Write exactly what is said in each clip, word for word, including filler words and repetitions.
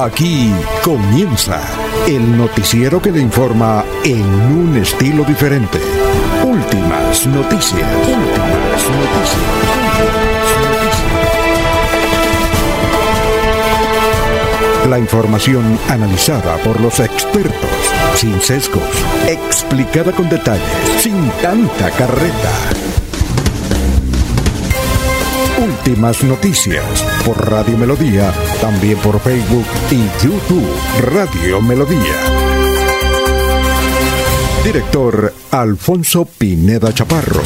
Aquí comienza el noticiero que le informa en un estilo diferente. Últimas noticias. Últimas noticias. La información analizada por los expertos, sin sesgos, explicada con detalle, sin tanta carreta. Últimas noticias por Radio Melodía, también por Facebook y YouTube Radio Melodía. Director Alfonso Pineda Chaparro.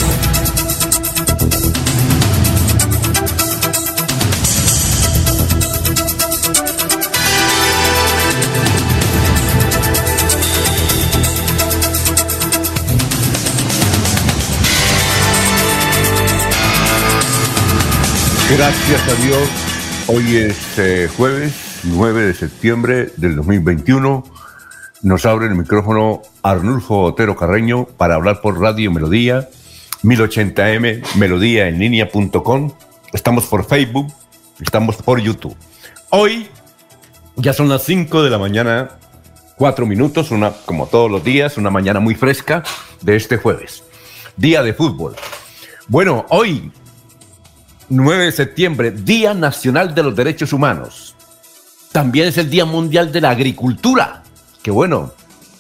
Gracias a Dios, hoy es eh, jueves nueve de septiembre del dos mil veintiuno. Nos abre el micrófono Arnulfo Otero Carreño para hablar por Radio Melodía, mil ochenta eme, melodía en línea punto com. Estamos por Facebook, estamos por YouTube. Hoy ya son las cinco de la mañana, cuatro minutos, una, como todos los días, una mañana muy fresca de este jueves, día de fútbol. Bueno, hoy nueve de septiembre, Día Nacional de los Derechos Humanos. También es el Día Mundial de la Agricultura. Qué bueno.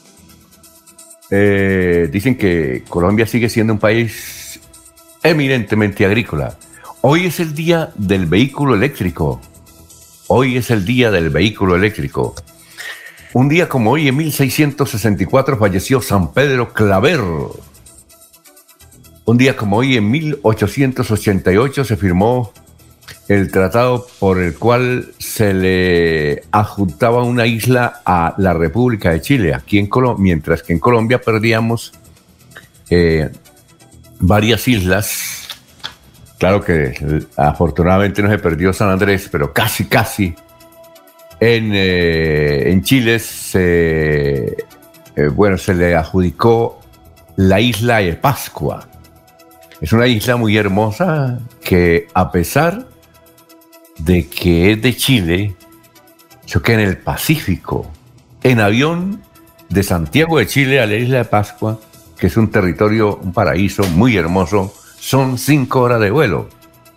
Eh, dicen que Colombia sigue siendo un país eminentemente agrícola. Hoy es el Día del Vehículo Eléctrico. Hoy es el Día del Vehículo Eléctrico. Un día como hoy, en mil seiscientos sesenta y cuatro, falleció San Pedro Claver. Un día como hoy, en mil ochocientos ochenta y ocho, se firmó el tratado por el cual se le adjuntaba una isla a la República de Chile, aquí en Colombia, mientras que en Colombia perdíamos eh, varias islas. Claro que afortunadamente no se perdió San Andrés, pero casi, casi. En, eh, en Chile se, eh, bueno, se le adjudicó la isla de Pascua. Es una isla muy hermosa que, a pesar de que es de Chile, eso queda en el Pacífico. En avión de Santiago de Chile a la isla de Pascua, que es un territorio, un paraíso muy hermoso, son cinco horas de vuelo.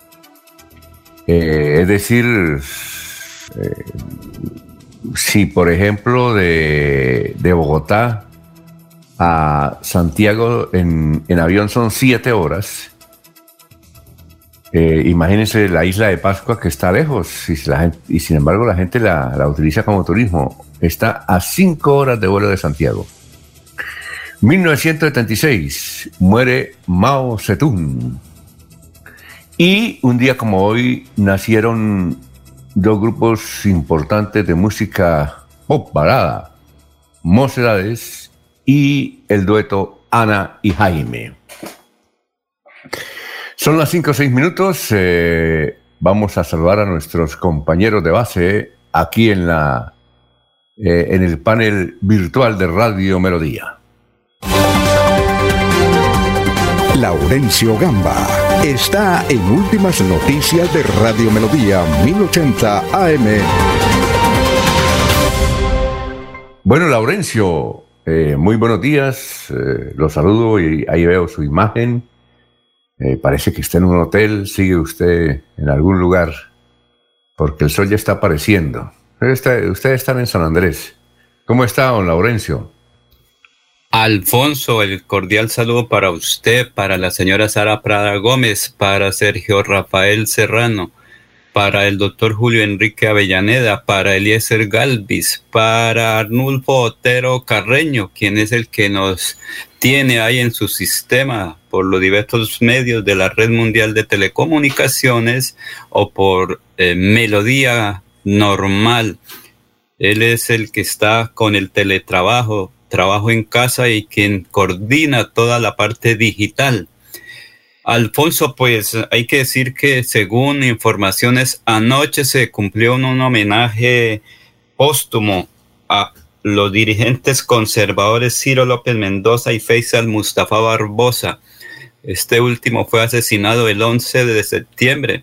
Eh, es decir, eh, si por ejemplo de, de Bogotá a Santiago en, en avión son siete horas. Eh, imagínense la isla de Pascua, que está lejos, y, la gente, y sin embargo la gente la, la utiliza como turismo. Está a cinco horas de vuelo de Santiago. mil novecientos setenta y seis, muere Mao Zedong. Y un día como hoy nacieron dos grupos importantes de música pop balada, Mocedades y el dueto Ana y Jaime. Son las cinco o seis minutos. Eh, vamos a saludar a nuestros compañeros de base aquí en, la, eh, en el panel virtual de Radio Melodía. Laurencio Gamba está en Últimas Noticias de Radio Melodía mil ochenta A M. Bueno, Laurencio, Eh, muy buenos días, eh, los saludo y ahí veo su imagen. Eh, parece que está en un hotel, sigue usted en algún lugar, porque el sol ya está apareciendo. Está, ustedes están en San Andrés. ¿Cómo está, don Laurencio? Alfonso, el cordial saludo para usted, para la señora Sara Prada Gómez, para Sergio Rafael Serrano, para el doctor Julio Enrique Avellaneda, para Eliezer Galvis, para Arnulfo Otero Carreño, quien es el que nos tiene ahí en su sistema por los diversos medios de la Red Mundial de Telecomunicaciones o por eh, Melodía Normal. Él es el que está con el teletrabajo, trabajo en casa y quien coordina toda la parte digital. Alfonso, pues hay que decir que según informaciones, anoche se cumplió un, un homenaje póstumo a los dirigentes conservadores Ciro López Mendoza y Faisal Mustafa Barbosa. Este último fue asesinado el once de septiembre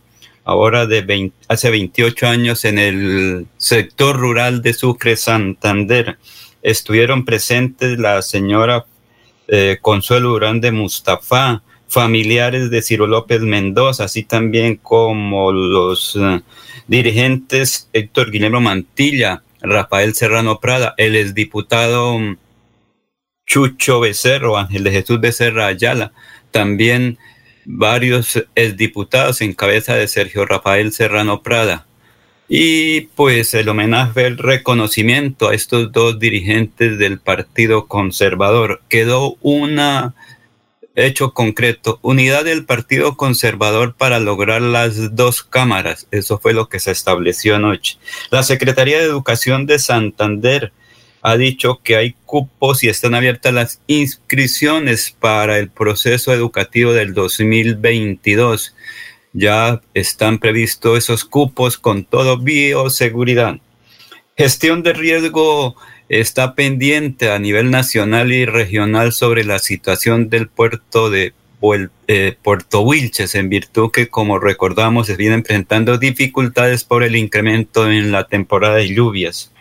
ahora de veinte, hace veintiocho años, en el sector rural de Sucre, Santander. Estuvieron presentes la señora eh, Consuelo Durán de Mustafa, familiares de Ciro López Mendoza, así también como los uh, dirigentes Héctor Guillermo Mantilla, Rafael Serrano Prada, el exdiputado um, Chucho Becerro, Ángel de Jesús Becerra Ayala, también varios exdiputados en cabeza de Sergio Rafael Serrano Prada. Y pues el homenaje, el reconocimiento a estos dos dirigentes del Partido Conservador. Quedó un hecho concreto, unidad del Partido Conservador para lograr las dos cámaras. Eso fue lo que se estableció anoche. La Secretaría de Educación de Santander ha dicho que hay cupos y están abiertas las inscripciones para el proceso educativo del dos mil veintidós. Ya están previstos esos cupos con todo bioseguridad. Gestión de riesgo está pendiente a nivel nacional y regional sobre la situación del puerto de eh, Puerto Wilches, en virtud que, como recordamos, se vienen presentando dificultades por el incremento en la temporada de lluvias.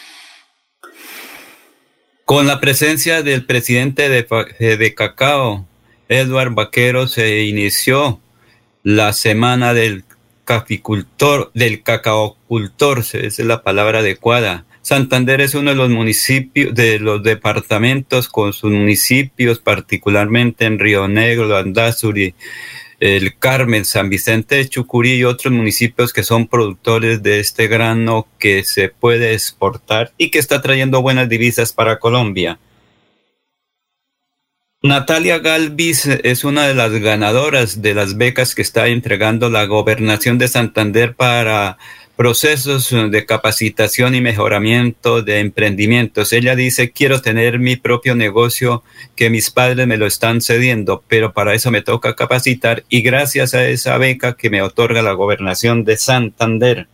Con la presencia del presidente de, de Cacao, Edward Vaquero, se inició la semana del caficultor, del cacaocultor, esa es la palabra adecuada. Santander es uno de los municipios, de los departamentos con sus municipios, particularmente en Río Negro, Andázuri, El Carmen, San Vicente de Chucurí y otros municipios que son productores de este grano que se puede exportar y que está trayendo buenas divisas para Colombia. Natalia Galvis es una de las ganadoras de las becas que está entregando la Gobernación de Santander para procesos de capacitación y mejoramiento de emprendimientos. Ella dice: quiero tener mi propio negocio, que mis padres me lo están cediendo, pero para eso me toca capacitar, y gracias a esa beca que me otorga la Gobernación de Santander.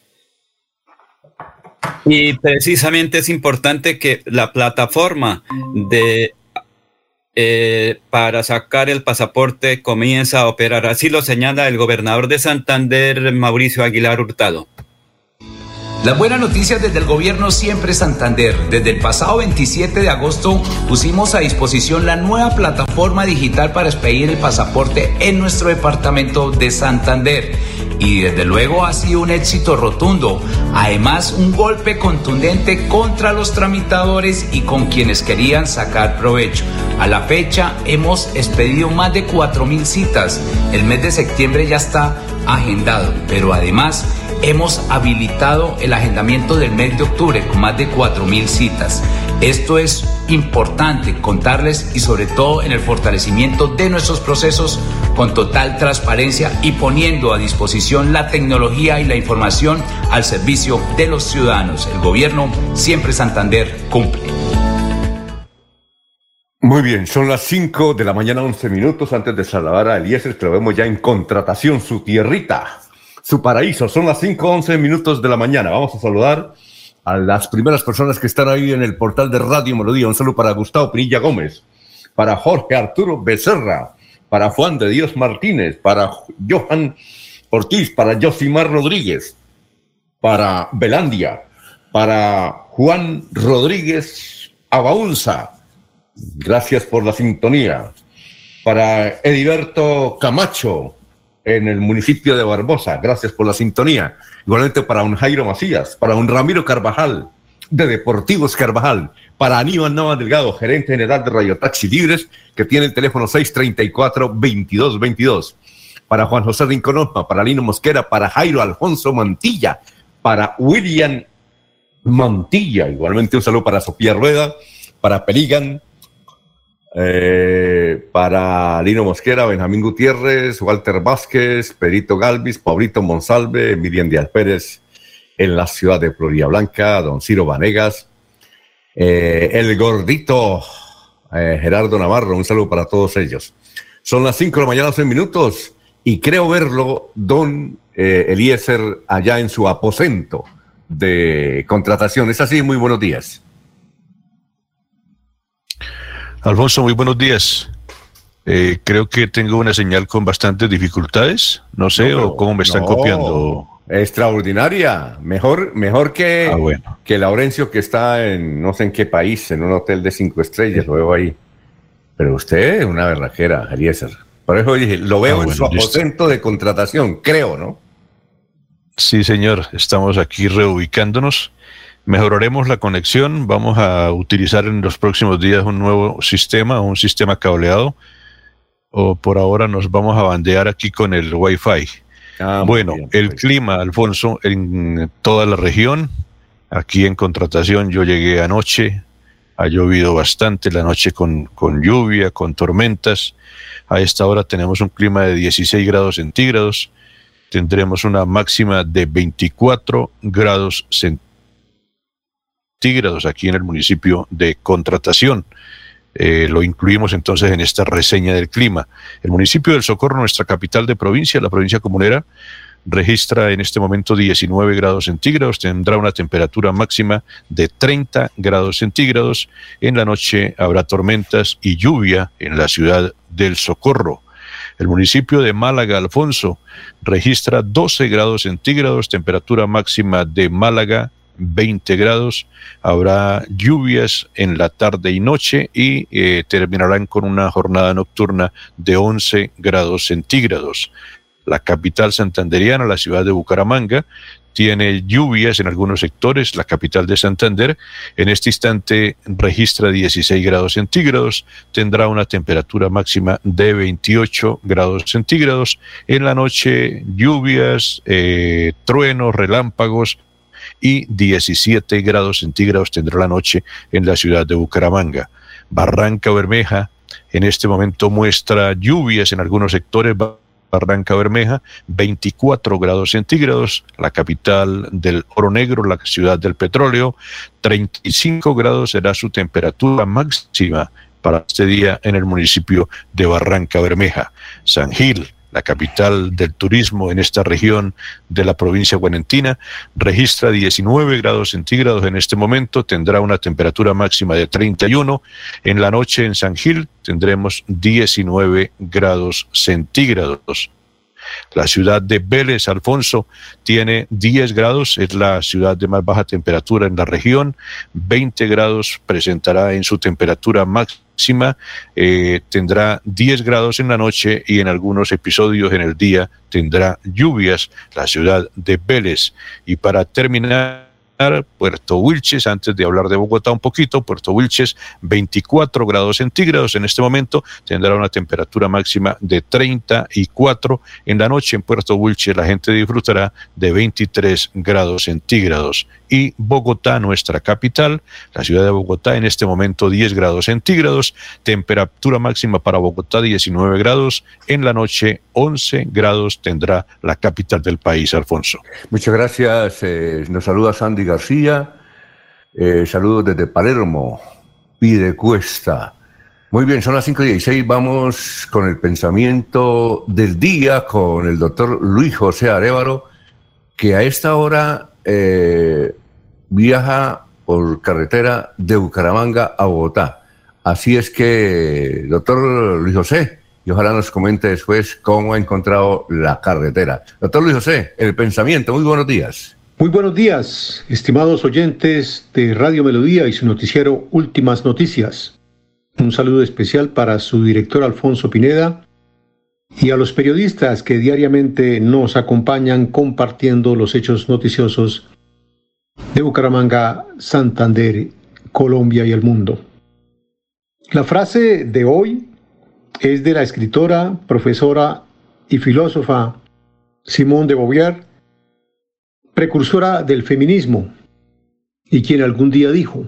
Y precisamente es importante que la plataforma de Eh, para sacar el pasaporte comienza a operar. Así lo señala el gobernador de Santander, Mauricio Aguilar Hurtado. Las buenas noticias desde el gobierno Siempre Santander. Desde el pasado veintisiete de agosto pusimos a disposición la nueva plataforma digital para expedir el pasaporte en nuestro departamento de Santander. Y desde luego ha sido un éxito rotundo. Además, un golpe contundente contra los tramitadores y con quienes querían sacar provecho. A la fecha hemos expedido más de cuatro mil citas. El mes de septiembre ya está agendado, pero además hemos habilitado el agendamiento del mes de octubre con más de cuatro mil citas. Esto es importante contarles, y sobre todo en el fortalecimiento de nuestros procesos con total transparencia y poniendo a disposición la tecnología y la información al servicio de los ciudadanos. El gobierno Siempre Santander cumple. Muy bien, son las cinco de la mañana, once minutos. Antes de saludar a Eliezer, que lo vemos ya en contratación, su tierrita, su paraíso. Son las cinco, once minutos de la mañana. Vamos a saludar a las primeras personas que están ahí en el portal de Radio Melodía. Un saludo para Gustavo Pinilla Gómez, para Jorge Arturo Becerra, para Juan de Dios Martínez, para Johan Ortiz, para Josimar Rodríguez, para Belandia, para Juan Rodríguez Abaunza. Gracias por la sintonía. Para Ediberto Camacho, en el municipio de Barbosa, gracias por la sintonía. Igualmente para un Jairo Macías, para un Ramiro Carvajal, de Deportivos Carvajal, para Aníbal Navas Delgado, gerente general de Radio Taxi Libres, que tiene el teléfono seis treinta y cuatro, veintidós veintidós. Para Juan José Rinconoma, para Lino Mosquera, para Jairo Alfonso Mantilla, para William Mantilla. Igualmente un saludo para Sofía Rueda, para Peligan, Eh, para Lino Mosquera, Benjamín Gutiérrez, Walter Vázquez, Perito Galvis, Pablito Monsalve, Miriam Díaz Pérez en la ciudad de Florida Blanca, don Ciro Vanegas, eh, el gordito eh, Gerardo Navarro, un saludo para todos ellos. Son las cinco de la mañana, seis minutos, y creo verlo, don eh, Eliezer, allá en su aposento de contratación. Es así, muy buenos días. Alfonso, muy buenos días. Eh, creo que tengo una señal con bastantes dificultades. No sé, no, pero, o cómo me están no, copiando. Extraordinaria. Mejor, mejor que, ah, bueno. que Laurencio, que está en no sé en qué país, en un hotel de cinco estrellas, sí. Lo veo ahí. Pero usted es una berraquera, Eliezer. Por eso dije, lo veo ah, en bueno, su aposento listo. De contratación, creo, ¿no? Sí, señor. Estamos aquí reubicándonos. Mejoraremos la conexión. Vamos a utilizar en los próximos días un nuevo sistema, un sistema cableado. O por ahora nos vamos a bandear aquí con el Wi-Fi. Ah, bueno, bien, el pues. Clima, Alfonso, en toda la región. Aquí en Contratación yo llegué anoche. Ha llovido bastante la noche con, con lluvia, con tormentas. A esta hora tenemos un clima de dieciséis grados centígrados. Tendremos una máxima de veinticuatro grados centígrados aquí en el municipio de Contratación. Eh, lo incluimos entonces en esta reseña del clima. El municipio del Socorro, nuestra capital de provincia, la provincia comunera, registra en este momento diecinueve grados centígrados, tendrá una temperatura máxima de treinta grados centígrados. En la noche habrá tormentas y lluvia en la ciudad del Socorro. El municipio de Málaga, Alfonso, registra doce grados centígrados, temperatura máxima de Málaga veinte grados, habrá lluvias en la tarde y noche y eh, terminarán con una jornada nocturna de once grados centígrados. La capital santanderiana, la ciudad de Bucaramanga, tiene lluvias en algunos sectores. La capital de Santander en este instante registra dieciséis grados centígrados, tendrá una temperatura máxima de veintiocho grados centígrados. En la noche lluvias, eh, truenos, relámpagos y diecisiete grados centígrados tendrá la noche en la ciudad de Bucaramanga. Barranca Bermeja en este momento muestra lluvias en algunos sectores. Barranca Bermeja, veinticuatro grados centígrados, la capital del Oro Negro, la ciudad del petróleo, treinta y cinco grados será su temperatura máxima para este día en el municipio de Barranca Bermeja. San Gil, la capital del turismo en esta región de la provincia guanentina, registra diecinueve grados centígrados en este momento, tendrá una temperatura máxima de treinta y uno. En la noche en San Gil tendremos diecinueve grados centígrados. La ciudad de Vélez, Alfonso, tiene diez grados, es la ciudad de más baja temperatura en la región, veinte grados presentará en su temperatura máxima, eh, tendrá diez grados en la noche y en algunos episodios en el día tendrá lluvias la ciudad de Vélez. Y para terminar, Puerto Wilches, antes de hablar de Bogotá un poquito, Puerto Wilches, veinticuatro grados centígrados en este momento, tendrá una temperatura máxima de treinta y cuatro. En la noche en Puerto Wilches la gente disfrutará de veintitrés grados centígrados. Y Bogotá, nuestra capital, la ciudad de Bogotá, en este momento diez grados centígrados, temperatura máxima para Bogotá diecinueve grados, en la noche once grados tendrá la capital del país, Alfonso. Muchas gracias, eh, nos saluda Sandy García, eh, saludos desde Palermo, Pidecuesta. Muy bien, son las cinco y dieciséis, vamos con el pensamiento del día con el doctor Luis José Arévalo, que a esta hora eh, viaja por carretera de Bucaramanga a Bogotá. Así es que, doctor Luis José, y ojalá nos comente después cómo ha encontrado la carretera. Doctor Luis José, el pensamiento, muy buenos días. Muy buenos días, estimados oyentes de Radio Melodía y su noticiero Últimas Noticias. Un saludo especial para su director Alfonso Pineda y a los periodistas que diariamente nos acompañan compartiendo los hechos noticiosos de Bucaramanga, Santander, Colombia y el mundo. La frase de hoy es de la escritora, profesora y filósofa Simone de Beauvoir, precursora del feminismo, y quien algún día dijo: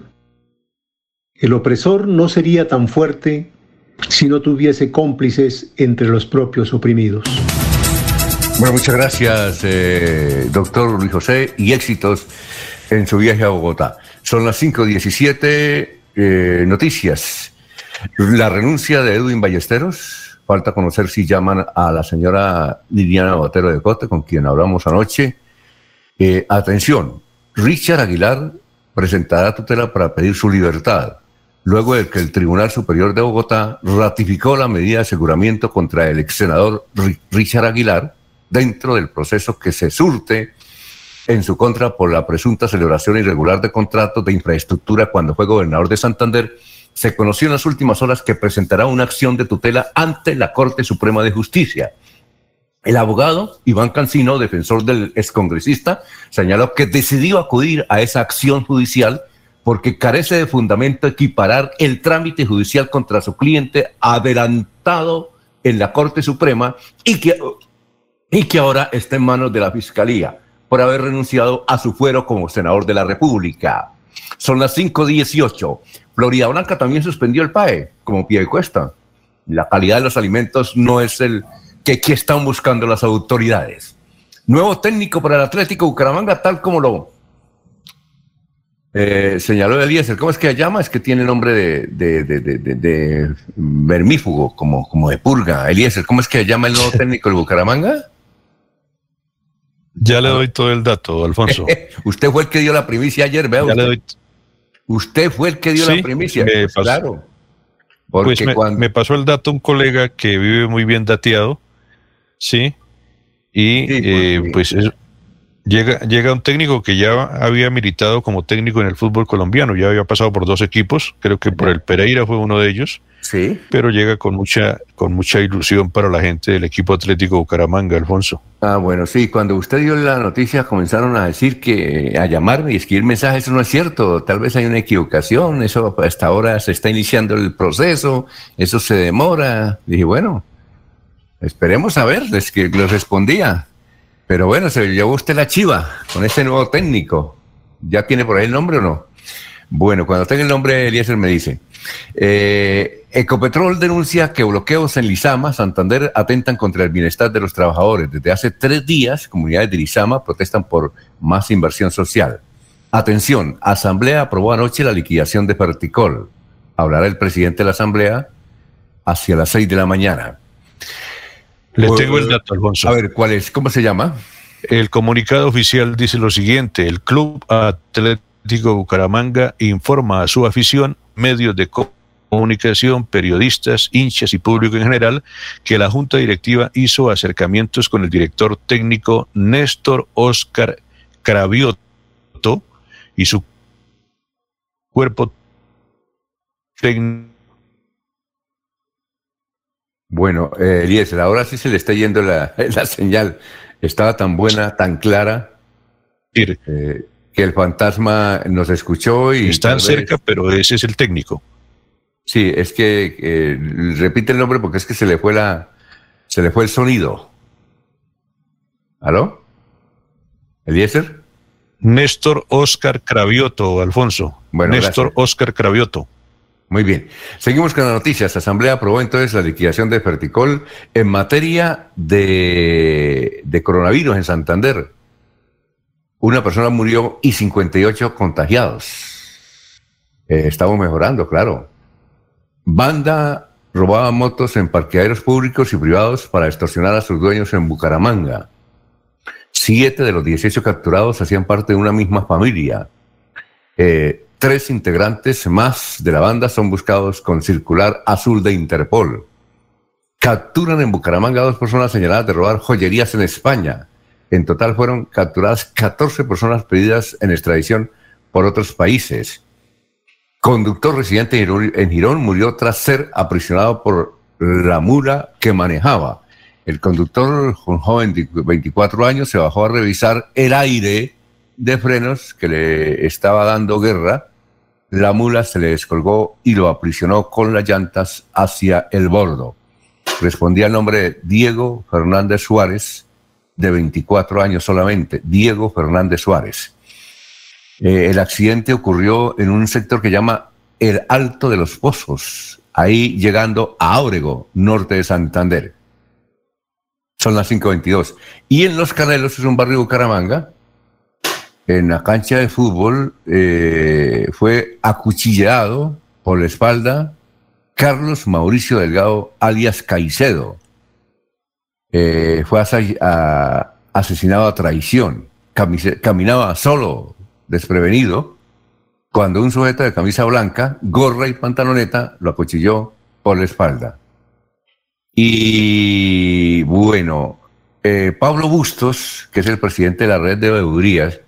el opresor no sería tan fuerte si no tuviese cómplices entre los propios oprimidos. Bueno, muchas gracias, eh, doctor Luis José, y éxitos en su viaje a Bogotá. Son las cinco diecisiete, eh, noticias. La renuncia de Edwin Ballesteros, falta conocer si llaman a la señora Liliana Botero de Cote, con quien hablamos anoche. Eh, atención, Richard Aguilar presentará tutela para pedir su libertad. luego de que el Tribunal Superior de Bogotá ratificó la medida de aseguramiento contra el ex senador Richard Aguilar dentro del proceso que se surte en su contra por la presunta celebración irregular de contratos de infraestructura cuando fue gobernador de Santander. Se conoció en las últimas horas que presentará una acción de tutela ante la Corte Suprema de Justicia. El abogado Iván Cancino, defensor del excongresista, señaló que decidió acudir a esa acción judicial porque carece de fundamento equiparar el trámite judicial contra su cliente adelantado en la Corte Suprema y que, y que ahora está en manos de la Fiscalía por haber renunciado a su fuero como senador de la República. Son las cinco dieciocho. Florida Blanca también suspendió el P A E como piedecuesta. La calidad de los alimentos no es el que aquí están buscando las autoridades. Nuevo técnico para el Atlético Bucaramanga, tal como lo eh, señaló Eliezer. ¿Cómo es que se llama? Es que tiene nombre de, de, de, de, de, de vermífugo, como, como de purga. Eliezer, ¿cómo es que se llama el nuevo técnico del Bucaramanga? Ya le doy todo el dato, Alfonso. Usted fue el que dio la primicia ayer, vea. Ya usted. le doy... usted fue el que dio sí, la primicia. Me pues pasó, claro. Porque pues me, cuando... me pasó el dato un colega que vive muy bien dateado. Sí, y sí, eh, pues es, llega, llega un técnico que ya había militado como técnico en el fútbol colombiano, ya había pasado por dos equipos, creo que por el Pereira fue uno de ellos, sí, pero llega con mucha, con mucha ilusión para la gente del equipo Atlético Bucaramanga, Alfonso. Ah, bueno, sí, cuando usted dio la noticia comenzaron a decir que, a llamarme y escribir mensajes, eso no es cierto, tal vez hay una equivocación, eso hasta ahora se está iniciando el proceso, eso se demora. Dije, bueno, esperemos a ver, es que lo respondía. Pero bueno, se llevó usted la chiva con este nuevo técnico. ¿Ya tiene por ahí el nombre o no? Bueno, cuando tenga el nombre, Eliezer me dice. Eh, Ecopetrol denuncia que bloqueos en Lizama, Santander, atentan contra el bienestar de los trabajadores. Desde hace tres días, comunidades de Lizama protestan por más inversión social. Atención, Asamblea aprobó anoche la liquidación de Ferticol. Hablará el presidente de la Asamblea hacia las seis de la mañana. Le tengo el dato, Alfonso. A ver, ¿cuál es? ¿Cómo se llama? El comunicado oficial dice lo siguiente: el Club Atlético Bucaramanga informa a su afición, medios de comunicación, periodistas, hinchas y público en general, que la Junta Directiva hizo acercamientos con el director técnico Néstor Óscar Cravioto y su cuerpo técnico. Bueno, eh, Eliezer, ahora sí se le está yendo la, la señal. Estaba tan buena, tan clara, eh, que el fantasma nos escuchó y... Están cerca, vez... pero ese es el técnico. Sí, es que eh, repite el nombre porque es que se le fue la, se le fue el sonido. ¿Aló? ¿Eliezer? Néstor Óscar Cravioto, Alfonso. Bueno, Néstor gracias. Óscar Cravioto. Muy bien. Seguimos con las noticias. La Asamblea aprobó entonces la liquidación de Ferticol en materia de, de coronavirus en Santander. Una persona murió y cincuenta y ocho contagiados. Eh, estamos mejorando, claro. Banda robaba motos en parqueaderos públicos y privados para extorsionar a sus dueños en Bucaramanga. Siete de los dieciocho capturados hacían parte de una misma familia. Eh, Tres integrantes más de la banda son buscados con circular azul de Interpol. Capturan en Bucaramanga a dos personas señaladas de robar joyerías en España. En total fueron capturadas catorce personas pedidas en extradición por otros países. Conductor residente en Girón murió tras ser aprisionado por la mula que manejaba. El conductor, un joven de veinticuatro años, se bajó a revisar el aire de frenos que le estaba dando guerra. La mula se le descolgó y lo aprisionó con las llantas hacia el bordo. Respondía el nombre de Diego Fernández Suárez, de veinticuatro años solamente. Diego Fernández Suárez. Eh, el accidente ocurrió en un sector que llama el Alto de los Pozos, ahí llegando a Áurego, norte de Santander. Son las cinco veintidós. Y en Los Canelos, es un barrio de Bucaramanga, en la cancha de fútbol, eh, fue acuchillado por la espalda Carlos Mauricio Delgado, alias Caicedo. Eh, fue asa- a, asesinado a traición. Camise- caminaba solo, desprevenido, cuando un sujeto de camisa blanca, gorra y pantaloneta lo acuchilló por la espalda. Y bueno, eh, Pablo Bustos, que es el presidente de la red de veedurías,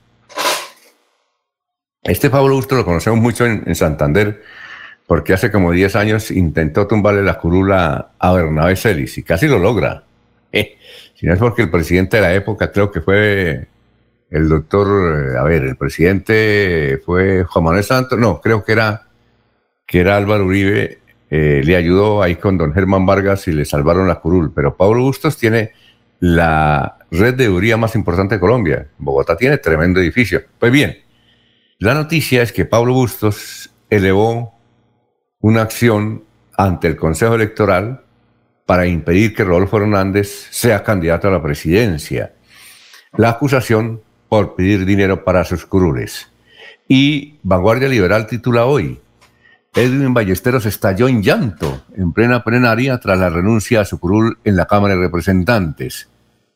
este Pablo Bustos lo conocemos mucho en, en Santander, porque hace como diez años intentó tumbarle la curula a Bernabé Celis y casi lo logra. Eh, si no es porque el presidente de la época, creo que fue el doctor, eh, a ver, el presidente fue Juan Manuel Santos, no, creo que era, que era Álvaro Uribe, eh, le ayudó ahí con don Germán Vargas y le salvaron la curul. Pero Pablo Bustos tiene la red de veeduría más importante de Colombia. Bogotá tiene tremendo edificio. Pues bien, la noticia es que Pablo Bustos elevó una acción ante el Consejo Electoral para impedir que Rodolfo Hernández sea candidato a la presidencia. La acusación por pedir dinero para sus curules. Y Vanguardia Liberal titula hoy: Edwin Ballesteros estalló en llanto en plena plenaria tras la renuncia a su curul en la Cámara de Representantes.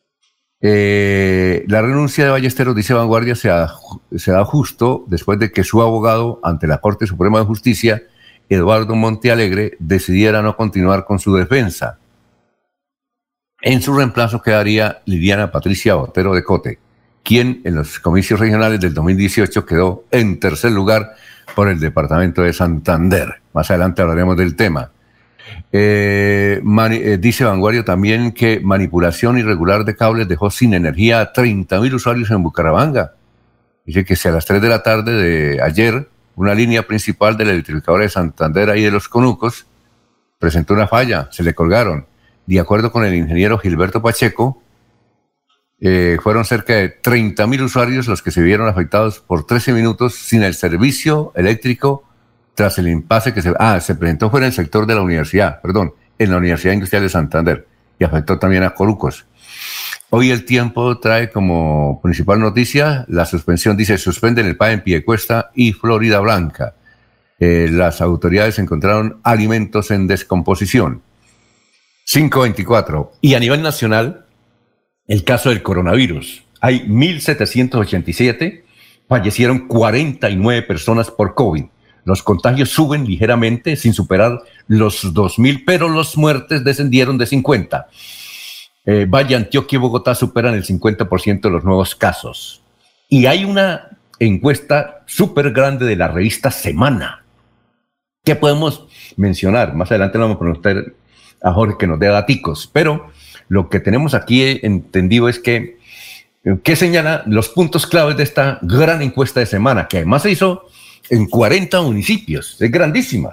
Eh, la renuncia de Ballesteros, dice Vanguardia, se da, se da justo después de que su abogado ante la Corte Suprema de Justicia, Eduardo Montealegre, decidiera no continuar con su defensa. En su reemplazo quedaría Liliana Patricia Botero de Cote, quien en los comicios regionales del dos mil dieciocho quedó en tercer lugar por el departamento de Santander. Más adelante hablaremos del tema. Eh, mani- eh, dice Vanguardia también que manipulación irregular de cables dejó sin energía a treinta mil usuarios en Bucaramanga. Dice que si a las tres de la tarde de ayer, una línea principal de la electrificadora de Santander, ahí de los Conucos, presentó una falla, se le colgaron. De acuerdo con el ingeniero Gilberto Pacheco, eh, fueron cerca de treinta mil usuarios los que se vieron afectados por trece minutos sin el servicio eléctrico tras el impasse que se, ah, se presentó fuera en el sector de la universidad, perdón, en la Universidad Industrial de Santander, y afectó también a Corucos. Hoy El Tiempo trae como principal noticia la suspensión, dice, suspenden el P A E en Piedecuesta y Florida Blanca. Eh, las autoridades encontraron alimentos en descomposición. cinco veinticuatro. Y a nivel nacional, el caso del coronavirus. Hay mil setecientos ochenta y siete, fallecieron cuarenta y nueve personas por COVID. Los contagios suben ligeramente sin superar los dos mil, pero las muertes descendieron de cincuenta. Eh, Valle, Antioquia y Bogotá superan el cincuenta por ciento de los nuevos casos. Y hay una encuesta súper grande de la revista Semana. ¿Qué podemos mencionar? Más adelante le vamos a preguntar a Jorge que nos dé daticos, pero lo que tenemos aquí entendido es que, ¿qué señala los puntos claves de esta gran encuesta de Semana? Que además se hizo en cuarenta municipios, es grandísima.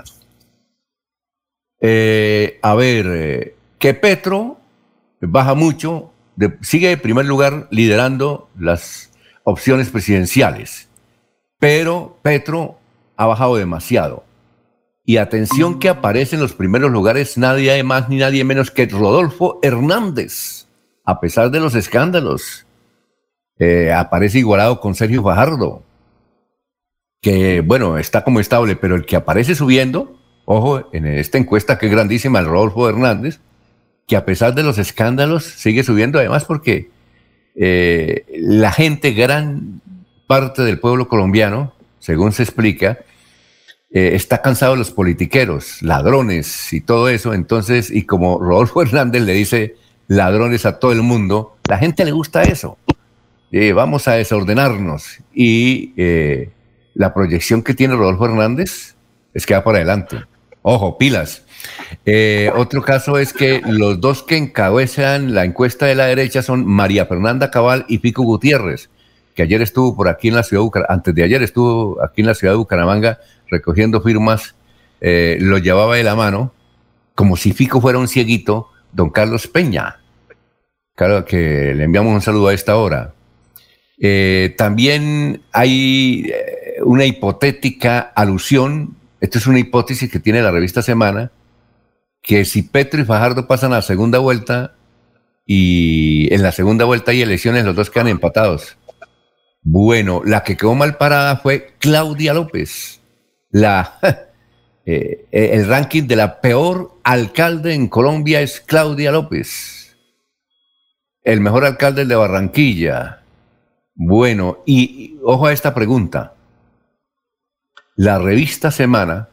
Eh, a ver, eh, que Petro baja mucho, de, sigue en primer lugar liderando las opciones presidenciales, pero Petro ha bajado demasiado. Y atención que aparece en los primeros lugares nadie más ni nadie menos que Rodolfo Hernández, a pesar de los escándalos. Eh, aparece igualado con Sergio Fajardo, que bueno, está como estable, pero el que aparece subiendo, ojo, en esta encuesta que es grandísima, el Rodolfo Hernández, que a pesar de los escándalos sigue subiendo, además porque eh, la gente, gran parte del pueblo colombiano, según se explica, eh, está cansado de los politiqueros, ladrones y todo eso. Entonces, y como Rodolfo Hernández le dice ladrones a todo el mundo, la gente le gusta eso. Eh, vamos a desordenarnos. Y eh, la proyección que tiene Rodolfo Hernández es que va para adelante. Ojo, pilas. Eh, otro caso es que los dos que encabezan la encuesta de la derecha son María Fernanda Cabal y Fico Gutiérrez, que ayer estuvo por aquí en la ciudad de Bucaramanga, antes de ayer estuvo aquí en la ciudad de Bucaramanga recogiendo firmas, eh, lo llevaba de la mano, como si Fico fuera un cieguito, don Carlos Peña, claro que le enviamos un saludo a esta hora. Eh, también hay eh, una hipotética alusión, esto es una hipótesis que tiene la revista Semana, que si Petro y Fajardo pasan a la segunda vuelta y en la segunda vuelta hay elecciones, los dos quedan empatados. Bueno, la que quedó mal parada fue Claudia López. La, eh, el ranking de la peor alcalde en Colombia es Claudia López. El mejor alcalde es de Barranquilla. Bueno, y, y ojo a esta pregunta. la revista Semana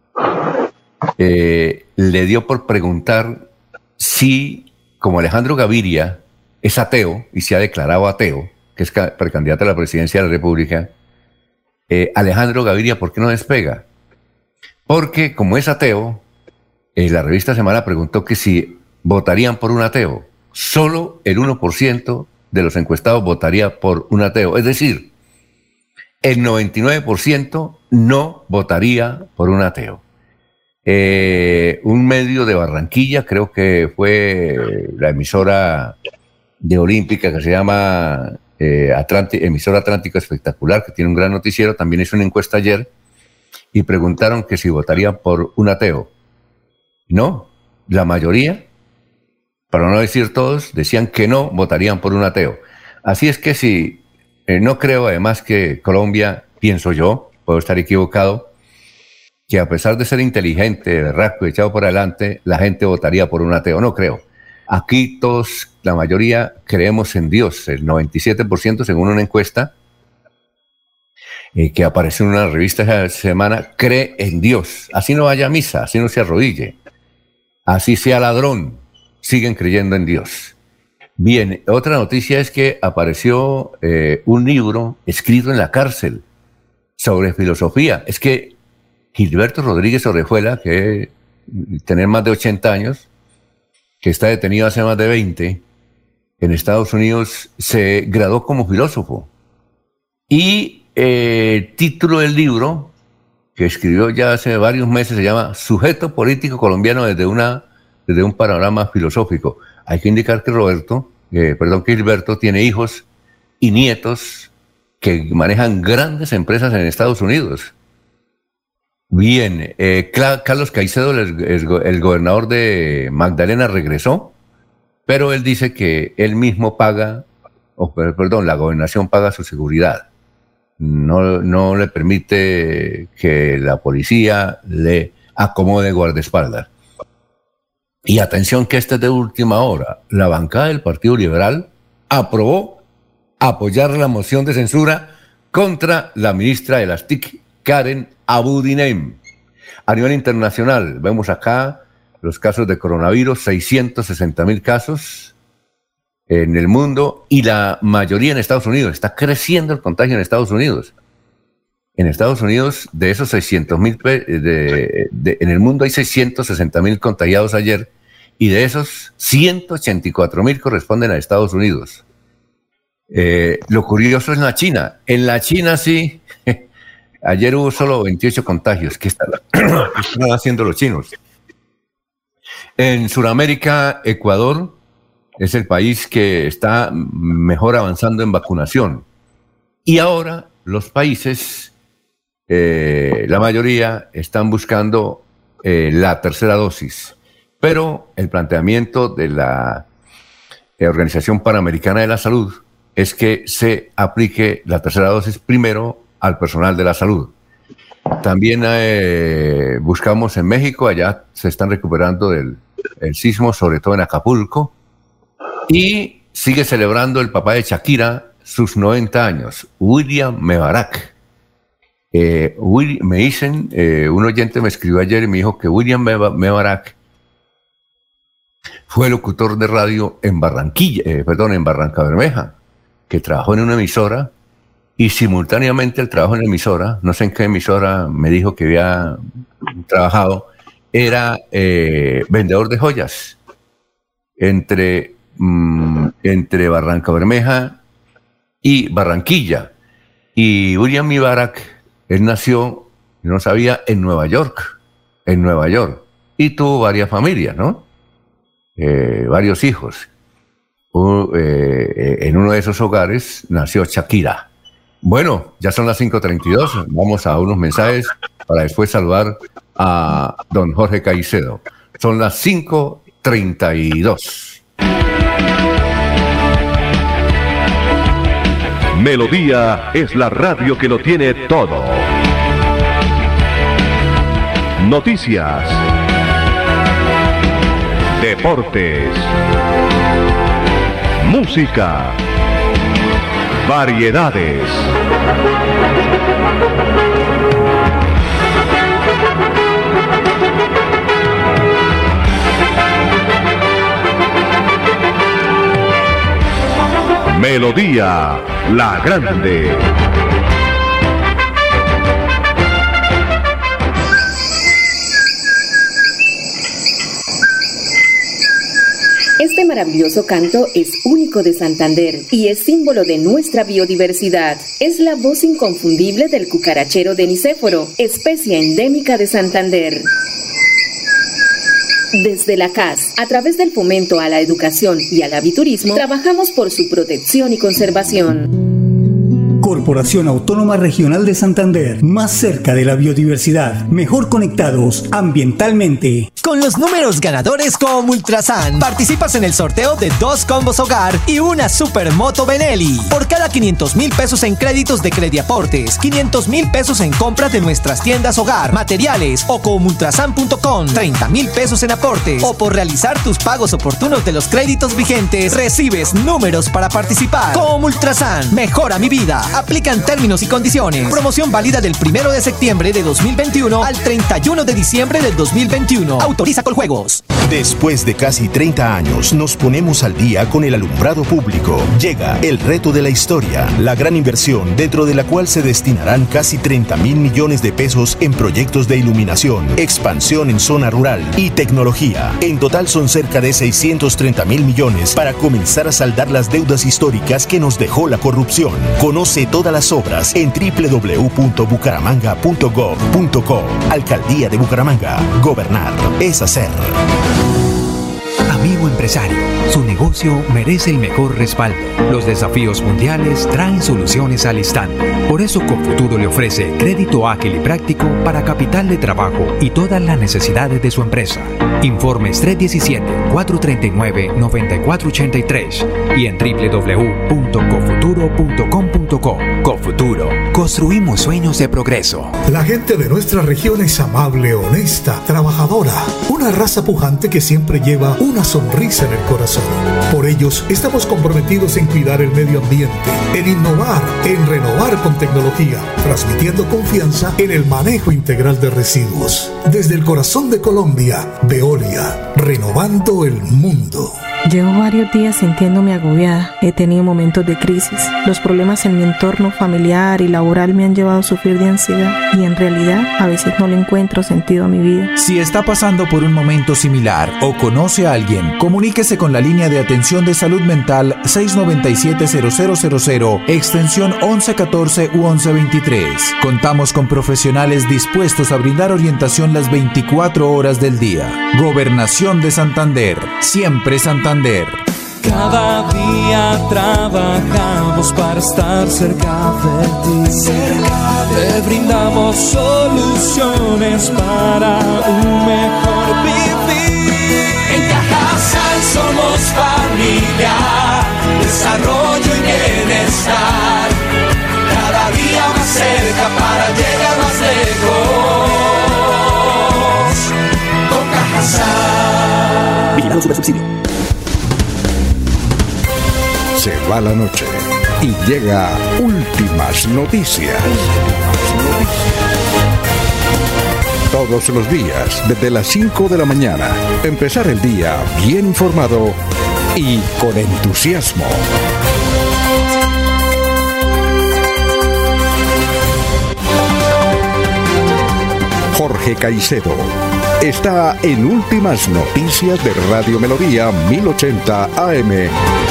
eh, le dio por preguntar si, como Alejandro Gaviria es ateo y se ha declarado ateo, que es precandidato a la presidencia de la República, eh, Alejandro Gaviria, ¿por qué no despega? Porque como es ateo, eh, la revista Semana preguntó que si votarían por un ateo. Solo el uno por ciento de los encuestados votaría por un ateo. Es decir, el noventa y nueve por ciento no votaría por un ateo. Eh, un medio de Barranquilla, creo que fue la emisora de Olímpica que se llama eh, Atlántico, emisora Atlántico Espectacular, que tiene un gran noticiero, también hizo una encuesta ayer y preguntaron que si votarían por un ateo. No, la mayoría, para no decir todos, decían que no votarían por un ateo. Así es que si eh, no creo además que Colombia, pienso yo, puedo estar equivocado, que a pesar de ser inteligente, berraco y echado por adelante, la gente votaría por un ateo. No creo. Aquí todos, la mayoría, creemos en Dios. El noventa y siete por ciento, según una encuesta eh, que apareció en una revista esta semana, cree en Dios. Así no vaya a misa, así no se arrodille, así sea ladrón, siguen creyendo en Dios. Bien, otra noticia es que apareció eh, un libro escrito en la cárcel sobre filosofía. Es que Gilberto Rodríguez Orejuela, que tiene más de ochenta años, que está detenido hace más de veinte, en Estados Unidos, se graduó como filósofo. Y eh, el título del libro, que escribió ya hace varios meses, se llama Sujeto Político Colombiano desde, una, desde un panorama filosófico. Hay que indicar que Roberto, eh, perdón, que Gilberto tiene hijos y nietos que manejan grandes empresas en Estados Unidos. Bien, eh, Carlos Caicedo, el, el, el gobernador de Magdalena, regresó, pero él dice que él mismo paga, oh, perdón, la gobernación paga su seguridad. No, no le permite que la policía le acomode guardaespaldas. Y atención que esta es de última hora. La bancada del Partido Liberal aprobó apoyar la moción de censura contra la ministra de las T I C, Karen Abudinem. A nivel internacional, vemos acá los casos de coronavirus, seiscientos sesenta mil casos en el mundo y la mayoría en Estados Unidos. Está creciendo el contagio en Estados Unidos. En Estados Unidos, de esos seiscientos mil, de, de, en el mundo hay seiscientos sesenta mil contagiados ayer y de esos ciento ochenta y cuatro mil corresponden a Estados Unidos. Eh, lo curioso es la China. En la China sí, ayer hubo solo veintiocho contagios. ¿Qué están, ¿qué están haciendo los chinos? En Sudamérica, Ecuador es el país que está mejor avanzando en vacunación. Y ahora los países, eh, la mayoría, están buscando eh, la tercera dosis. Pero el planteamiento de la eh, Organización Panamericana de la Salud es que se aplique la tercera dosis primero al personal de la salud. También eh, buscamos en México, allá se están recuperando del el sismo, sobre todo en Acapulco, y sigue celebrando el papá de Shakira sus noventa años, William Mebarak. Eh, Will, me dicen, eh, un oyente me escribió ayer y me dijo que William Mebarak fue locutor de radio en Barranquilla, eh, perdón, en Barranca Bermeja, que trabajó en una emisora y simultáneamente el trabajo en la emisora, no sé en qué emisora me dijo que había trabajado, era eh, vendedor de joyas entre, mm, entre Barranca Bermeja y Barranquilla. Y William Mebarak, él nació, no sabía, en Nueva York, en Nueva York, y tuvo varias familias, ¿no? Eh, varios hijos. Uh, eh, en uno de esos hogares nació Shakira. Bueno, ya son las cinco treinta y dos, vamos a unos mensajes para después saludar a don Jorge Caicedo. Son las cinco treinta y dos. Melodía es la radio que lo tiene todo. Noticias, deportes, música, variedades. Melodía La Grande. Este maravilloso canto es único de Santander y es símbolo de nuestra biodiversidad. Es la voz inconfundible del cucarachero denicéforo, especie endémica de Santander. Desde la C A S, a través del fomento a la educación y al aviturismo, trabajamos por su protección y conservación. Corporación Autónoma Regional de Santander, más cerca de la biodiversidad, mejor conectados ambientalmente. Con los números ganadores con Ultrasan, participas en el sorteo de dos combos hogar y una supermoto Benelli. Por cada quinientos mil pesos en créditos de Crediaportes, quinientos mil pesos en compras de nuestras tiendas hogar, materiales o con ultrasan punto com, treinta mil pesos en aportes o por realizar tus pagos oportunos de los créditos vigentes, recibes números para participar. Con Ultrasan, mejora mi vida. Aplican términos y condiciones. Promoción válida del primero de septiembre de dos mil veintiuno al treinta y uno de diciembre del dos mil veintiuno. Autoriza Coljuegos. Después de casi treinta años, nos ponemos al día con el alumbrado público. Llega el reto de la historia, la gran inversión dentro de la cual se destinarán casi treinta mil millones de pesos en proyectos de iluminación, expansión en zona rural y tecnología. En total son cerca de seiscientos treinta mil millones para comenzar a saldar las deudas históricas que nos dejó la corrupción. Conoce todas las obras en doble u doble u doble u punto bucaramanga punto gov punto co. Alcaldía de Bucaramanga. Gobernar es hacer. Amigo empresario, su negocio merece el mejor respaldo. Los desafíos mundiales traen soluciones al instante. Por eso Confuturo le ofrece crédito ágil y práctico para capital de trabajo y todas las necesidades de su empresa. Informes tres diecisiete, cuatro treinta y nueve, noventa y cuatro ochenta y tres y en doble u doble u doble u punto cofuturo punto com punto co. Confuturo, construimos sueños de progreso. La gente de nuestra región es amable, honesta, trabajadora, una raza pujante que siempre lleva una sonrisa en el corazón. Por ellos estamos comprometidos en cuidar el medio ambiente, en innovar, en renovar con tecnología, transmitiendo confianza en el manejo integral de residuos. Desde el corazón de Colombia, Veolia, renovando el mundo. Llevo varios días sintiéndome agobiada. He tenido momentos de crisis. Los problemas en mi entorno familiar y laboral me han llevado a sufrir de ansiedad y en realidad a veces no le encuentro sentido a mi vida. Si está pasando por un momento similar o conoce a alguien, comuníquese con la línea de atención de salud mental seis nueve siete cero cero cero cero, extensión once catorce u once veintitrés. Contamos con profesionales dispuestos a brindar orientación las veinticuatro horas del día. Gobernación de Santander, siempre Santander. Cada día trabajamos para estar cerca de ti. Cerca de Te brindamos soluciones para un mejor vivir. En Cajasal somos familia, desarrollo y bienestar. Cada día más cerca para llegar más lejos. Con Cajasal. Vigilado Supersubsidio. Se va la noche y llega Últimas Noticias. Todos los días, desde las cinco de la mañana, empezar el día bien informado y con entusiasmo. Jorge Caicedo está en Últimas Noticias de Radio Melodía mil ochenta A M.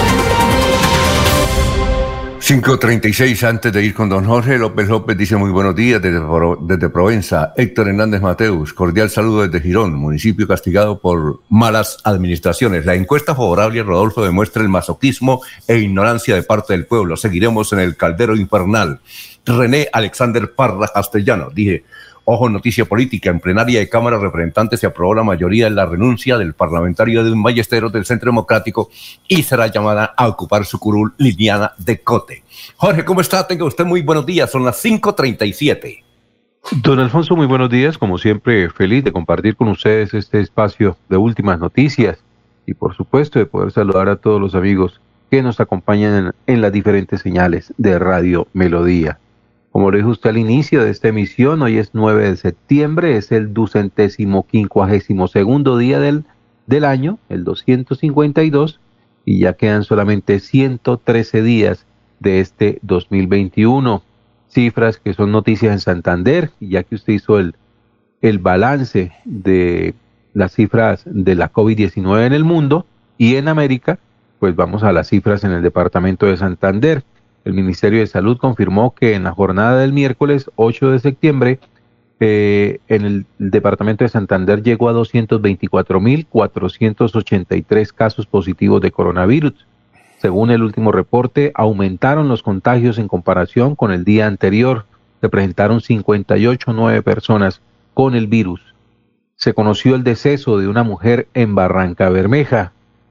cinco treinta y seis, antes de ir con don Jorge, López López dice muy buenos días desde, desde Provenza. Héctor Hernández Mateus, cordial saludo desde Girón, municipio castigado por malas administraciones. La encuesta favorable a Rodolfo demuestra el masoquismo e ignorancia de parte del pueblo. Seguiremos en el caldero infernal. René Alexander Parra Castellano, dije, ojo, noticia política, en plenaria de Cámara de Representantes se aprobó la mayoría de la renuncia del parlamentario de un Ballesteros del Centro Democrático y será llamada a ocupar su curul Liliana de Cote. Jorge, ¿cómo está? Tenga usted muy buenos días, son las cinco treinta y siete. Don Alfonso, muy buenos días, como siempre feliz de compartir con ustedes este espacio de Últimas Noticias y por supuesto de poder saludar a todos los amigos que nos acompañan en, en las diferentes señales de Radio Melodía. Como lo dijo usted al inicio de esta emisión, hoy es nueve de septiembre, es el ducentésimo quincuagésimo segundo día del, del año, el doscientos cincuenta y dos, y ya quedan solamente ciento trece días de este dos mil veintiuno. Cifras que son noticias en Santander, y ya que usted hizo el, el balance de las cifras de la COVID diecinueve en el mundo y en América, pues vamos a las cifras en el departamento de Santander. El Ministerio de Salud confirmó que en la jornada del miércoles ocho de septiembre, eh, en el, el departamento de Santander llegó a doscientos veinticuatro mil cuatrocientos ochenta y tres casos positivos de coronavirus. Según el último reporte, aumentaron los contagios en comparación con el día anterior. Se presentaron cincuenta y ocho nueve personas con el virus. Se conoció el deceso de una mujer en Barranca Bermeja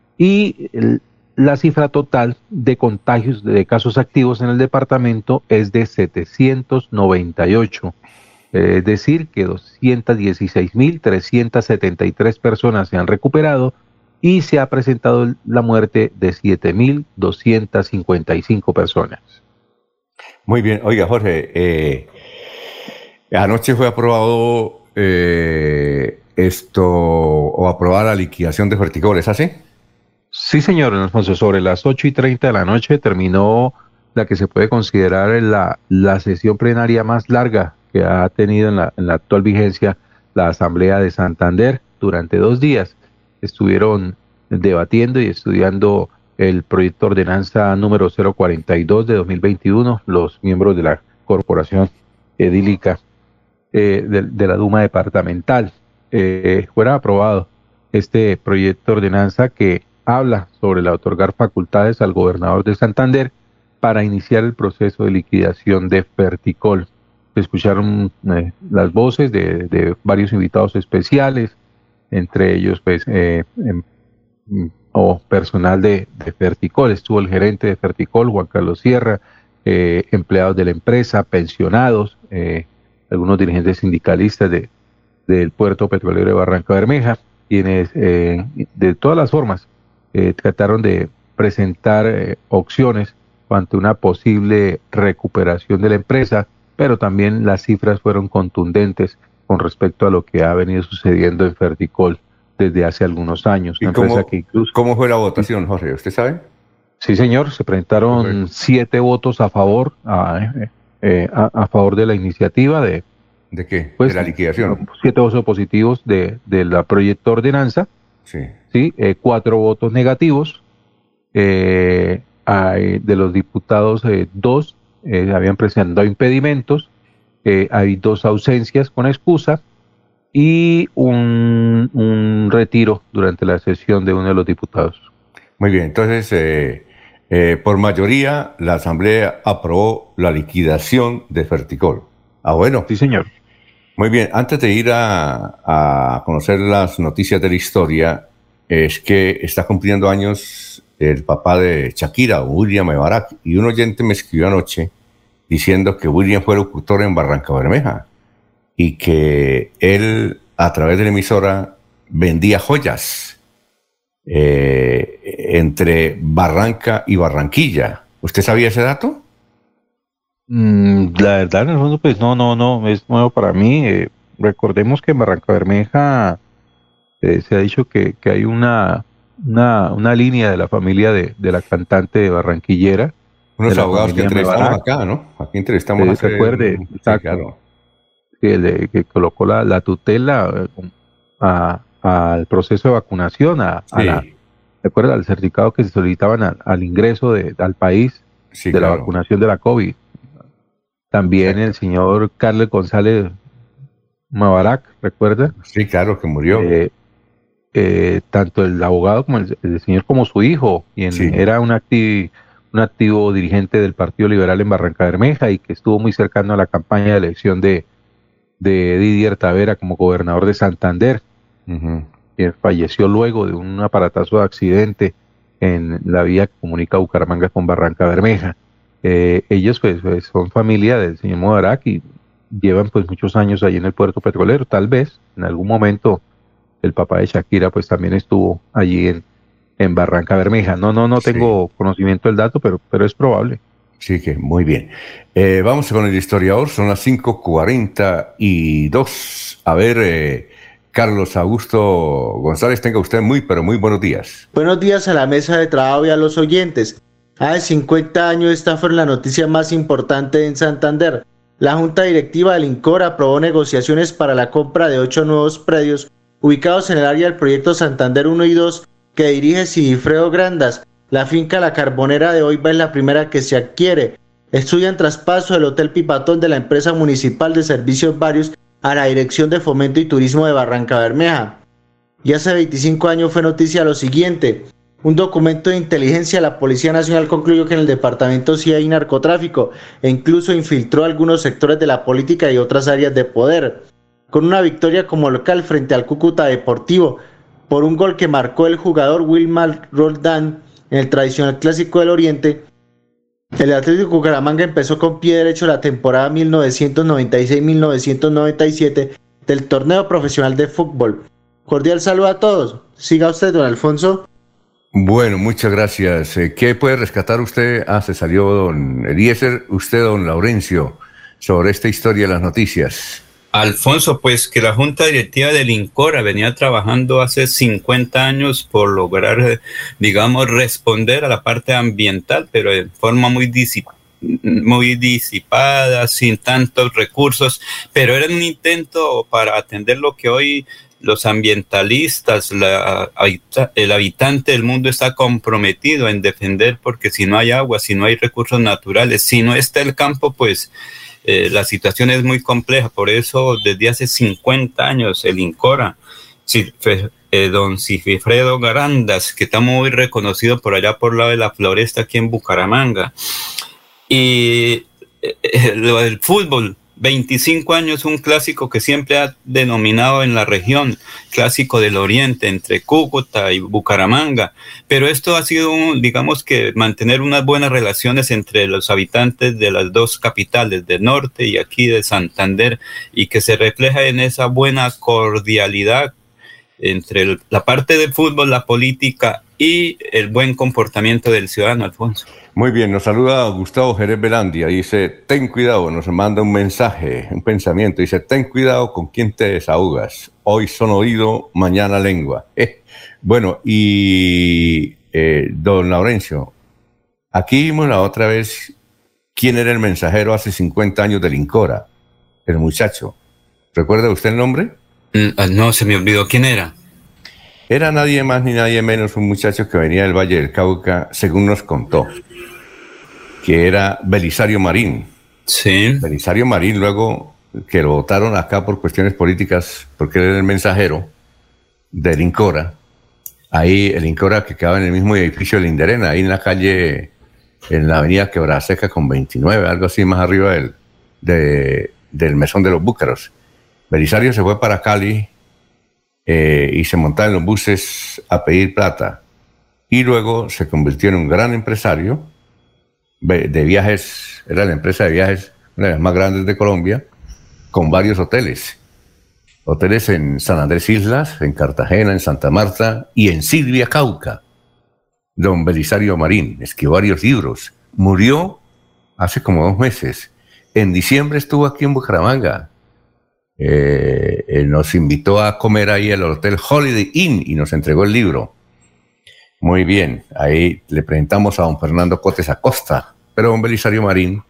y el, la cifra total de contagios de casos activos en el departamento es de setecientos noventa y ocho. Es decir, que doscientos dieciséis mil trescientos setenta y tres personas se han recuperado y se ha presentado la muerte de siete mil doscientos cincuenta y cinco personas. Muy bien. Oiga, Jorge, eh, anoche fue aprobado eh, esto, o aprobada la liquidación de Ferticol, ¿es así? Sí, señor, Alfonso. Sobre las ocho y treinta de la noche terminó la que se puede considerar la, la sesión plenaria más larga que ha tenido en la, en la actual vigencia la Asamblea de Santander. Durante dos días estuvieron debatiendo y estudiando el proyecto de ordenanza número cero cuarenta y dos de dos mil veintiuno, los miembros de la Corporación Edílica eh, de, de la Duma Departamental. Eh, fuera aprobado este proyecto de ordenanza que habla sobre la otorgar facultades al gobernador de Santander para iniciar el proceso de liquidación de Ferticol. Se escucharon eh, las voces de, de varios invitados especiales, entre ellos pues eh, eh, o personal de, de Ferticol. Estuvo el gerente de Ferticol, Juan Carlos Sierra, eh, empleados de la empresa, pensionados, eh, algunos dirigentes sindicalistas de, del puerto petrolero de Barranca Bermeja, quienes eh, de todas las formas eh, trataron de presentar eh, opciones ante una posible recuperación de la empresa, pero también las cifras fueron contundentes con respecto a lo que ha venido sucediendo en Ferticol desde hace algunos años. ¿Y cómo, que incluso, cómo fue la votación, Jorge? ¿Usted sabe? Sí, señor. Se presentaron Correcto. siete votos a favor a, eh, a, a favor de la iniciativa de... ¿De qué? Pues, de la liquidación. Siete votos positivos de, de la proyecto ordenanza. Sí. Sí, eh, cuatro votos negativos. Eh, hay, de los diputados, eh, dos eh, habían presentado impedimentos. Eh, hay dos ausencias con excusa y un, un retiro durante la sesión de uno de los diputados. Muy bien, entonces, eh, eh, por mayoría, la Asamblea aprobó la liquidación de Ferticol. Ah, bueno. Sí, señor. Muy bien, antes de ir a, a conocer las noticias de la historia, es que está cumpliendo años el papá de Shakira, William Mebarak, y un oyente me escribió anoche diciendo que William fue locutor en Barranca Bermeja y que él, a través de la emisora, vendía joyas eh, entre Barranca y Barranquilla. ¿Usted sabía ese dato? Mm, la verdad, en el fondo, pues no, no, no, es nuevo para mí. Eh, recordemos que en Barranca Bermeja eh, se ha dicho que, que hay una, una, una línea de la familia de, de la cantante de barranquillera. Unos abogados que entrevistamos Mebarak. acá, ¿no? Aquí entrevistamos a... Se recuerde, sí, claro. Que, le, que colocó la, la tutela al proceso de vacunación, a, sí. a la, recuerda, al certificado que se solicitaban a, al ingreso de, al país sí, de claro. la vacunación de la COVID. También Exacto. el señor Carlos González Mebarak, ¿recuerda? Sí, claro, que murió. Eh, eh, tanto el abogado como el, el señor como su hijo, quien sí. era un activo un activo dirigente del Partido Liberal en Barranca Bermeja y que estuvo muy cercano a la campaña de elección de, de Didier Tavera como gobernador de Santander, uh-huh. quien falleció luego de un aparatazo de accidente en la vía que comunica Bucaramanga con Barranca Bermeja. Eh, ellos pues, pues son familia del señor Mebarak y llevan pues muchos años allí en el puerto petrolero. Tal vez en algún momento el papá de Shakira pues también estuvo allí en en Barranca Bermeja. No, no, no tengo sí. conocimiento del dato, pero, pero es probable. Sí, que muy bien. Eh, vamos con el historiador, son las cinco cuarenta y dos. A ver, eh, Carlos Augusto González, tenga usted muy, pero muy buenos días. Buenos días a la mesa de trabajo y a los oyentes. Hace cincuenta años esta fue la noticia más importante en Santander. La Junta Directiva del INCOR aprobó negociaciones para la compra de ocho nuevos predios ubicados en el área del proyecto Santander uno y dos que dirige Sigifredo Grandas. La finca La Carbonera de Oiva es la primera que se adquiere. Estudian traspaso del Hotel Pipatón de la empresa municipal de servicios varios a la Dirección de Fomento y Turismo de Barranca Bermeja. Y hace veinticinco años fue noticia lo siguiente. Un documento de inteligencia de la Policía Nacional concluyó que en el departamento sí hay narcotráfico e incluso infiltró algunos sectores de la política y otras áreas de poder. Con una victoria como local frente al Cúcuta Deportivo por un gol que marcó el jugador Wilmar Roldán en el tradicional Clásico del Oriente, el Atlético Bucaramanga empezó con pie derecho la temporada mil novecientos noventa y seis mil novecientos noventa y siete del torneo profesional de fútbol. Cordial saludo a todos. Siga usted, don Alfonso. Bueno, muchas gracias. ¿Qué puede rescatar usted? Ah, se salió don Eliezer, usted, don Laurencio, sobre esta historia de las noticias. Alfonso, pues que la Junta Directiva del INCORA venía trabajando hace cincuenta años por lograr, digamos, responder a la parte ambiental, pero de forma muy disipada. muy disipada, sin tantos recursos, pero era un intento para atender lo que hoy los ambientalistas, la, el habitante del mundo está comprometido en defender, porque si no hay agua, si no hay recursos naturales, si no está el campo, pues eh, la situación es muy compleja. Por eso desde hace cincuenta años el INCORA, si, eh, don Sigifredo Grandas, que está muy reconocido por allá por lado de la Floresta aquí en Bucaramanga, y eh, lo del fútbol, veinticinco años, un clásico que siempre ha denominado en la región, clásico del oriente, entre Cúcuta y Bucaramanga, pero esto ha sido, un, digamos que mantener unas buenas relaciones entre los habitantes de las dos capitales, del norte y aquí de Santander, y que se refleja en esa buena cordialidad entre el, la parte del fútbol, la política y el buen comportamiento del ciudadano, Alfonso. Muy bien, nos saluda Gustavo Jerez Belandia, dice, ten cuidado, nos manda un mensaje, un pensamiento, dice, ten cuidado con quién te desahogas, hoy son oído, mañana lengua. Eh, bueno, y eh, don Laurencio, aquí vimos la otra vez quién era el mensajero hace cincuenta años del INCORA, el muchacho. ¿Recuerda usted el nombre? No, se me olvidó quién era. Era nadie más ni nadie menos un muchacho que venía del Valle del Cauca, según nos contó, que era Belisario Marín. Sí. Belisario Marín, luego que lo votaron acá por cuestiones políticas, porque él era el mensajero del INCORA. Ahí el INCORA que quedaba en el mismo edificio de Linderena, ahí en la calle, en la avenida Quebraseca con veintinueve, algo así más arriba del, de, del Mesón de los Búcaros. Belisario se fue para Cali eh, y se montaba en los buses a pedir plata. Y luego se convirtió en un gran empresario de viajes, era la empresa de viajes, una de las más grandes de Colombia, con varios hoteles. Hoteles en San Andrés Islas, en Cartagena, en Santa Marta y en Silvia, Cauca. Don Belisario Marín escribió varios libros. Murió hace como dos meses. En diciembre estuvo aquí en Bucaramanga. Eh, eh, nos invitó a comer ahí al Hotel Holiday Inn y nos entregó el libro. Muy bien, ahí le presentamos a don Fernando Cotes Acosta, pero don Belisario Marín,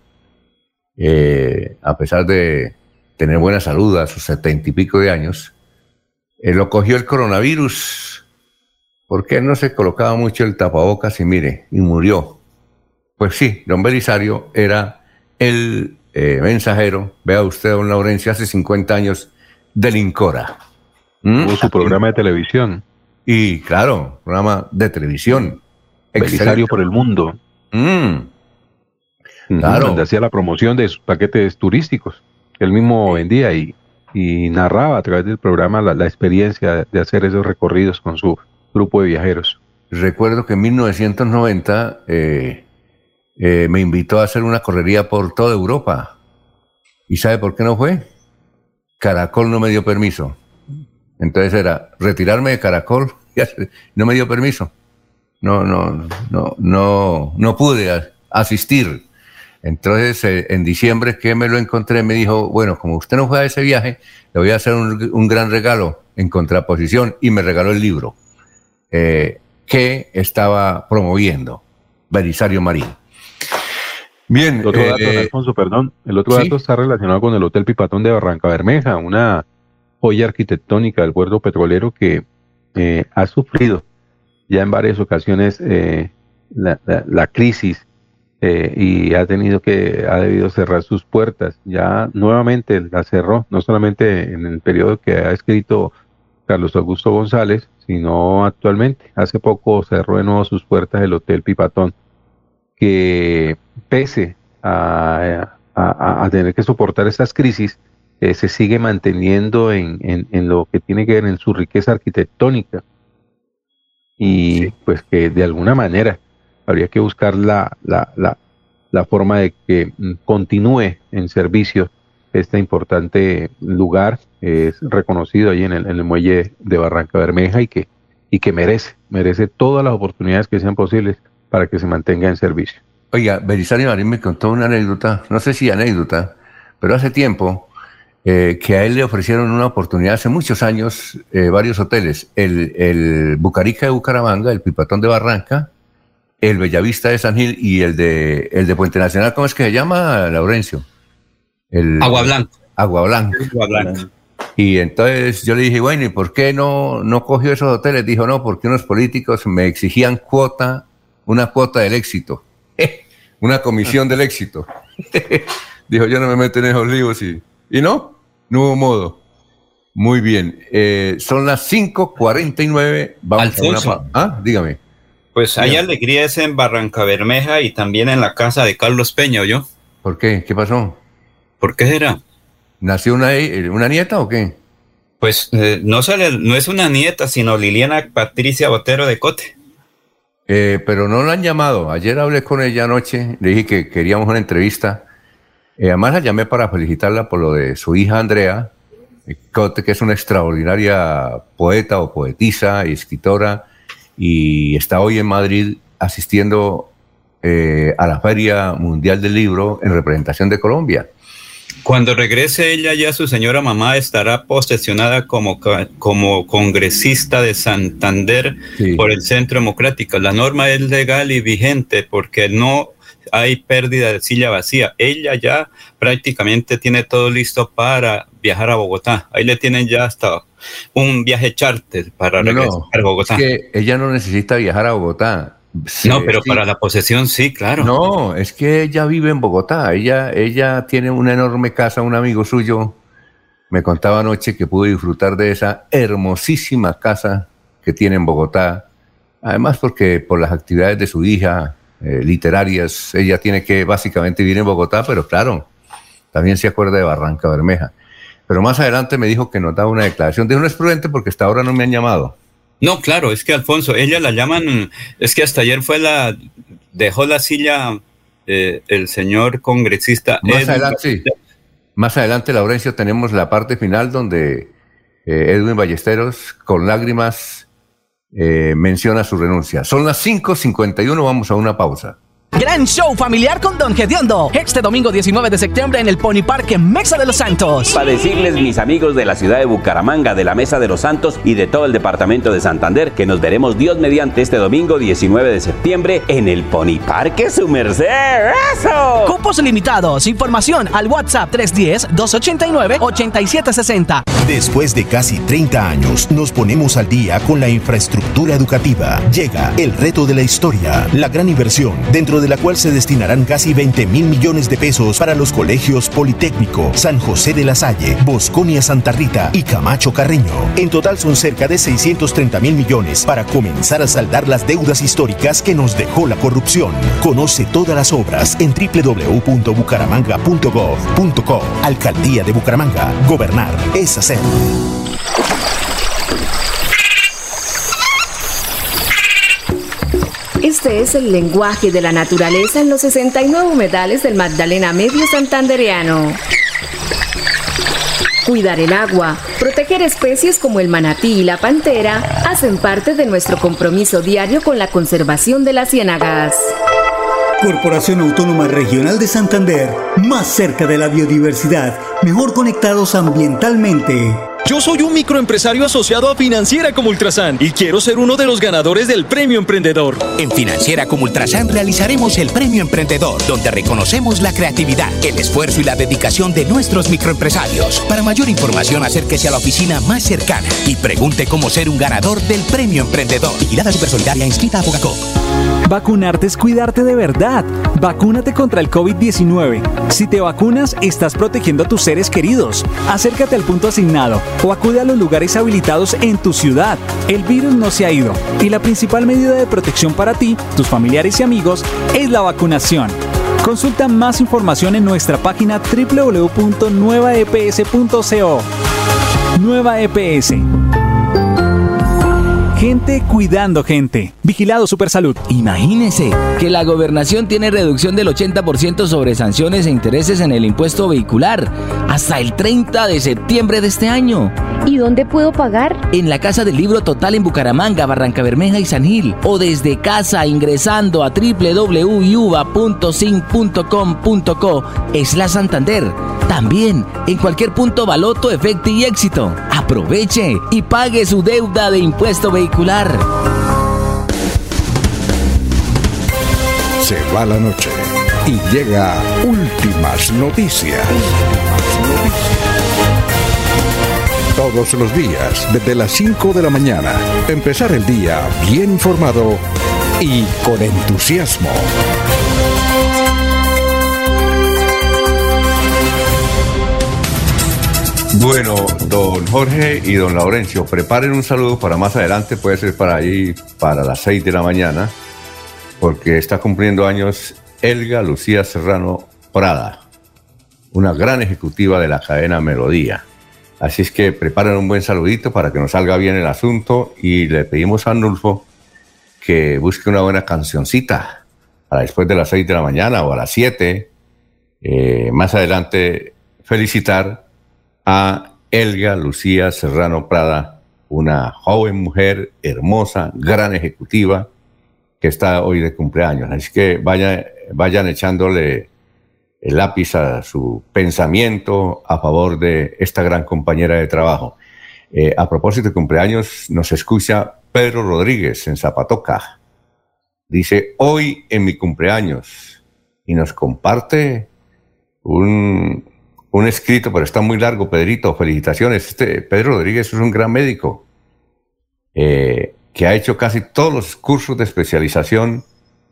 eh, a pesar de tener buena salud a sus setenta y pico de años, eh, lo cogió el coronavirus, porque él no se colocaba mucho el tapabocas y mire, y murió. Pues sí, don Belisario era el eh, mensajero, vea usted, don Laurencio, hace cincuenta años del INCORA. ¿Mm? Tuvo su programa de televisión. Y claro, programa de televisión. Belisario por el mundo. Mm. Claro. Donde hacía la promoción de sus paquetes turísticos. Él mismo vendía y, y narraba a través del programa la, la experiencia de hacer esos recorridos con su grupo de viajeros. Recuerdo que en mil novecientos noventa eh, eh, me invitó a hacer una correría por toda Europa. ¿Y sabe por qué no fue? Caracol no me dio permiso. Entonces era retirarme de Caracol, no me dio permiso, no, no, no, no, no pude asistir. Entonces eh, en diciembre que me lo encontré me dijo, bueno, como usted no fue a ese viaje, le voy a hacer un, un gran regalo. en contraposición, y me regaló el libro eh, que estaba promoviendo Belisario Marín. Bien. El otro eh, dato, Alfonso, perdón, el otro ¿sí? dato está relacionado con el Hotel Pipatón de Barranca Bermeja, una joya arquitectónica del puerto petrolero que eh, ha sufrido ya en varias ocasiones eh, la, la, la crisis eh, y ha tenido que, ha debido cerrar sus puertas. Ya nuevamente la cerró, no solamente en el periodo que ha escrito Carlos Augusto González, sino actualmente. Hace poco cerró de nuevo sus puertas el Hotel Pipatón, que pese a, a, a tener que soportar estas crisis, eh, se sigue manteniendo en, en, en lo que tiene que ver en su riqueza arquitectónica. Y sí, pues que de alguna manera habría que buscar la, la, la, la forma de que continúe en servicio este importante lugar. Es reconocido ahí en el, en el muelle de Barranca Bermeja y que, y que merece, merece todas las oportunidades que sean posibles para que se mantenga en servicio. Oiga, Belisario Marín me contó una anécdota, no sé si anécdota, pero hace tiempo eh, que a él le ofrecieron una oportunidad hace muchos años, eh, varios hoteles, el, el Bucarica de Bucaramanga, el Pipatón de Barranca, el Bellavista de San Gil y el de, el de Puente Nacional, ¿cómo es que se llama, Laurencio? El, Agua Blanca. Agua Blanca. Agua Blanca. Y entonces yo le dije, bueno, ¿y por qué no, no cogió esos hoteles? Dijo, no, porque unos políticos me exigían cuota, una cuota del éxito, una comisión del éxito. Dijo, yo no me meto en esos líos y, y no, no hubo modo. Muy bien, eh, son las cinco cuarenta y nueve. Vamos Alfonso. a una... Ah, dígame. Pues hay dígame. alegría es en Barranca Bermeja y también en la casa de Carlos Peña, ¿oyó? ¿Por qué? ¿Qué pasó? ¿Por qué será? ¿Nació una, una nieta o qué? Pues eh, no, sale, no es una nieta, sino Liliana Patricia Botero de Cote. Eh, pero no la han llamado. Ayer hablé con ella anoche, le dije que queríamos una entrevista. Eh, además la llamé para felicitarla por lo de su hija Andrea Cote, que es una extraordinaria poeta o poetisa y escritora, y está hoy en Madrid asistiendo eh, a la Feria Mundial del Libro en representación de Colombia. Cuando regrese ella, ya su señora mamá estará posesionada como, como congresista de Santander, sí, por el Centro Democrático. La norma es legal y vigente porque no hay pérdida de silla vacía. Ella ya prácticamente tiene todo listo para viajar a Bogotá. Ahí le tienen ya hasta un viaje charter para regresar no, a Bogotá. Es que ella no necesita viajar a Bogotá. Sí, no, pero sí, para la posesión sí, claro. No, es que ella vive en Bogotá. Ella, ella tiene una enorme casa. Un amigo suyo me contaba anoche que pudo disfrutar de esa hermosísima casa que tiene en Bogotá. Además, porque por las actividades de su hija eh, literarias, ella tiene que básicamente vivir en Bogotá, pero claro, también se acuerda de Barranca Bermeja. Pero más adelante me dijo que nos daba una declaración. Dijo, no es prudente porque hasta ahora no me han llamado. No, claro, es que Alfonso, ella la llaman, es que hasta ayer fue la, dejó la silla eh, el señor congresista. Más Edwin adelante, sí. Más adelante, Laurencio, tenemos la parte final donde eh, Edwin Ballesteros, con lágrimas, eh, menciona su renuncia. Son las cinco cincuenta y uno, vamos a una pausa. Gran show familiar con Don Gediondo. Este domingo diecinueve de septiembre en el Pony Park en Mesa de los Santos. Para decirles, mis amigos de la ciudad de Bucaramanga, de la Mesa de los Santos y de todo el departamento de Santander, que nos veremos Dios mediante este domingo diecinueve de septiembre en el Pony Park. ¡Su merced! ¡Eso! Cupos limitados. Información al WhatsApp tres uno cero, dos ocho nueve, ocho siete seis cero. Después de casi treinta años, nos ponemos al día con la infraestructura educativa. Llega el reto de la historia, la gran inversión dentro de la cual se destinarán casi veinte mil millones de pesos para los colegios Politécnico, San José de la Salle, Bosconia Santa Rita y Camacho Carreño. En total son cerca de seiscientos treinta mil millones para comenzar a saldar las deudas históricas que nos dejó la corrupción. Conoce todas las obras en doble u doble u doble u punto bucaramanga punto gov punto co. Alcaldía de Bucaramanga. Gobernar es hacer. Este es el lenguaje de la naturaleza en los sesenta y nueve humedales del Magdalena Medio santandereano. Cuidar el agua, proteger especies como el manatí y la pantera hacen parte de nuestro compromiso diario con la conservación de las ciénagas. Corporación Autónoma Regional de Santander, más cerca de la biodiversidad, mejor conectados ambientalmente. Yo soy un microempresario asociado a Financiera como Ultrasan y quiero ser uno de los ganadores del Premio Emprendedor. En Financiera como Ultrasan realizaremos el Premio Emprendedor, donde reconocemos la creatividad, el esfuerzo y la dedicación de nuestros microempresarios. Para mayor información, acérquese a la oficina más cercana y pregunte cómo ser un ganador del Premio Emprendedor. Vigilada Supersolidaria, inscrita a Fogacop. Vacunarte es cuidarte de verdad. Vacúnate contra el COVID diecinueve. Si te vacunas, estás protegiendo a tus seres queridos. Acércate al punto asignado o acude a los lugares habilitados en tu ciudad. El virus no se ha ido y la principal medida de protección para ti, tus familiares y amigos es la vacunación. Consulta más información en nuestra página doble u doble u doble u punto nueva e p s punto co. Nueva E P S. Gente cuidando gente. Vigilado Supersalud. Imagínese que la gobernación tiene reducción del ochenta por ciento sobre sanciones e intereses en el impuesto vehicular hasta el treinta de septiembre de este año. ¿Y dónde puedo pagar? En la Casa del Libro Total en Bucaramanga, Barrancabermeja y San Gil. O desde casa ingresando a doble u doble u doble u punto yuba punto sin punto com punto co slash Santander. También en cualquier punto Baloto, Efecto y Éxito. Aproveche y pague su deuda de impuesto vehicular. Se va la noche y llega Últimas Noticias. Todos los días, desde las cinco de la mañana, empezar el día bien informado y con entusiasmo. Bueno, don Jorge y don Laurencio, preparen un saludo para más adelante, puede ser para ahí, para las seis de la mañana, porque está cumpliendo años Elga Lucía Serrano Prada, una gran ejecutiva de la cadena Melodía. Así es que preparen un buen saludito para que nos salga bien el asunto y le pedimos a Arnulfo que busque una buena cancioncita para después de las seis de la mañana o a las siete. Eh, más adelante felicitar a Elga Lucía Serrano Prada, una joven mujer hermosa, gran ejecutiva que está hoy de cumpleaños. Así que vayan, vayan echándole el lápiz a su pensamiento a favor de esta gran compañera de trabajo. Eh, a propósito de cumpleaños, nos escucha Pedro Rodríguez en Zapatoca. Dice, hoy en mi cumpleaños, y nos comparte un, un escrito, pero está muy largo, Pedrito, felicitaciones. Este Pedro Rodríguez es un gran médico eh, que ha hecho casi todos los cursos de especialización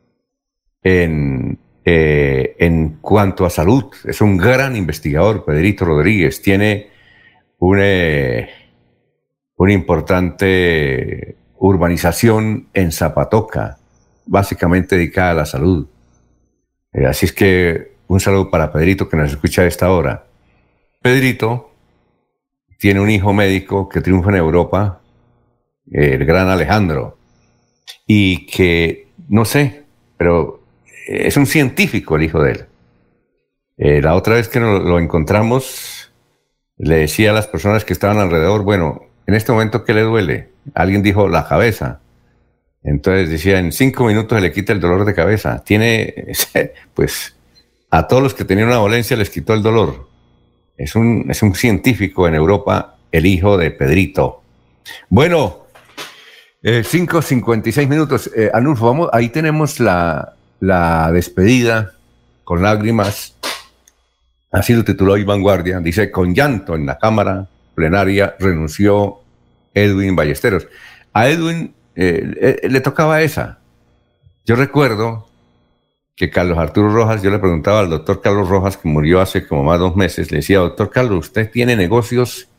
en... Eh, en cuanto a salud. Es un gran investigador, Pedrito Rodríguez. Tiene una, eh, una importante urbanización en Zapatoca, básicamente dedicada a la salud. Eh, así es que un saludo para Pedrito que nos escucha a esta hora. Pedrito tiene un hijo médico que triunfa en Europa, eh, el gran Alejandro, y que, no sé, pero es un científico el hijo de él. Eh, la otra vez que lo, lo encontramos, le decía a las personas que estaban alrededor, bueno, en este momento, ¿qué le duele? Alguien dijo, la cabeza. Entonces decía, en cinco minutos se le quita el dolor de cabeza. Tiene, pues, a todos los que tenían una dolencia les quitó el dolor. Es un, es un científico en Europa, el hijo de Pedrito. Bueno, eh, cinco cincuenta y seis minutos. Eh, Anulfo, vamos, ahí tenemos la... la despedida con lágrimas, así lo tituló hoy Vanguardia. Dice, con llanto en la Cámara Plenaria renunció Edwin Ballesteros. A Edwin eh, eh, le tocaba esa. Yo recuerdo que Carlos Arturo Rojas, yo le preguntaba al doctor Carlos Rojas, que murió hace como más de dos meses, le decía, doctor Carlos, usted tiene negocios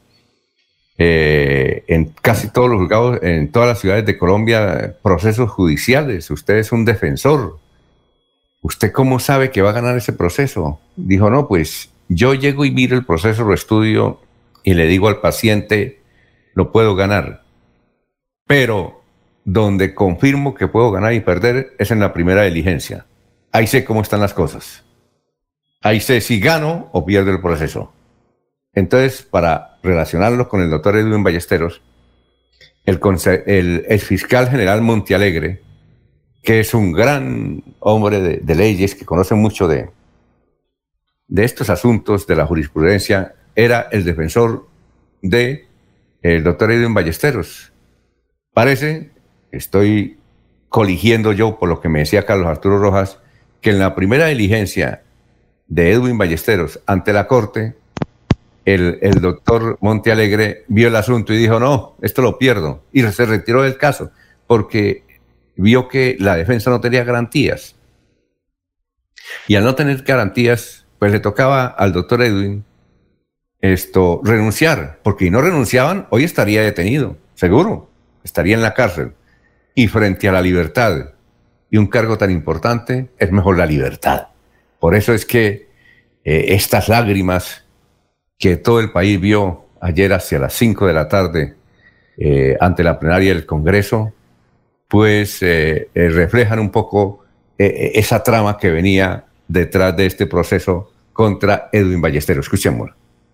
eh, en casi todos los juzgados, en todas las ciudades de Colombia, procesos judiciales, usted es un defensor. ¿Usted cómo sabe que va a ganar ese proceso? Dijo, no, pues yo llego y miro el proceso, lo estudio y le digo al paciente, lo puedo ganar. Pero donde confirmo que puedo ganar y perder es en la primera diligencia. Ahí sé cómo están las cosas. Ahí sé si gano o pierdo el proceso. Entonces, para relacionarlo con el doctor Edwin Ballesteros, el, el, el fiscal general Montealegre, que es un gran hombre de, de leyes, que conoce mucho de, de estos asuntos de la jurisprudencia, era el defensor de el doctor Edwin Ballesteros. Parece, estoy coligiendo yo por lo que me decía Carlos Arturo Rojas, que en la primera diligencia de Edwin Ballesteros ante la Corte, el, el doctor Montealegre vio el asunto y dijo, no, esto lo pierdo, y se retiró del caso, porque vio que la defensa no tenía garantías. Y al no tener garantías, pues le tocaba al doctor Edwin esto, renunciar, porque si no renunciaban, hoy estaría detenido, seguro, estaría en la cárcel. Y frente a la libertad y un cargo tan importante, es mejor la libertad. Por eso es que eh, estas lágrimas que todo el país vio ayer hacia las cinco de la tarde eh, ante la plenaria del Congreso, pues eh, eh, reflejan un poco eh, esa trama que venía detrás de este proceso contra Edwin Ballesteros. Escuchémoslo.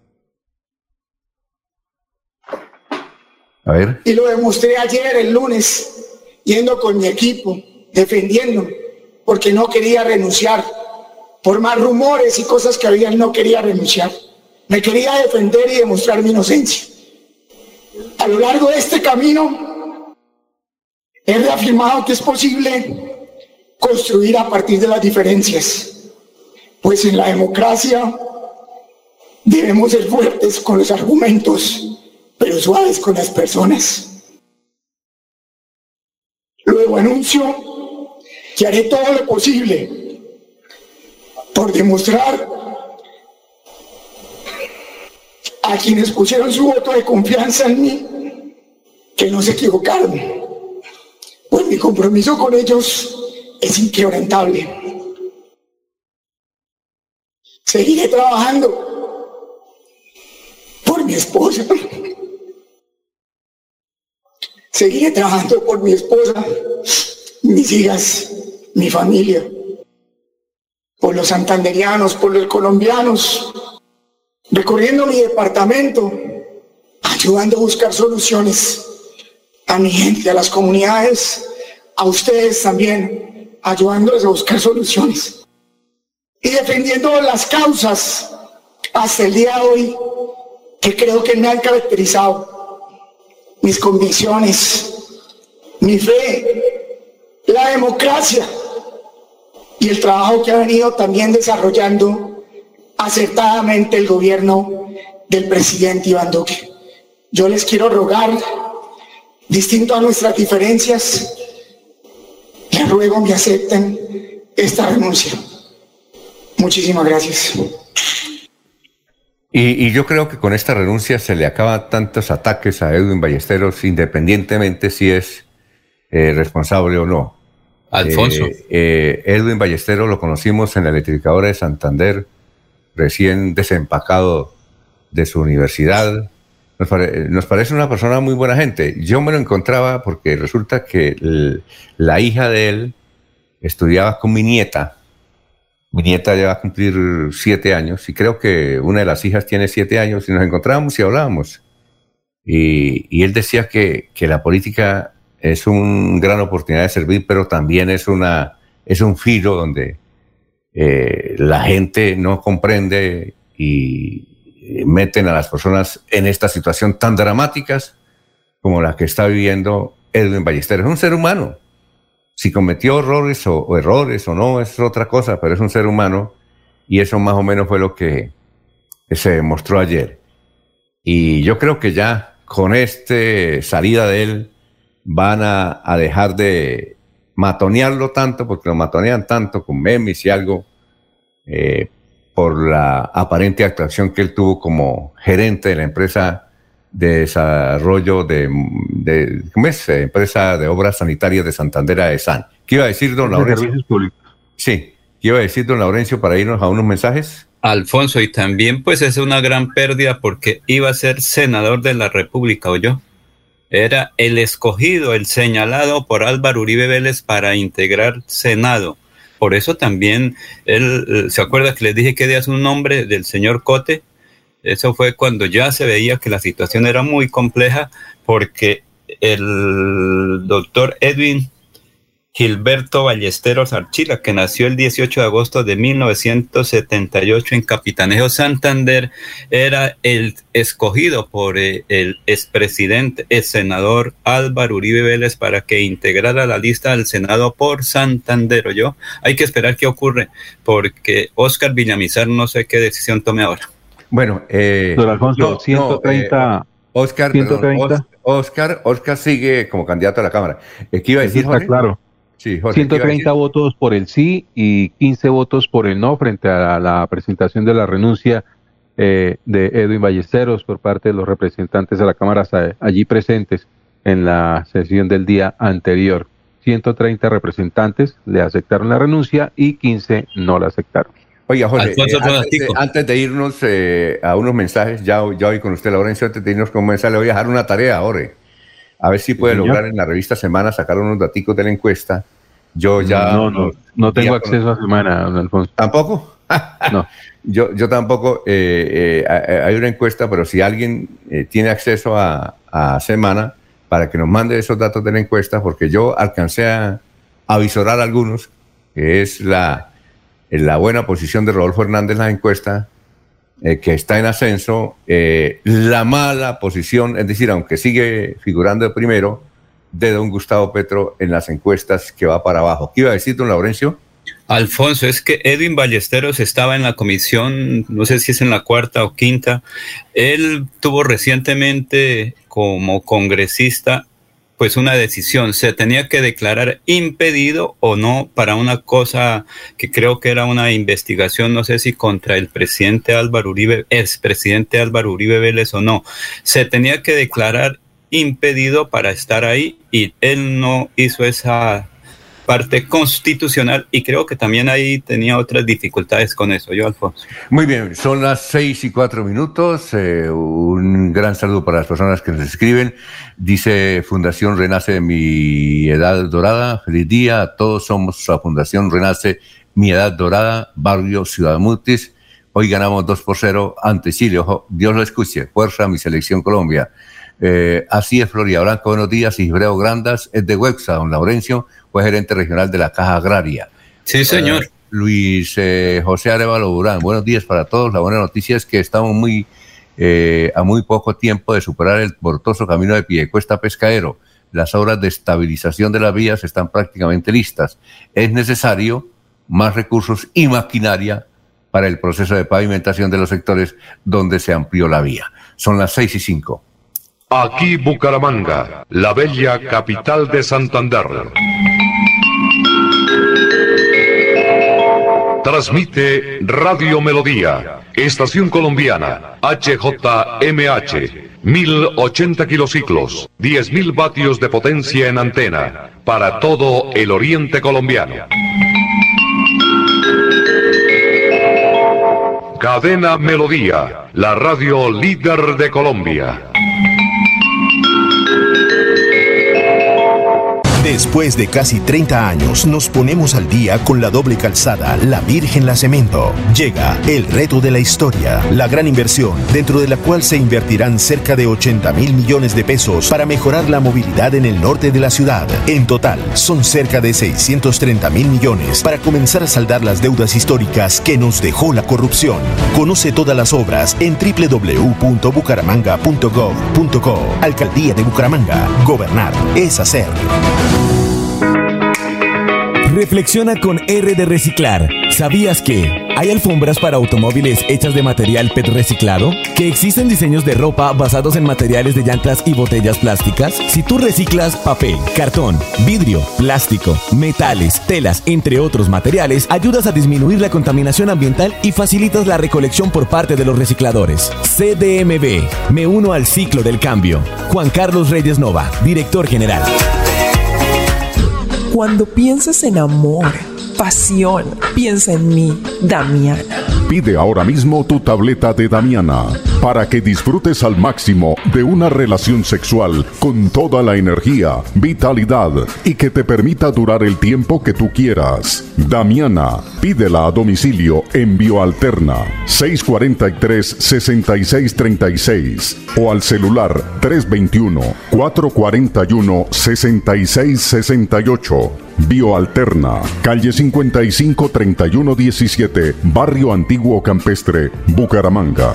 A ver. Y lo demostré ayer, el lunes, yendo con mi equipo, defendiéndome, porque no quería renunciar. Por más rumores y cosas que había, no quería renunciar. Me quería defender y demostrar mi inocencia. A lo largo de este camino, he reafirmado que es posible construir a partir de las diferencias, pues en la democracia debemos ser fuertes con los argumentos, pero suaves con las personas. Luego anuncio que haré todo lo posible por demostrar a quienes pusieron su voto de confianza en mí que no se equivocaron, pues mi compromiso con ellos es inquebrantable. Seguiré trabajando por mi esposa. Seguiré trabajando por mi esposa, mis hijas, mi familia, por los santanderianos, por los colombianos, recorriendo mi departamento, ayudando a buscar soluciones a mi gente, a las comunidades, a ustedes también, ayudándoles a buscar soluciones y defendiendo las causas hasta el día de hoy que creo que me han caracterizado. Mis convicciones, mi fe, la democracia y el trabajo que ha venido también desarrollando acertadamente el gobierno del presidente Iván Duque. Yo les quiero rogar, distinto a nuestras diferencias, les ruego me acepten esta renuncia. Muchísimas gracias. Y, y yo creo que con esta renuncia se le acaban tantos ataques a Edwin Ballesteros, independientemente si es eh, responsable o no. Alfonso. Eh, eh, Edwin Ballesteros lo conocimos en la electrificadora de Santander, recién desempacado de su universidad. Nos, pare, nos parece una persona muy buena gente. Yo me lo encontraba porque resulta que el, la hija de él estudiaba con mi nieta. Mi nieta ya va a cumplir siete años y creo que una de las hijas tiene siete años y nos encontrábamos y hablábamos. Y, y él decía que, que la política es una gran oportunidad de servir, pero también es, una, es un filo donde eh, la gente no comprende y meten a las personas en esta situación tan dramáticas como la que está viviendo Edwin Ballesteros. Es un ser humano. Si cometió errores o, o errores o no, es otra cosa, pero es un ser humano y eso más o menos fue lo que se demostró ayer. Y yo creo que ya con esta salida de él van a, a dejar de matonearlo tanto, porque lo matonean tanto con memes y algo, eh, por la aparente actuación que él tuvo como gerente de la empresa de desarrollo de, de ¿cómo es? Empresa de Obras Sanitarias de Santander A E S A N. ¿Qué iba a decir don Laurencio? Sí, ¿qué iba a decir don Laurencio para irnos a unos mensajes? Alfonso, y también pues es una gran pérdida porque iba a ser senador de la República, ¿oyó? Era el escogido, el señalado por Álvaro Uribe Vélez para integrar Senado. Por eso también él, ¿se acuerda que les dije que día es un nombre del señor Cote? Eso fue cuando ya se veía que la situación era muy compleja porque el doctor Edwin Gilberto Ballesteros Archila, que nació el dieciocho de agosto de mil novecientos setenta y ocho en Capitanejo, Santander, era el escogido por el expresidente, el senador Álvaro Uribe Vélez, para que integrara la lista del Senado por Santander. ¿Oyó? Hay que esperar qué ocurre, porque Óscar Villamizar no sé qué decisión tome ahora. Bueno, eh, Don Alfonso, no, ciento treinta. No, eh, Óscar, ciento treinta. Perdón, Óscar, Óscar sigue como candidato a la Cámara. ¿Qué iba a decir, Está Jorge? claro. Sí, Jorge, ciento treinta votos por el sí y quince votos por el no frente a la presentación de la renuncia eh, de Edwin Ballesteros por parte de los representantes de la Cámara allí presentes en la sesión del día anterior. ciento treinta representantes le aceptaron la renuncia y quince no la aceptaron. Oiga, Jorge, eh, antes, de, antes de irnos eh, a unos mensajes, ya, ya hoy con usted, Laurencio, antes de irnos con un mensaje, le voy a dejar una tarea, Jorge. A ver si puede sí, lograr en la revista Semana sacar unos daticos de la encuesta. Yo ya... No, no, no tengo acceso con... a Semana, don Alfonso. ¿Tampoco? No. Yo, yo tampoco. Eh, eh, hay una encuesta, pero si alguien eh, tiene acceso a, a Semana, para que nos mande esos datos de la encuesta, porque yo alcancé a, a visorar algunos, que es la, la buena posición de Rodolfo Hernández en la encuesta, Eh, que está en ascenso, eh, la mala posición, es decir, aunque sigue figurando de primero, de don Gustavo Petro en las encuestas, que va para abajo. ¿Qué iba a decir, don Laurencio? Alfonso, es que Edwin Ballesteros estaba en la comisión, no sé si es en la cuarta o quinta. Él tuvo recientemente como congresista pues una decisión, se tenía que declarar impedido o no para una cosa que creo que era una investigación, no sé si contra el presidente Álvaro Uribe, expresidente Álvaro Uribe Vélez o no, se tenía que declarar impedido para estar ahí y él no hizo esa parte constitucional y creo que también ahí tenía otras dificultades con eso. Yo, Alfonso. Muy bien, son las seis y cuatro minutos. Eh, un gran saludo para las personas que nos escriben. Dice Fundación Renace de mi Edad Dorada. Feliz día a todos. Somos la Fundación Renace Mi Edad Dorada, barrio Ciudad Mutis. Hoy ganamos dos por cero ante Chile. Ojo, Dios lo escuche. Fuerza mi selección Colombia. Eh, así es, Floria Blanco, buenos días. Isbreo Grandas es de Huexa, don Laurencio, fue gerente regional de la Caja Agraria. Sí, señor. Eh, Luis eh, José Arevalo Durán, buenos días para todos. La buena noticia es que estamos muy eh, a muy poco tiempo de superar el tortuoso camino de Piedecuesta Pescadero. Las obras de estabilización de las vías están prácticamente listas. Es necesario más recursos y maquinaria para el proceso de pavimentación de los sectores donde se amplió la vía. Son las seis y cinco. Aquí Bucaramanga, la bella capital de Santander. Transmite Radio Melodía, Estación Colombiana, H J M H, mil ochenta kilociclos, diez mil vatios de potencia en antena, para todo el oriente colombiano. Cadena Melodía, la radio líder de Colombia. Después de casi treinta años, nos ponemos al día con la doble calzada La Virgen La Cemento. Llega el reto de la historia, la gran inversión, dentro de la cual se invertirán cerca de ochenta mil millones de pesos para mejorar la movilidad en el norte de la ciudad. En total, son cerca de seiscientos treinta mil millones para comenzar a saldar las deudas históricas que nos dejó la corrupción. Conoce todas las obras en doble u doble u doble u punto bucaramanga punto gov punto co. Alcaldía de Bucaramanga. Gobernar es hacer. Reflexiona con R de Reciclar. ¿Sabías que hay alfombras para automóviles hechas de material P E T reciclado? ¿Que existen diseños de ropa basados en materiales de llantas y botellas plásticas? Si tú reciclas papel, cartón, vidrio, plástico, metales, telas, entre otros materiales, ayudas a disminuir la contaminación ambiental y facilitas la recolección por parte de los recicladores. C D M V. Me uno al ciclo del cambio. Juan Carlos Reyes Nova, director general. Cuando pienses en amor, pasión, piensa en mí, Damiana. Pide ahora mismo tu tableta de Damiana para que disfrutes al máximo de una relación sexual con toda la energía, vitalidad y que te permita durar el tiempo que tú quieras. Damiana, pídela a domicilio en Bioalterna seis cuatro tres, seis seis tres seis o al celular tres dos uno, cuatro cuatro uno, seis seis seis ocho. Bioalterna, calle cincuenta y cinco, treinta y uno diecisiete, Barrio Antiguo Campestre, Bucaramanga.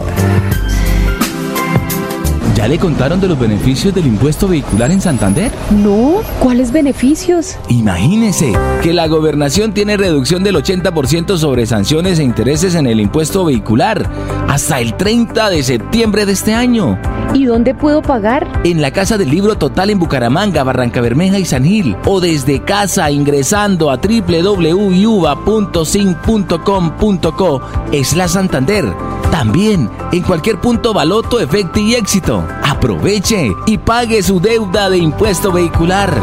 ¿Ya le contaron de los beneficios del impuesto vehicular en Santander? No, ¿cuáles beneficios? Imagínese que la gobernación tiene reducción del ochenta por ciento sobre sanciones e intereses en el impuesto vehicular hasta el treinta de septiembre de este año. ¿Y dónde puedo pagar? En la Casa del Libro Total en Bucaramanga, Barrancabermeja y San Gil, o desde casa ingresando a doble u doble u doble u punto yuva punto sin punto com punto co slash Santander. También en cualquier punto Baloto, Efecti y Éxito. Aproveche y pague su deuda de impuesto vehicular.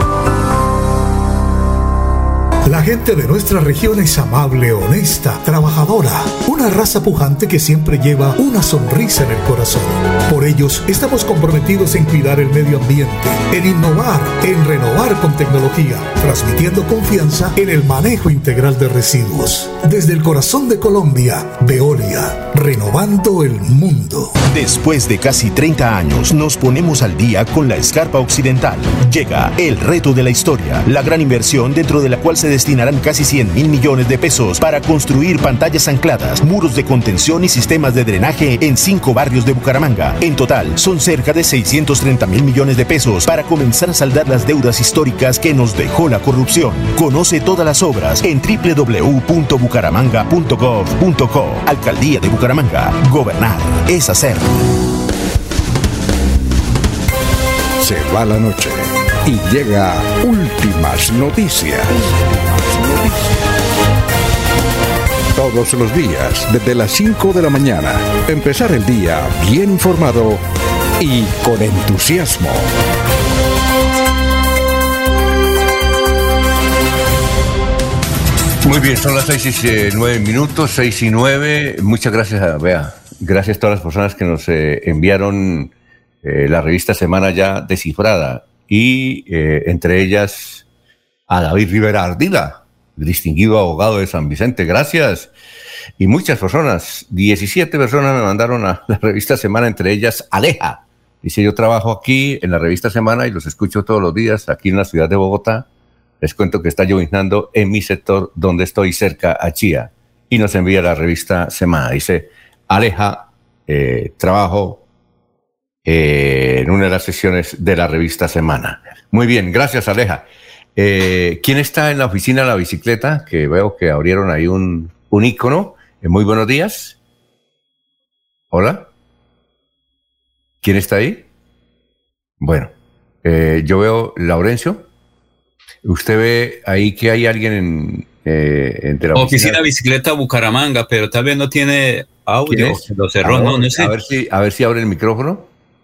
La gente de nuestra región es amable, honesta, trabajadora, una raza pujante que siempre lleva una sonrisa en el corazón. Por ellos estamos comprometidos en cuidar el medio ambiente, en innovar, en renovar con tecnología, transmitiendo confianza en el manejo integral de residuos. Desde el corazón de Colombia, Veolia, renovando el mundo. Después de casi treinta años, nos ponemos al día con la Escarpa Occidental. Llega el reto de la historia, la gran inversión dentro de la cual se destinarán casi cien mil millones de pesos para construir pantallas ancladas, muros de contención y sistemas de drenaje en cinco barrios de Bucaramanga. En total, son cerca de seiscientos treinta mil millones de pesos para comenzar a saldar las deudas históricas que nos dejó la corrupción. Conoce todas las obras en doble u doble u doble u punto bucaramanga punto gov punto co. Alcaldía de Bucaramanga. Gobernar es hacer. Se va la noche y llega Últimas Noticias. Todos los días, desde las cinco de la mañana, empezar el día bien informado y con entusiasmo. Muy bien, son las seis y nueve minutos, seis y nueve. Muchas gracias a Bea. Gracias a todas las personas que nos eh, enviaron eh, la revista Semana ya descifrada. Y eh, entre ellas a David Rivera Ardila, distinguido abogado de San Vicente. Gracias. Y muchas personas, diecisiete personas me mandaron a la revista Semana, entre ellas Aleja. Dice, yo trabajo aquí en la revista Semana y los escucho todos los días aquí en la ciudad de Bogotá. Les cuento que está lloviznando en mi sector donde estoy cerca a Chía. Y nos envía la revista Semana. Dice, Aleja, eh, trabajo eh, en una de las sesiones de la revista Semana. Muy bien, gracias Aleja. Eh, ¿Quién está en la oficina de la bicicleta? Que veo que abrieron ahí un, un ícono. Eh, muy buenos días. Hola. ¿Quién está ahí? Bueno, eh, yo veo Laurencio. Usted ve ahí que hay alguien en, eh, entre la oficina, oficina bicicleta Bucaramanga, pero tal vez no tiene audio. Lo cerró, ¿Aló? no, no sé. A ver si, a ver si abre el micrófono.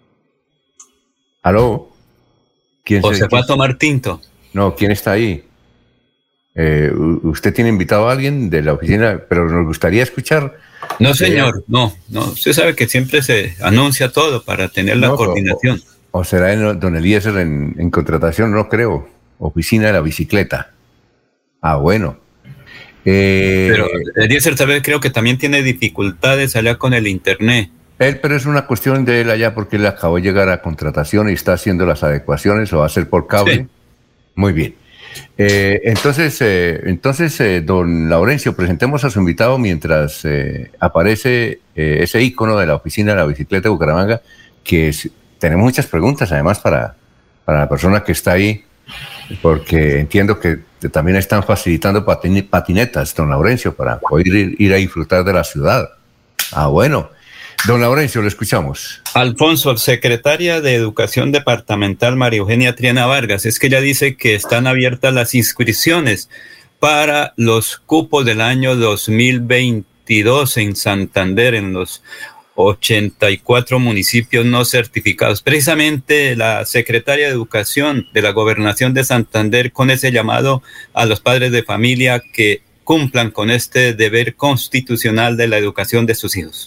¿Aló? ¿Quién o se, se fue quién, a tomar tinto. No, ¿quién está ahí? Eh, ¿Usted tiene invitado a alguien de la oficina? Pero nos gustaría escuchar. No, señor, no, no. Usted sabe que siempre se anuncia todo para tener la no, coordinación. O, o será en don Eliezer en, en contratación, no creo. Oficina de la bicicleta. Ah, bueno. Eh, pero Eliezer tal vez creo que también tiene dificultades allá con el internet. Él, pero es una cuestión de él allá porque él acabó de llegar a contratación y está haciendo las adecuaciones o va a ser por cable. Sí. Muy bien. Eh, entonces, eh, entonces eh, don Laurencio, presentemos a su invitado mientras eh, aparece eh, ese icono de la oficina de la bicicleta de Bucaramanga, que es, tenemos muchas preguntas además para, para la persona que está ahí, porque entiendo que también están facilitando patin- patinetas, don Laurencio, para poder ir, ir a disfrutar de la ciudad. Ah, bueno. Don Laurencio, lo escuchamos. Alfonso, secretaria de Educación Departamental María Eugenia Triana Vargas, es que ella dice que están abiertas las inscripciones para los cupos del año dos mil veintidós en Santander, en los ochenta y cuatro municipios no certificados. Precisamente la secretaria de Educación de la Gobernación de Santander con ese llamado a los padres de familia que cumplan con este deber constitucional de la educación de sus hijos.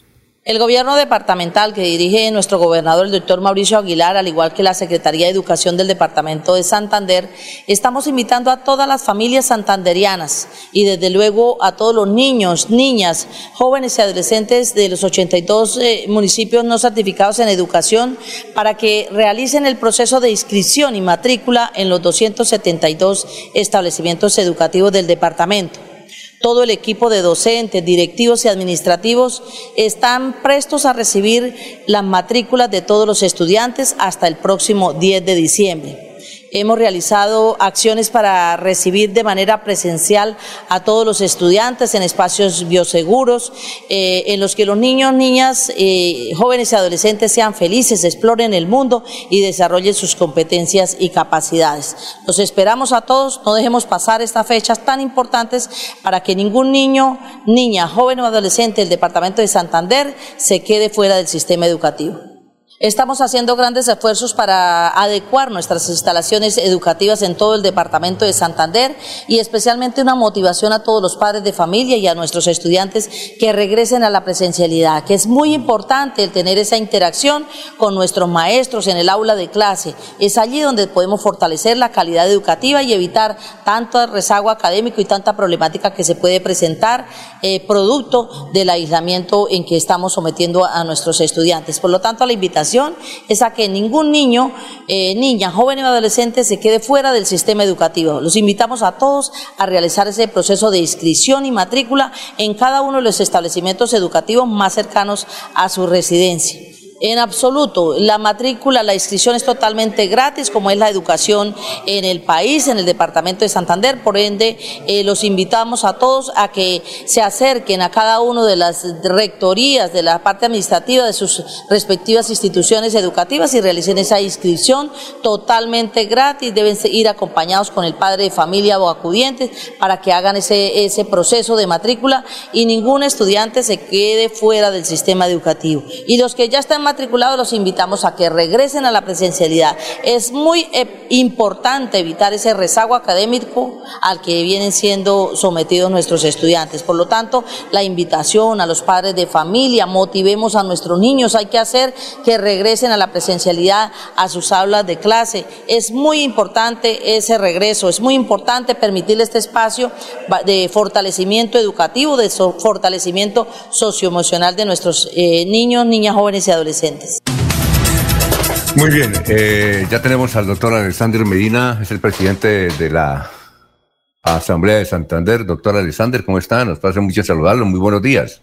El gobierno departamental que dirige nuestro gobernador, el doctor Mauricio Aguilar, al igual que la Secretaría de Educación del Departamento de Santander, estamos invitando a todas las familias santanderianas y desde luego a todos los niños, niñas, jóvenes y adolescentes de los ochenta y dos eh, municipios no certificados en educación para que realicen el proceso de inscripción y matrícula en los doscientos setenta y dos establecimientos educativos del departamento. Todo el equipo de docentes, directivos y administrativos están prestos a recibir las matrículas de todos los estudiantes hasta el próximo diez de diciembre. Hemos realizado acciones para recibir de manera presencial a todos los estudiantes en espacios bioseguros, eh, en los que los niños, niñas, eh, jóvenes y adolescentes sean felices, exploren el mundo y desarrollen sus competencias y capacidades. Los esperamos a todos, no dejemos pasar estas fechas tan importantes para que ningún niño, niña, joven o adolescente del departamento de Santander se quede fuera del sistema educativo. Estamos haciendo grandes esfuerzos para adecuar nuestras instalaciones educativas en todo el departamento de Santander y especialmente una motivación a todos los padres de familia y a nuestros estudiantes que regresen a la presencialidad, que es muy importante el tener esa interacción con nuestros maestros en el aula de clase. Es allí donde podemos fortalecer la calidad educativa y evitar tanto rezago académico y tanta problemática que se puede presentar eh, producto del aislamiento en que estamos sometiendo a nuestros estudiantes. Por lo tanto, la invitación es a que ningún niño, eh, niña, joven o adolescente se quede fuera del sistema educativo. Los invitamos a todos a realizar ese proceso de inscripción y matrícula en cada uno de los establecimientos educativos más cercanos a su residencia. En absoluto, la matrícula, la inscripción es totalmente gratis, como es la educación en el país, en el departamento de Santander. Por ende, eh, los invitamos a todos a que se acerquen a cada una de las rectorías, de la parte administrativa de sus respectivas instituciones educativas y realicen esa inscripción totalmente gratis. Deben ir acompañados con el padre de familia o acudientes para que hagan ese, ese proceso de matrícula y ningún estudiante se quede fuera del sistema educativo. Y los que ya están matriculados los invitamos a que regresen a la presencialidad. Es muy eh, importante evitar ese rezago académico al que vienen siendo sometidos nuestros estudiantes. Por lo tanto, la invitación a los padres de familia, motivemos a nuestros niños, hay que hacer que regresen a la presencialidad, a sus aulas de clase. Es muy importante ese regreso, es muy importante permitirle este espacio de fortalecimiento educativo, de so fortalecimiento socioemocional de nuestros eh, niños, niñas, jóvenes y adolescentes. Muy bien, eh, ya tenemos al doctor Alexander Medina, es el presidente de la Asamblea de Santander. Doctor Alexander, ¿cómo está? Nos hace mucho saludarlo, muy buenos días.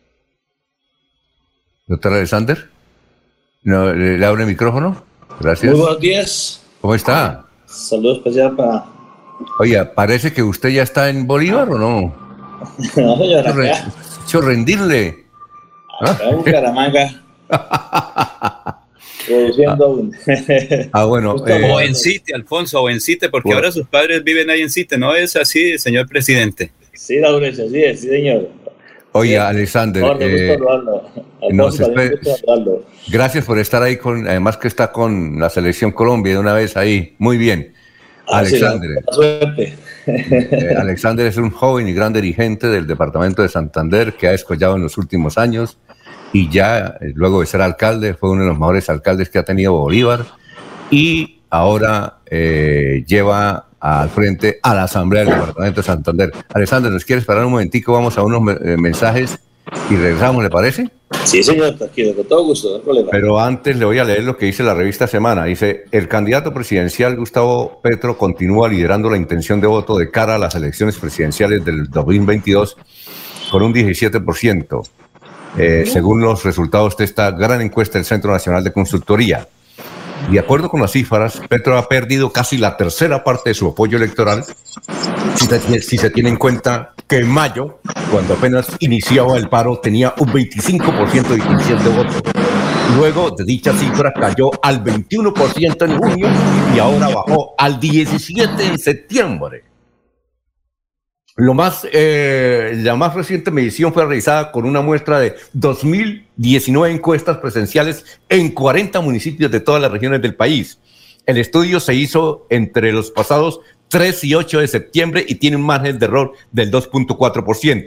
Doctor Alexander, ¿no, le, le abre el micrófono? Gracias. Muy buenos días. ¿Cómo está? Saludos especial para... Oiga, parece que usted ya está en Bolívar, ¿o no? No, señora, Re, hecho rendirle. Acá en Bucaramanga. Produciendo aún. Ah, bueno. Eh, o en Cite, Alfonso, o en Cite, porque bueno, ahora sus padres viven ahí en Cite, ¿no es así, señor presidente? Sí, Laurencio, sí, sí, señor. Oye, sí. Alexander, no, eh, nos gracias por estar ahí, con, además que está con la Selección Colombia de una vez ahí, muy bien. Ah, Alexander. Sí, suerte. Eh, Alexander es un joven y gran dirigente del departamento de Santander que ha escollado en los últimos años y ya, eh, luego de ser alcalde, fue uno de los mejores alcaldes que ha tenido Bolívar y ahora eh, lleva al frente a la Asamblea del departamento de Santander. Alexander, ¿nos quieres parar un momentico? Vamos a unos eh, mensajes y regresamos, ¿le parece? Sí, señor, tranquilo, con todo gusto, no hay problema. Pero antes le voy a leer lo que dice la revista Semana. Dice, el candidato presidencial Gustavo Petro continúa liderando la intención de voto de cara a las elecciones presidenciales del dos mil veintidós con un diecisiete por ciento, eh, según los resultados de esta gran encuesta del Centro Nacional de Consultoría. De acuerdo con las cifras, Petro ha perdido casi la tercera parte de su apoyo electoral, si se, si se tiene en cuenta que en mayo, cuando apenas iniciaba el paro, tenía un veinticinco por ciento de intención de voto. Luego de dicha cifra cayó al veintiuno por ciento en junio y ahora bajó al diecisiete por ciento en septiembre. Lo más, eh, la más reciente medición fue realizada con una muestra de dos mil diecinueve encuestas presenciales en cuarenta municipios de todas las regiones del país. El estudio se hizo entre los pasados tres y ocho de septiembre y tiene un margen de error del dos punto cuatro por ciento.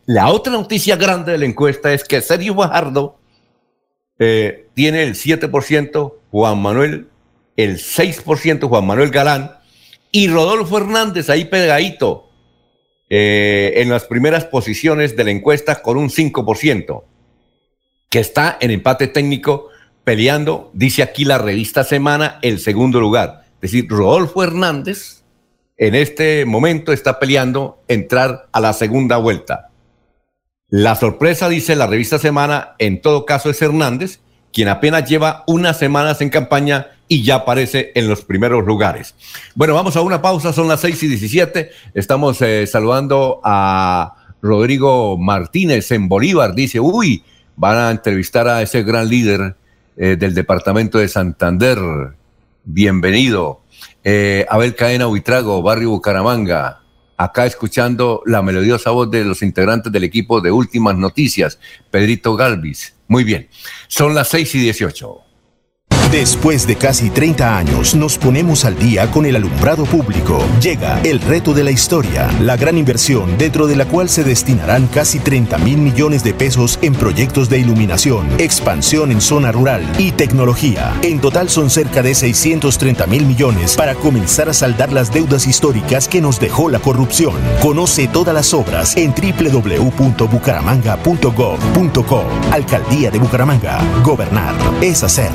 La otra noticia grande de la encuesta es que Sergio Fajardo eh, tiene el siete por ciento, Juan Manuel el seis por ciento, Juan Manuel Galán, y Rodolfo Hernández ahí pegadito eh, en las primeras posiciones de la encuesta con un cinco por ciento, que está en empate técnico peleando, dice aquí la revista Semana, el segundo lugar. Es decir, Rodolfo Hernández en este momento está peleando entrar a la segunda vuelta. La sorpresa, dice la revista Semana, en todo caso es Hernández, quien apenas lleva unas semanas en campaña y ya aparece en los primeros lugares. Bueno, vamos a una pausa, son las seis y diecisiete. Estamos eh, saludando a Rodrigo Martínez en Bolívar. Dice, uy, van a entrevistar a ese gran líder eh, del departamento de Santander. Bienvenido. Eh, Abel Cadena Buitrago, Barrio Bucaramanga. Acá escuchando la melodiosa voz de los integrantes del equipo de Últimas Noticias, Pedrito Galvis. Muy bien, son las seis y dieciocho. Después de casi treinta años, nos ponemos al día con el alumbrado público. Llega el reto de la historia, la gran inversión dentro de la cual se destinarán casi treinta mil millones de pesos en proyectos de iluminación, expansión en zona rural y tecnología. En total son cerca de seiscientos treinta mil millones para comenzar a saldar las deudas históricas que nos dejó la corrupción. Conoce todas las obras en doble u doble u doble u punto bucaramanga punto gov punto co. Alcaldía de Bucaramanga. Gobernar es hacer.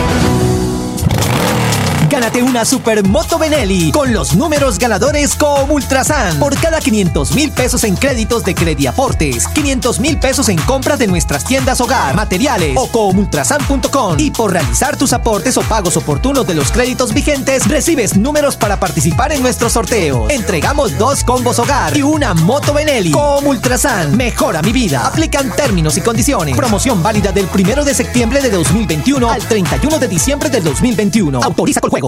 Gánate una Supermoto Benelli con los números ganadores Comultrasan. Por cada quinientos mil pesos en créditos de Crediaportes, quinientos mil pesos en compras de nuestras tiendas hogar, materiales o comultrasan punto com. Y por realizar tus aportes o pagos oportunos de los créditos vigentes, recibes números para participar en nuestros sorteos. Entregamos dos combos hogar y una moto Benelli. Comultrasan, mejora mi vida. Aplican términos y condiciones. Promoción válida del primero de septiembre de dos mil veintiuno al treinta y uno de diciembre del dos mil veintiuno. Autoriza con juegos.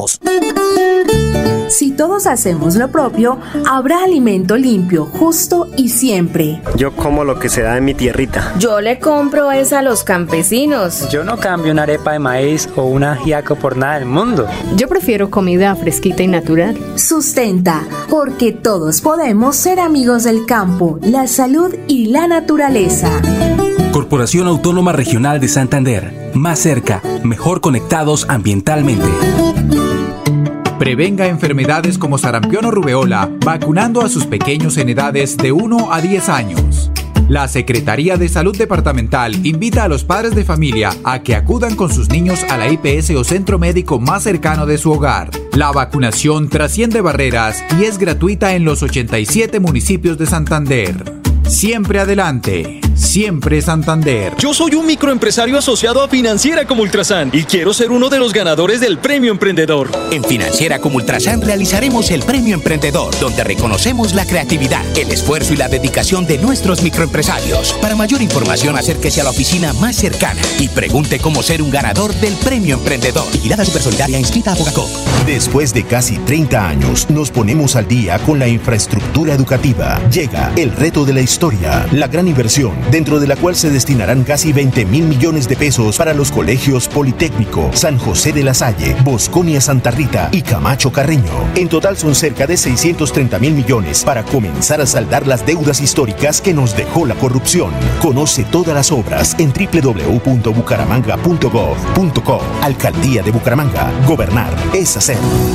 Si todos hacemos lo propio, habrá alimento limpio, justo y siempre. Yo como lo que se da en mi tierrita. Yo le compro es a los campesinos. Yo no cambio una arepa de maíz o un ajiaco por nada del mundo. Yo prefiero comida fresquita y natural. Sustenta, porque todos podemos ser amigos del campo, la salud y la naturaleza. Corporación Autónoma Regional de Santander. Más cerca, mejor conectados ambientalmente. Prevenga enfermedades como sarampión o rubeola vacunando a sus pequeños en edades de uno a diez años. La Secretaría de Salud Departamental invita a los padres de familia a que acudan con sus niños a la I P S o centro médico más cercano de su hogar. La vacunación trasciende barreras y es gratuita en los ochenta y siete municipios de Santander. Siempre adelante, siempre Santander. Yo soy un microempresario asociado a Financiera como Ultrasan y quiero ser uno de los ganadores del Premio Emprendedor. En Financiera como Ultrasan realizaremos el Premio Emprendedor, donde reconocemos la creatividad, el esfuerzo y la dedicación de nuestros microempresarios. Para mayor información, acérquese a la oficina más cercana y pregunte cómo ser un ganador del Premio Emprendedor. Vigilada Supersolidaria inscrita a Fogacop. Después de casi treinta años, nos ponemos al día con la infraestructura educativa. Llega el reto de la historia. La gran inversión, dentro de la cual se destinarán casi veinte mil millones de pesos para los colegios Politécnico, San José de la Salle, Bosconia Santa Rita y Camacho Carreño. En total son cerca de seiscientos treinta mil millones para comenzar a saldar las deudas históricas que nos dejó la corrupción. Conoce todas las obras en doble u doble u doble u punto bucaramanga punto gov punto co. Alcaldía de Bucaramanga. Gobernar es hacer.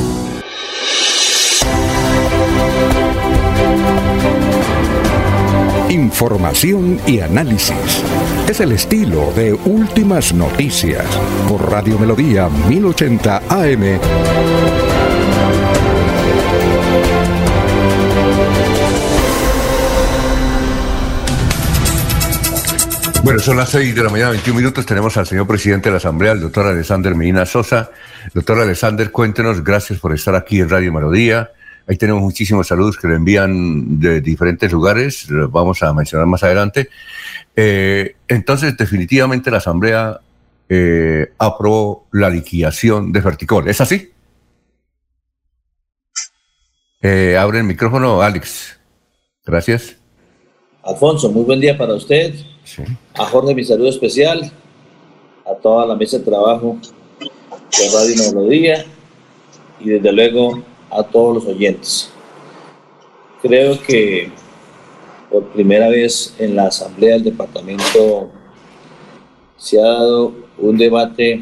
Información y análisis. Es el estilo de Últimas Noticias por Radio Melodía mil ochenta A M. Bueno, son las seis de la mañana, veintiún minutos. Tenemos al señor presidente de la Asamblea, el doctor Alexander Medina Sosa. Doctor Alexander, cuéntenos, gracias por estar aquí en Radio Melodía. Ahí tenemos muchísimos saludos que le envían de diferentes lugares, los vamos a mencionar más adelante. Eh, entonces, definitivamente la Asamblea eh, aprobó la liquidación de Ferticol. ¿Es así? Eh, abre el micrófono, Alex. Gracias. Alfonso, muy buen día para usted. Sí. A Jorge, mi saludo especial. A toda la mesa de trabajo de Radio Melodía. Y desde luego a todos los oyentes. Creo que por primera vez en la asamblea del departamento se ha dado un debate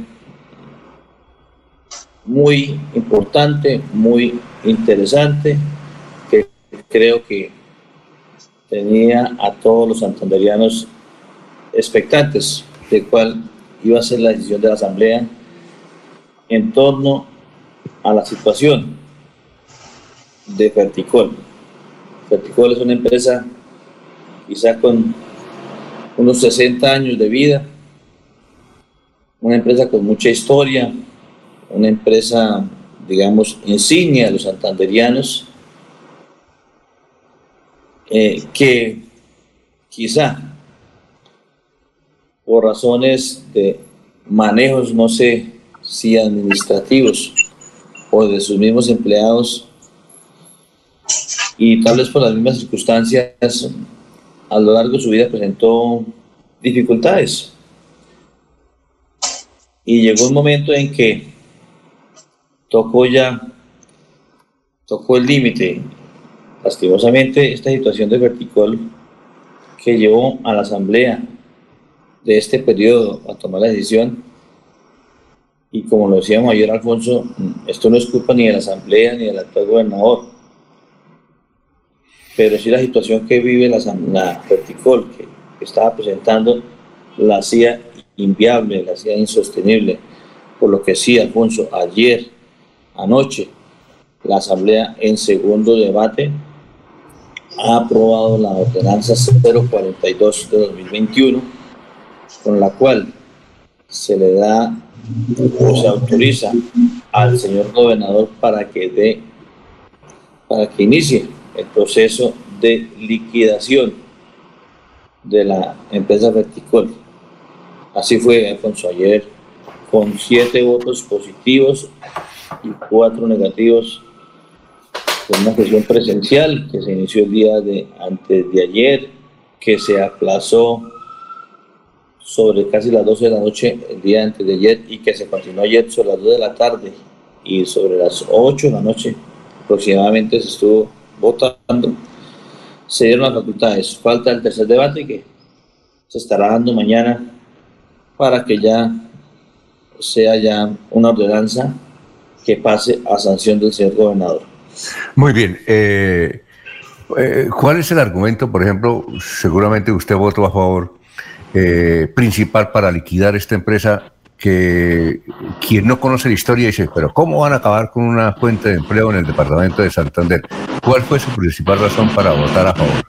muy importante, muy interesante, que creo que tenía a todos los santanderianos expectantes de cuál iba a ser la decisión de la asamblea en torno a la situación de Ferticol. Ferticol es una empresa quizá con unos sesenta años de vida, una empresa con mucha historia, una empresa, digamos, insignia de los santanderianos, eh, que quizá por razones de manejos, no sé si administrativos o de sus mismos empleados, y tal vez por las mismas circunstancias, a lo largo de su vida presentó dificultades. Y llegó un momento en que tocó ya, tocó el límite. Lastimosamente, esta situación de Ferticol, que llevó a la asamblea de este periodo a tomar la decisión, y como lo decíamos ayer, Alfonso, esto no es culpa ni de la asamblea ni del actual gobernador, pero sí la situación que vive la, la Ferticol, que, que estaba presentando, la hacía inviable, la hacía insostenible, por lo que sí, Alfonso, ayer, anoche, la asamblea en segundo debate ha aprobado la ordenanza cero cuarenta y dos de dos mil veintiuno, con la cual se le da o se autoriza al señor gobernador para que dé, para que inicie el proceso de liquidación de la empresa Ferticol. Así fue, Alfonso, ayer, con siete votos positivos y cuatro negativos, con una sesión presencial que se inició el día de antes de ayer, que se aplazó sobre casi las doce de la noche el día antes de ayer, y que se continuó ayer sobre las dos de la tarde, y sobre las ocho de la noche aproximadamente se estuvo votando. Se dieron las facultades. Falta el tercer debate, que se estará dando mañana, para que ya sea ya una ordenanza que pase a sanción del señor gobernador. Muy bien. Eh, eh, ¿Cuál es el argumento, por ejemplo, seguramente usted votó a favor, eh, principal para liquidar esta empresa, que quien no conoce la historia dice, pero ¿cómo van a acabar con una fuente de empleo en el departamento de Santander? ¿Cuál fue su principal razón para votar a favor?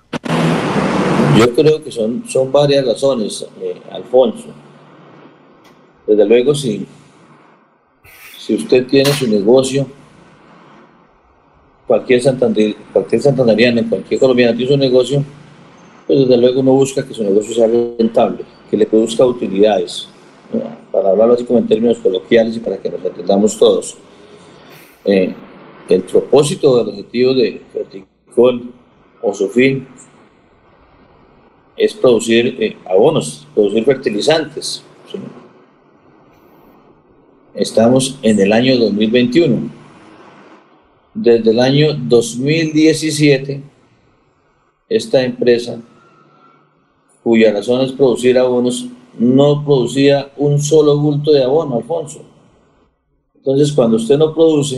Yo creo que son, son varias razones, eh, Alfonso. Desde luego, si, si usted tiene su negocio, cualquier, Santander, cualquier santanderiano, cualquier colombiano tiene su negocio, pues desde luego uno busca que su negocio sea rentable, que le produzca utilidades, ¿no? Para hablarlo así como en términos coloquiales y para que nos entendamos todos. Eh, el propósito del objetivo de Ferticol, o su fin, es producir eh, abonos, producir fertilizantes, ¿sí? Estamos en el año dos mil veintiuno. Desde el año dos mil diecisiete, esta empresa, cuya razón es producir abonos, no producía un solo bulto de abono, Alfonso. Entonces, cuando usted no produce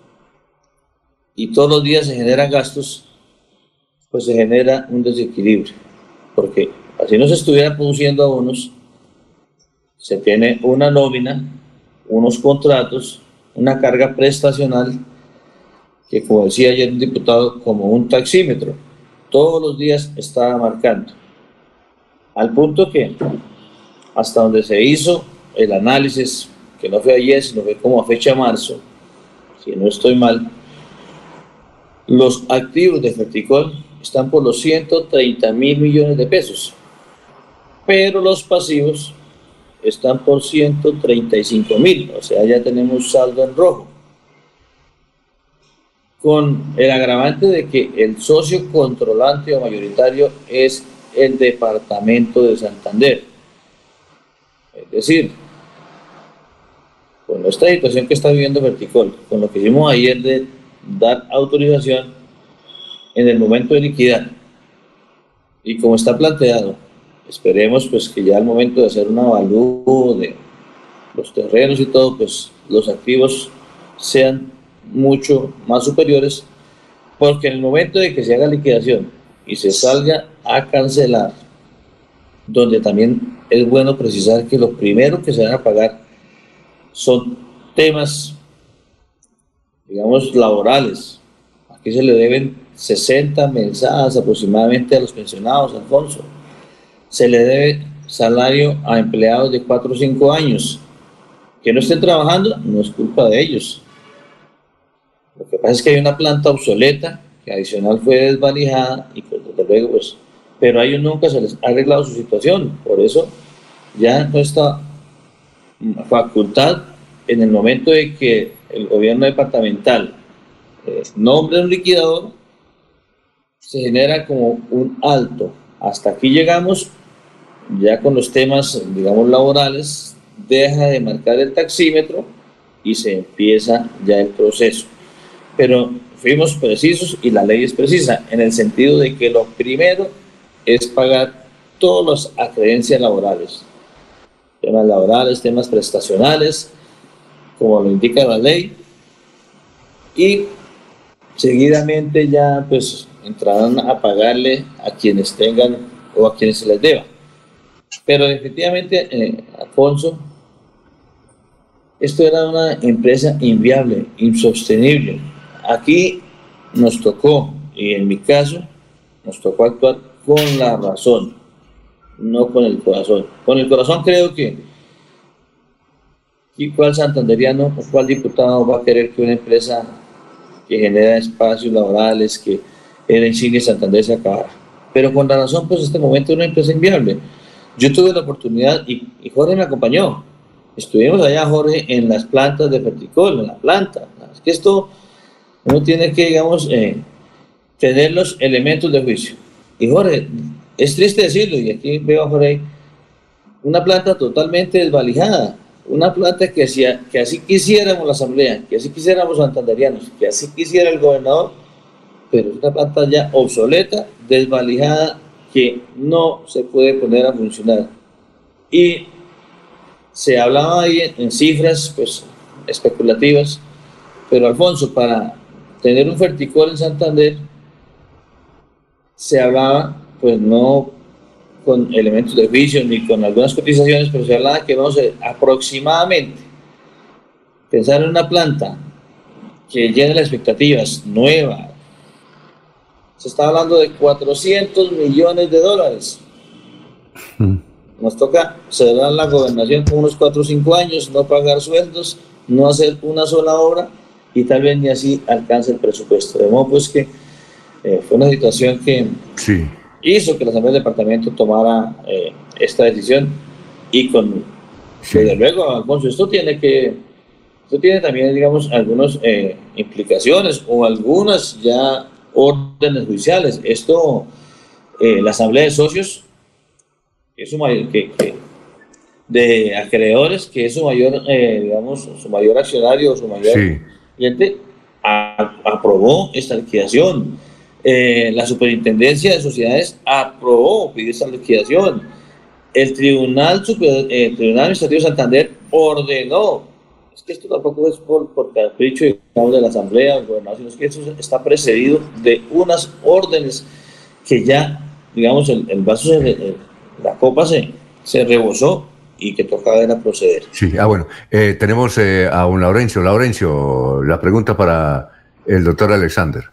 y todos los días se generan gastos, pues se genera un desequilibrio, porque así no se estuviera produciendo abonos, se tiene una nómina, unos contratos, una carga prestacional, que, como decía ayer un diputado, como un taxímetro, todos los días estaba marcando, al punto que hasta donde se hizo el análisis, que no fue ayer, sino fue como a fecha marzo, si no estoy mal, los activos de Ferticol están por los ciento treinta mil millones de pesos, pero los pasivos están por ciento treinta y cinco mil, o sea, ya tenemos saldo en rojo, con el agravante de que el socio controlante o mayoritario es el departamento de Santander. Es decir, con esta situación que está viviendo Ferticol, con lo que hicimos ayer de dar autorización en el momento de liquidar y como está planteado, esperemos pues que ya al momento de hacer un avalúo de los terrenos y todo, pues los activos sean mucho más superiores, porque en el momento de que se haga liquidación y se salga a cancelar, donde también es bueno precisar que lo primero que se van a pagar son temas, digamos, laborales. Aquí se le deben sesenta mensadas aproximadamente a los pensionados, Alfonso. Se le debe salario a empleados de cuatro o cinco años. Que no estén trabajando no es culpa de ellos. Lo que pasa es que hay una planta obsoleta que adicional fue desvalijada y pues desde luego pues, pero a ellos nunca se les ha arreglado su situación. Por eso ya nuestra facultad, en el momento de que el gobierno departamental eh, nombre un liquidador, se genera como un alto. Hasta aquí llegamos, ya con los temas, digamos, laborales, deja de marcar el taxímetro y se empieza ya el proceso. Pero fuimos precisos y la ley es precisa, en el sentido de que lo primero es pagar todas las acreencias laborales, temas laborales, temas prestacionales, como lo indica la ley, y seguidamente ya pues entrarán a pagarle a quienes tengan o a quienes se les deba. Pero efectivamente, eh, Alfonso, esto era una empresa inviable, insostenible. Aquí nos tocó, y en mi caso, nos tocó actuar con la razón, no con el corazón. Con el corazón creo que ¿y cuál santanderiano o cuál diputado va a querer que una empresa que genera espacios laborales, que era insignia de Santander, se acabara? Pero con la razón, pues este momento es una empresa inviable. Yo tuve la oportunidad, y, y Jorge me acompañó, estuvimos allá, Jorge, en las plantas de Ferticol, en la planta. Es que esto uno tiene que, digamos, eh, tener los elementos de juicio. Y Jorge, es triste decirlo, y aquí veo a Jorge, una planta totalmente desvalijada, una planta que, si, que así quisiéramos la asamblea, que así quisiéramos santanderianos, que así quisiera el gobernador, pero es una planta ya obsoleta, desvalijada, que no se puede poner a funcionar. Y se hablaba ahí en, en cifras pues especulativas, pero Alfonso, para tener un Ferticol en Santander, se hablaba, pues no con elementos de juicio ni con algunas cotizaciones, pero se hablaba que vamos a aproximadamente pensar en una planta que llene las expectativas, nueva. Se está hablando de cuatrocientos millones de dólares. Mm. Nos toca cerrar la gobernación con unos cuatro o cinco años, no pagar sueldos, no hacer una sola obra y tal vez ni así alcance el presupuesto. De modo pues que eh, fue una situación que sí. hizo que la Asamblea del Departamento tomara eh, esta decisión y con, sí. desde luego, Alfonso, esto tiene que, esto tiene también, digamos, algunas eh, implicaciones o algunas ya órdenes judiciales. Esto, eh, la Asamblea de Socios, que es su mayor, que, que, de acreedores, que es su mayor, eh, digamos, su mayor accionario, su mayor sí. cliente, a, aprobó esta liquidación. Eh, la Superintendencia de Sociedades aprobó pedir esta liquidación. El Tribunal, Super, eh, Tribunal Administrativo de Santander ordenó. Es que esto tampoco es por, por capricho, digamos, de la Asamblea, del gobernador, sino es que eso está precedido de unas órdenes que ya, digamos, el, el vaso, se, el, la copa se, se rebosó y que tocaba era proceder. Sí, ah, bueno, eh, tenemos eh, a un Laurencio. Laurencio, la pregunta para el doctor Alexander.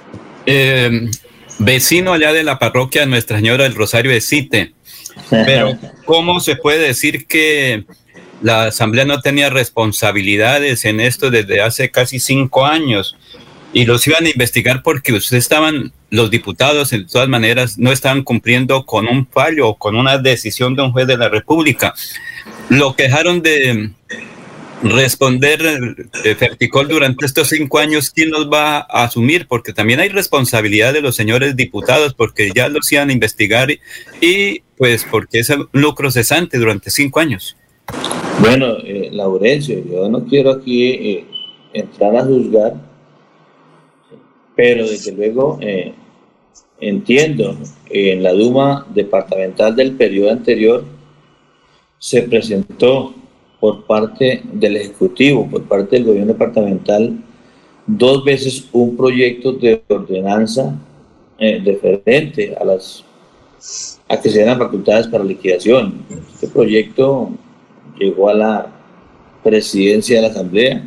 Eh, vecino allá de la parroquia Nuestra Señora del Rosario de Site, pero ¿cómo se puede decir que la Asamblea no tenía responsabilidades en esto desde hace casi cinco años y los iban a investigar porque ustedes estaban, los diputados de todas maneras no estaban cumpliendo con un fallo o con una decisión de un juez de la República? Lo que dejaron de responder de Ferticol durante estos cinco años, ¿quién los va a asumir? Porque también hay responsabilidad de los señores diputados, porque ya los iban a investigar y, y pues porque es un lucro cesante durante cinco años. Bueno, eh, Laurencio, yo no quiero aquí eh, entrar a juzgar, pero desde luego eh, entiendo, en la Duma departamental del periodo anterior se presentó por parte del Ejecutivo, por parte del gobierno departamental, dos veces un proyecto de ordenanza eh, referente a las a que se den facultades para liquidación. Este proyecto llegó a la presidencia de la Asamblea,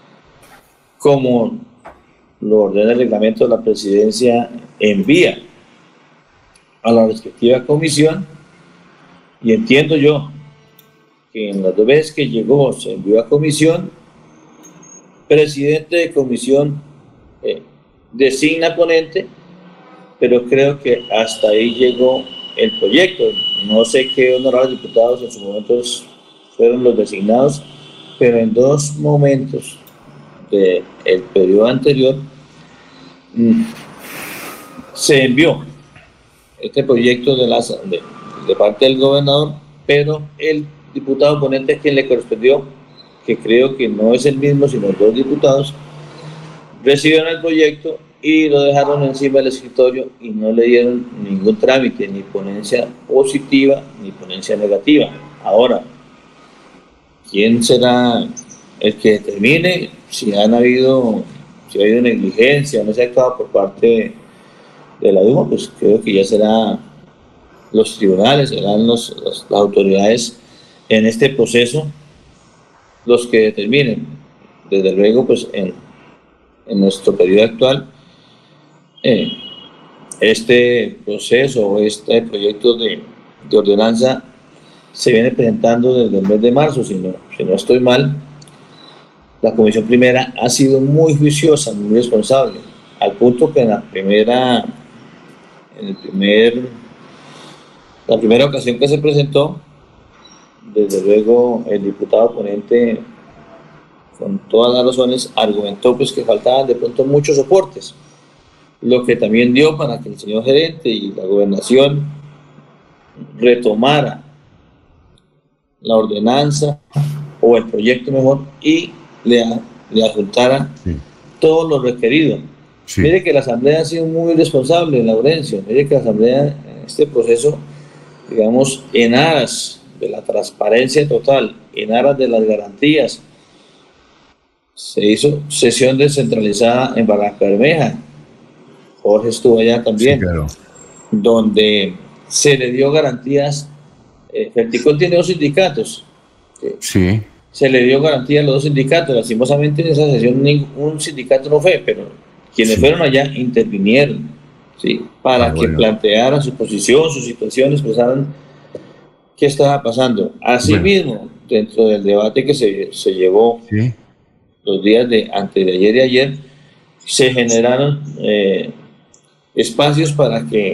como lo ordena el reglamento, la presidencia envía a la respectiva comisión, y entiendo yo que en las dos veces que llegó se envió a comisión, presidente de comisión eh, designa ponente, pero creo que hasta ahí llegó el proyecto. No sé qué honorables diputados en sus momentos fueron los designados, pero en dos momentos del periodo anterior mmm, se envió este proyecto de, la, de, de parte del gobernador, pero el diputado ponente a quien le correspondió, que creo que no es el mismo, sino dos diputados, recibieron el proyecto y lo dejaron encima del escritorio y no le dieron ningún trámite, ni ponencia positiva ni ponencia negativa. Ahora, ¿quién será el que determine si han habido, si ha habido negligencia o no se ha actuado por parte de la Duma? Pues creo que ya serán los tribunales, serán los, los, las autoridades en este proceso los que determinen. Desde luego, pues en, en nuestro periodo actual, eh, este proceso o este proyecto de, de ordenanza se viene presentando desde el mes de marzo, si no, si no estoy mal. La Comisión Primera ha sido muy juiciosa, muy responsable, al punto que en la primera, en el primer, la primera ocasión que se presentó, desde luego el diputado ponente, con todas las razones, argumentó pues que faltaban de pronto muchos soportes, lo que también dio para que el señor gerente y la gobernación retomara la ordenanza o el proyecto mejor y le, le adjuntara sí. todo lo requerido. Sí. Mire que la Asamblea ha sido muy responsable, Laurencio. Mire que la Asamblea en este proceso, digamos, en aras de la transparencia total, en aras de las garantías, se hizo sesión descentralizada en Barrancabermeja. Jorge estuvo allá también, sí, claro. donde se le dio garantías. Eh, Ferticol tiene dos sindicatos. Eh, sí. Se le dio garantía a los dos sindicatos. Lastimosamente en esa sesión ningún sindicato no fue, pero quienes sí. fueron allá intervinieron, ¿sí? para ah, que bueno. plantearan su posición, su situación, expresaran qué estaba pasando. Asimismo, bueno. dentro del debate que se, se llevó sí. los días de antes de ayer y ayer, se generaron eh, espacios para que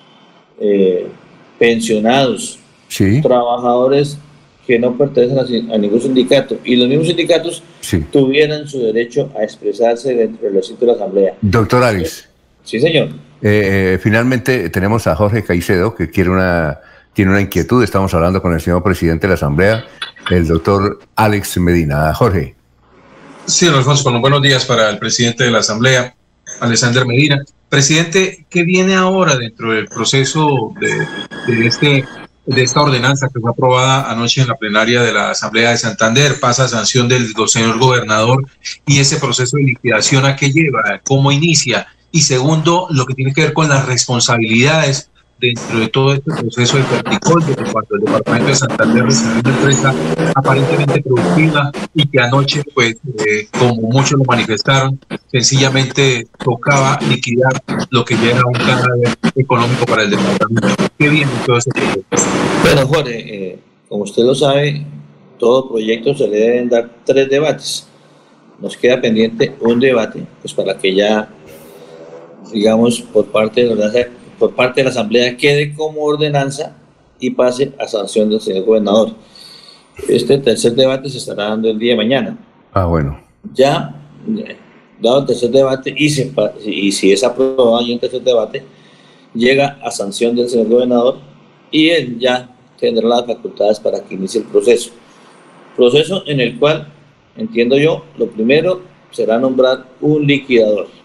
eh, pensionados, sí. trabajadores que no pertenecen a, a ningún sindicato y los mismos sindicatos sí. tuvieran su derecho a expresarse dentro del recinto de la Asamblea. Doctor Alex. Sí, señor. Eh, eh, finalmente tenemos a Jorge Caicedo, que quiere una, tiene una inquietud. Estamos hablando con el señor presidente de la Asamblea, el doctor Alex Medina. Jorge. Sí, don Alfonso, bueno, buenos días para el presidente de la Asamblea, Alexander Medina. Presidente, ¿qué viene ahora dentro del proceso de, de, este, de esta ordenanza que fue aprobada anoche en la plenaria de la Asamblea de Santander? Pasa a sanción del señor gobernador, y ese proceso de liquidación, ¿a qué lleva? ¿Cómo inicia? Y segundo, lo que tiene que ver con las responsabilidades dentro de todo este proceso de Ferticol, de cuando el departamento de Santander recibió una empresa aparentemente productiva y que anoche, pues, eh, como muchos lo manifestaron, sencillamente tocaba liquidar lo que ya era un cadáver económico para el departamento. ¿Qué viene todo ese proyecto? Bueno, Jorge, eh, como usted lo sabe, todo proyecto se le deben dar tres debates. Nos queda pendiente un debate, pues para que ya, digamos, por parte de la por parte de la Asamblea quede como ordenanza y pase a sanción del señor gobernador. Este tercer debate se estará dando el día de mañana. Ah, bueno. Ya, dado el tercer debate, y si, y si es aprobado en el tercer debate, llega a sanción del señor gobernador y él ya tendrá las facultades para que inicie el proceso. Proceso en el cual, entiendo yo, lo primero será nombrar un liquidador.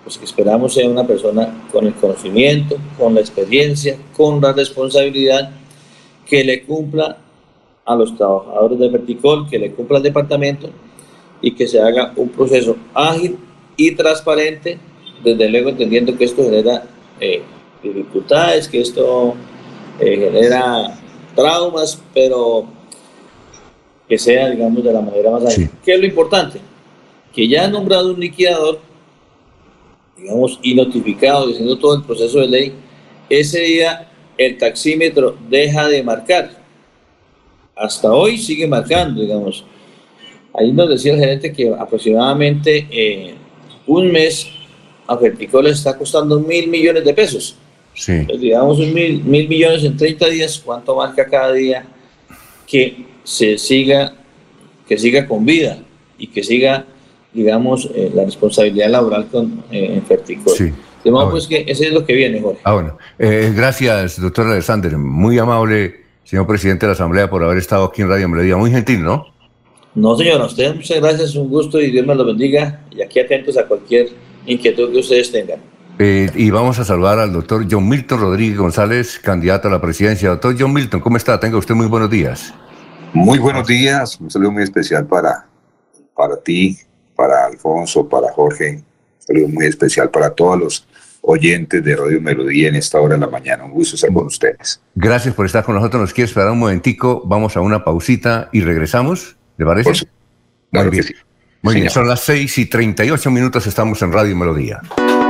pues que esperamos sea una persona con el conocimiento, con la experiencia, con la responsabilidad, que le cumpla a los trabajadores de Ferticol, que le cumpla al departamento y que se haga un proceso ágil y transparente, desde luego entendiendo que esto genera eh, dificultades, que esto eh, genera traumas, pero que sea, digamos, de la manera más ágil. Sí. ¿Qué es lo importante? Que ya han nombrado un liquidador, digamos, y notificado, diciendo todo el proceso de ley, ese día el taxímetro deja de marcar. Hasta hoy sigue marcando, digamos. Ahí nos decía el gerente que aproximadamente eh, un mes a Ferticol le está costando mil millones de pesos. Sí. Entonces, digamos, un mil, mil millones en treinta días, ¿cuánto marca cada día? Que se siga, que siga con vida y que siga, digamos, eh, la responsabilidad laboral con, eh, en Ferticol. Sí. De modo, ah, pues, que ese es lo que viene, Jorge. Ah, bueno. Eh, gracias, doctor Alexander. Muy amable, señor presidente de la Asamblea, por haber estado aquí en Radio Melodía. Muy gentil, ¿no? No, señor, a ustedes muchas gracias, un gusto y Dios me lo bendiga. Y aquí atentos a cualquier inquietud que ustedes tengan. Eh, y vamos a saludar al doctor John Milton Rodríguez González, candidato a la presidencia. Doctor John Milton, ¿cómo está? Tenga usted muy buenos días. Muy buenos días, un saludo muy especial para, para ti, para Alfonso, para Jorge, un saludo muy especial para todos los oyentes de Radio Melodía en esta hora de la mañana. Un gusto estar con ustedes. Gracias por estar con nosotros. Nos quiere esperar un momentico, vamos a una pausita y regresamos, ¿le parece? Por claro muy bien, que sí. muy Señor. bien. Son las seis y treinta y ocho minutos, estamos en Radio Melodía.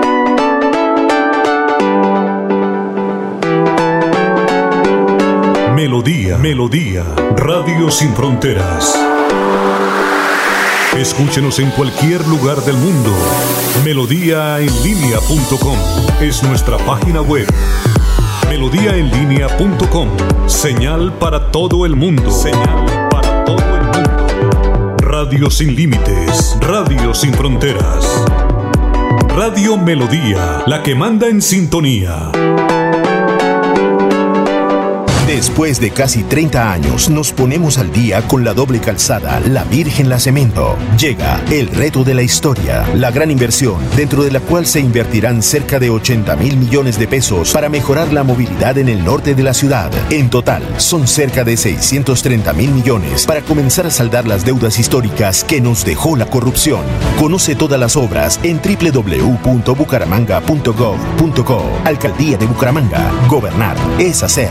Melodía, Melodía, Radio Sin Fronteras. Escúchenos en cualquier lugar del mundo. melodía en línea punto com es nuestra página web. melodía en línea punto com, señal para todo el mundo. Señal para todo el mundo. Radio sin límites, Radio sin fronteras. Radio Melodía, la que manda en sintonía. Después de casi treinta años, nos ponemos al día con la doble calzada La Virgen La Cemento. Llega el reto de la historia, la gran inversión, dentro de la cual se invertirán cerca de ochenta mil millones de pesos para mejorar la movilidad en el norte de la ciudad. En total, son cerca de seiscientos treinta mil millones para comenzar a saldar las deudas históricas que nos dejó la corrupción. Conoce todas las obras en doble u doble u doble u punto bucaramanga punto gov punto co. Alcaldía de Bucaramanga. Gobernar es hacer.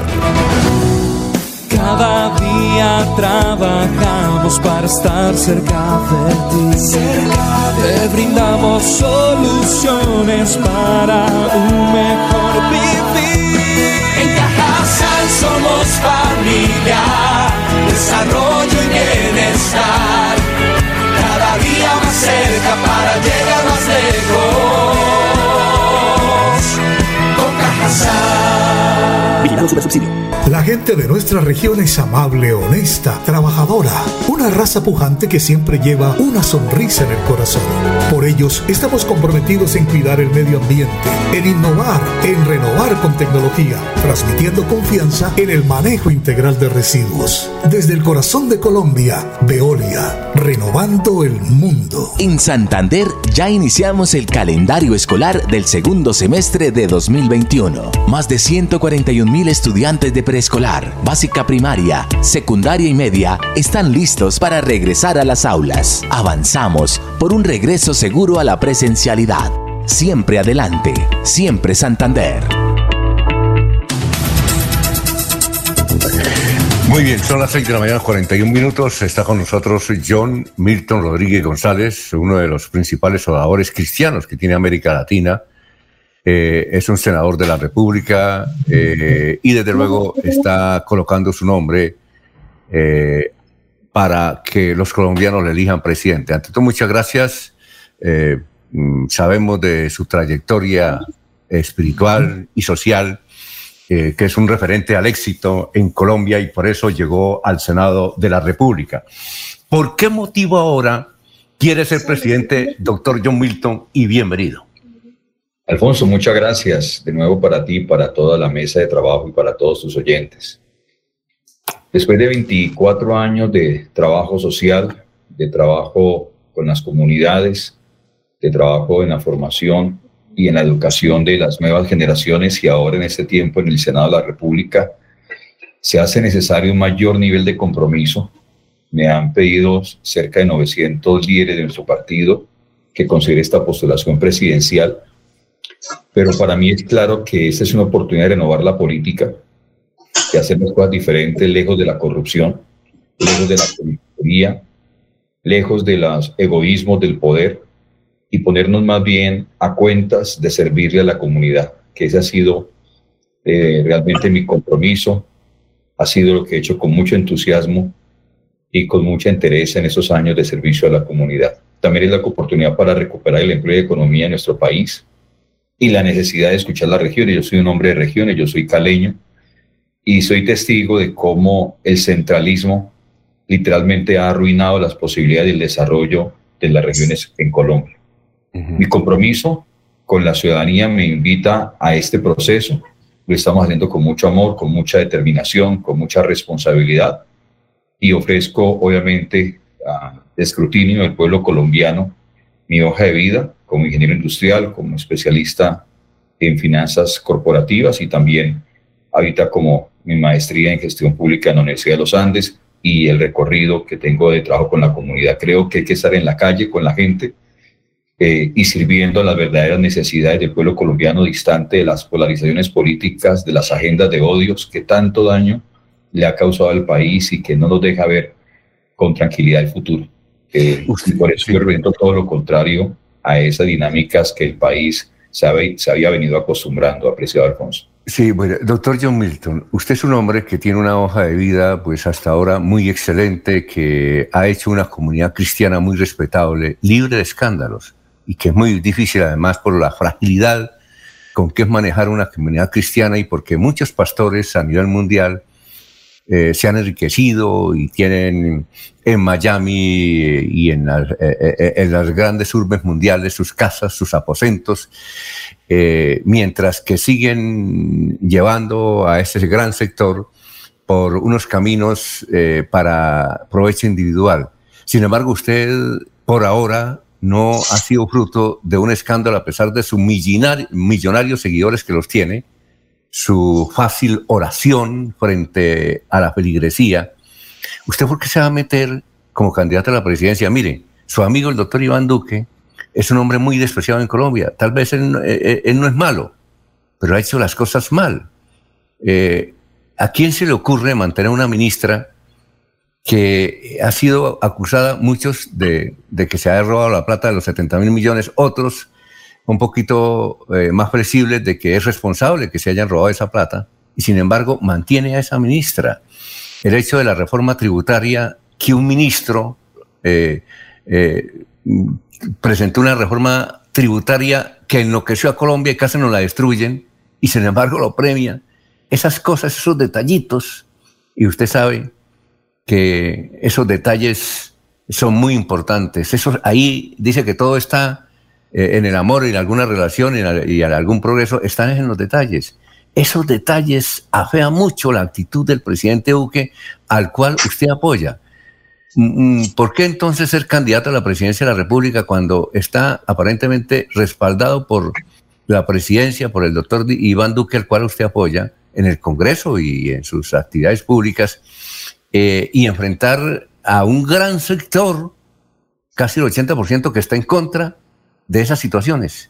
Cada día trabajamos para estar cerca de ti. Cerca de Te brindamos soluciones para un mejor vivir. En Cajasal somos familia, desarrollo y bienestar. Cada día más cerca para llegar más lejos. Con Cajasal. Vigilado Supersubsidio. La gente de nuestra región es amable, honesta, trabajadora, una raza pujante que siempre lleva una sonrisa en el corazón. Por ellos estamos comprometidos en cuidar el medio ambiente, en innovar, en renovar con tecnología, transmitiendo confianza en el manejo integral de residuos. Desde el corazón de Colombia, Veolia, renovando el mundo. En Santander ya iniciamos el calendario escolar del segundo semestre de dos mil veintiuno. Más de ciento cuarenta y un mil estudiantes de preescolar, básica primaria, secundaria y media están listos para regresar a las aulas. Avanzamos por un regreso seguro a la presencialidad. Siempre adelante, siempre Santander. Muy bien, son las seis de la mañana, cuarenta y un minutos. Está con nosotros John Milton Rodríguez González, uno de los principales oradores cristianos que tiene América Latina. Eh, es un senador de la República eh, y desde luego está colocando su nombre eh, para que los colombianos le elijan presidente. Ante todo, muchas gracias. Eh, sabemos de su trayectoria espiritual y social, eh, que es un referente al éxito en Colombia y por eso llegó al Senado de la República. ¿Por qué motivo ahora quiere ser presidente, doctor John Milton, y bienvenido? Alfonso, muchas gracias de nuevo para ti, para toda la mesa de trabajo y para todos tus oyentes. Después de veinticuatro años de trabajo social, de trabajo con las comunidades, de trabajo en la formación y en la educación de las nuevas generaciones, y ahora en este tiempo en el Senado de la República, se hace necesario un mayor nivel de compromiso. Me han pedido cerca de novecientos líderes de nuestro partido que considere esta postulación presidencial, pero para mí es claro que esta es una oportunidad de renovar la política, de hacer las cosas diferentes, lejos de la corrupción, lejos de la politiquería, lejos de los egoísmos del poder, y ponernos más bien a cuentas de servirle a la comunidad, que ese ha sido eh, realmente mi compromiso, ha sido lo que he hecho con mucho entusiasmo y con mucha interés en esos años de servicio a la comunidad. También es la oportunidad para recuperar el empleo y economía en nuestro país y la necesidad de escuchar las regiones. Yo soy un hombre de regiones, yo soy caleño y soy testigo de cómo el centralismo literalmente ha arruinado las posibilidades del desarrollo de las regiones en Colombia. Uh-huh. Mi compromiso con la ciudadanía me invita a este proceso. Lo estamos haciendo con mucho amor, con mucha determinación, con mucha responsabilidad, y ofrezco obviamente a escrutinio del pueblo colombiano mi hoja de vida como ingeniero industrial, como especialista en finanzas corporativas, y también ahorita como mi maestría en gestión pública en la Universidad de los Andes, y el recorrido que tengo de trabajo con la comunidad. Creo que hay que estar en la calle con la gente eh, y sirviendo a las verdaderas necesidades del pueblo colombiano, distante de las polarizaciones políticas, de las agendas de odios que tanto daño le ha causado al país y que no nos deja ver con tranquilidad el futuro. Eh, y por eso yo represento todo lo contrario a esas dinámicas que el país se había, se había venido acostumbrando, apreciado Alfonso. Sí, bueno, doctor John Milton, usted es un hombre que tiene una hoja de vida, pues hasta ahora muy excelente, que ha hecho una comunidad cristiana muy respetable, libre de escándalos, y que es muy difícil además por la fragilidad con que es manejar una comunidad cristiana, y porque muchos pastores a nivel mundial eh, se han enriquecido y tienen en Miami y en las, eh, en las grandes urbes mundiales sus casas, sus aposentos, eh, mientras que siguen llevando a ese gran sector por unos caminos eh, para provecho individual. Sin embargo, usted por ahora no ha sido fruto de un escándalo, a pesar de sus millonario, millonarios seguidores que los tiene, su fácil oración frente a la feligresía. ¿Usted por qué se va a meter como candidato a la presidencia? Mire, su amigo el doctor Iván Duque es un hombre muy despreciado en Colombia. Tal vez él, él, él no es malo, pero ha hecho las cosas mal. Eh, ¿A quién se le ocurre mantener una ministra que ha sido acusada, muchos, de, de que se ha robado la plata de los setenta mil millones, otros un poquito eh, más flexibles de que es responsable que se hayan robado esa plata, y sin embargo mantiene a esa ministra? El hecho de la reforma tributaria, que un ministro eh, eh, presentó una reforma tributaria que enloqueció a Colombia y casi nos la destruyen, y sin embargo lo premia. Esas cosas, esos detallitos, y usted sabe que esos detalles son muy importantes. Eso, ahí dice que todo está eh, en el amor, en alguna relación y en algún progreso, están en los detalles. Esos detalles afean mucho la actitud del presidente Duque, al cual usted apoya. ¿Por qué entonces ser candidato a la presidencia de la República cuando está aparentemente respaldado por la presidencia, por el doctor Iván Duque, al cual usted apoya en el Congreso y en sus actividades públicas, eh, y enfrentar a un gran sector, casi el ochenta por ciento, que está en contra de esas situaciones?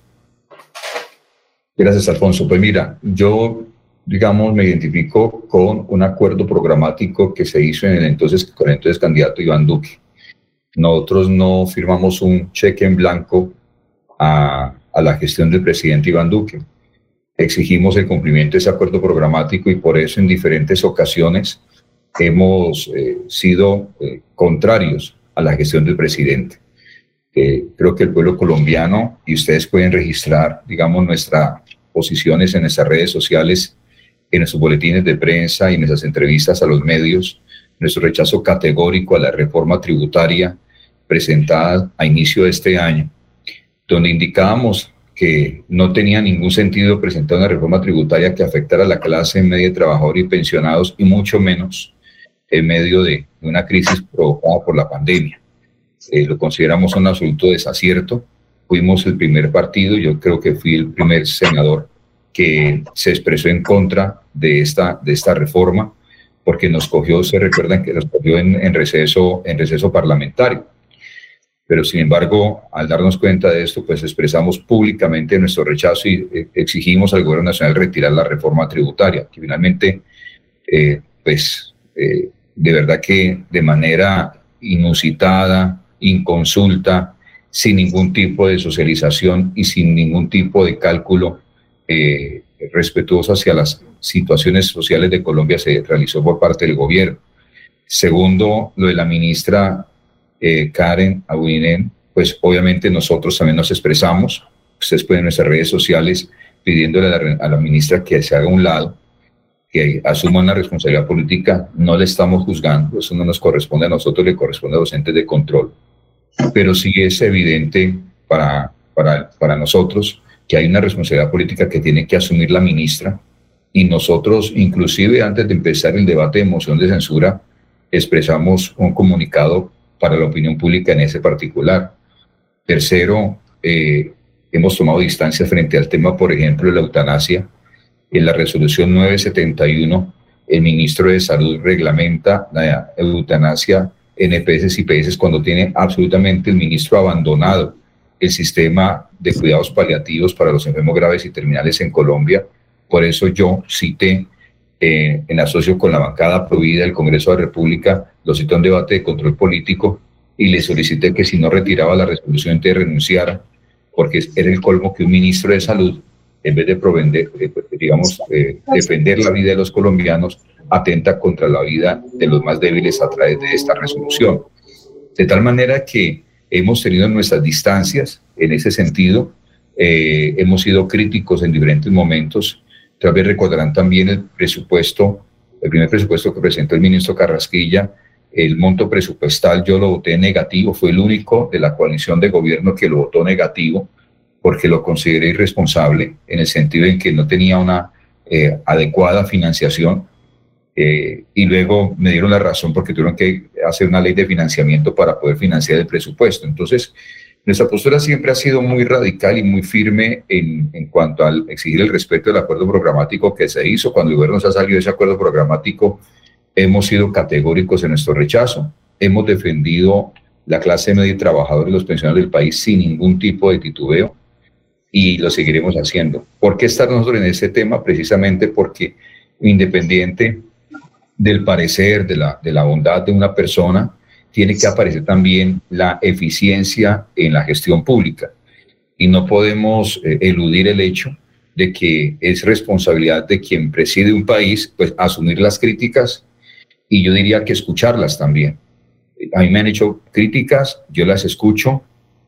Gracias, Alfonso. Pues mira, yo, digamos, me identifico con un acuerdo programático que se hizo en el entonces, con el entonces candidato Iván Duque. Nosotros no firmamos un cheque en blanco a, a la gestión del presidente Iván Duque. Exigimos el cumplimiento de ese acuerdo programático, y por eso en diferentes ocasiones hemos eh, sido eh, contrarios a la gestión del presidente. Eh, creo que el pueblo colombiano, y ustedes pueden registrar, digamos, nuestras posiciones en nuestras redes sociales, en nuestros boletines de prensa y en nuestras entrevistas a los medios, nuestro rechazo categórico a la reforma tributaria presentada a inicio de este año, donde indicábamos que no tenía ningún sentido presentar una reforma tributaria que afectara a la clase media de trabajadores y pensionados, y mucho menos en medio de una crisis provocada por la pandemia. Eh, lo consideramos un absoluto desacierto, fuimos el primer partido, yo creo que fui el primer senador que se expresó en contra de esta, de esta reforma, porque nos cogió, se recuerdan que nos cogió en, en, receso, en receso parlamentario. Pero sin embargo, al darnos cuenta de esto, pues expresamos públicamente nuestro rechazo y eh, exigimos al gobierno nacional retirar la reforma tributaria, que finalmente, eh, pues, eh, de verdad que de manera inusitada, inconsulta, sin ningún tipo de socialización y sin ningún tipo de cálculo eh, respetuoso hacia las situaciones sociales de Colombia, se realizó por parte del gobierno. Segundo, lo de la ministra Eh, Karen Abouinen, pues obviamente nosotros también nos expresamos. Ustedes pueden en nuestras redes sociales pidiéndole a la, a la ministra que se haga a un lado, que asuma una responsabilidad política. No le estamos juzgando, eso no nos corresponde a nosotros, le corresponde a los entes de control. Pero sí es evidente para, para, para nosotros que hay una responsabilidad política que tiene que asumir la ministra, y nosotros, inclusive antes de empezar el debate de moción de censura, expresamos un comunicado para la opinión pública en ese particular. Tercero, eh, hemos tomado distancia frente al tema, por ejemplo, de la eutanasia. En la resolución nueve setenta y uno, el ministro de Salud reglamenta la eutanasia en E P S y P S cuando tiene absolutamente el ministro abandonado el sistema de cuidados paliativos para los enfermos graves y terminales en Colombia. Por eso yo cité, Eh, en asocio con la bancada provida del Congreso de la República, lo citó en debate de control político y le solicité que si no retiraba la resolución te renunciara, porque era el colmo que un ministro de Salud, en vez de provender, eh, digamos, eh, defender la vida de los colombianos, atenta contra la vida de los más débiles a través de esta resolución. De tal manera que hemos tenido nuestras distancias en ese sentido, eh, hemos sido críticos en diferentes momentos. Tal vez recordarán también el presupuesto, el primer presupuesto que presentó el ministro Carrasquilla. El monto presupuestal yo lo voté negativo, fue el único de la coalición de gobierno que lo votó negativo, porque lo consideré irresponsable, en el sentido en que no tenía una eh, adecuada financiación, eh, y luego me dieron la razón porque tuvieron que hacer una ley de financiamiento para poder financiar el presupuesto. Entonces, nuestra postura siempre ha sido muy radical y muy firme en, en cuanto al exigir el respeto del acuerdo programático que se hizo. Cuando el gobierno se ha salido de ese acuerdo programático, hemos sido categóricos en nuestro rechazo. Hemos defendido la clase media y trabajadora y los pensionados del país sin ningún tipo de titubeo, y lo seguiremos haciendo. ¿Por qué estar nosotros en ese tema? Precisamente porque, independiente del parecer, de la, de la bondad de una persona, tiene que aparecer también la eficiencia en la gestión pública. Y no podemos eh, eludir el hecho de que es responsabilidad de quien preside un país, pues, asumir las críticas, y yo diría que escucharlas también. A mí me han hecho críticas, yo las escucho,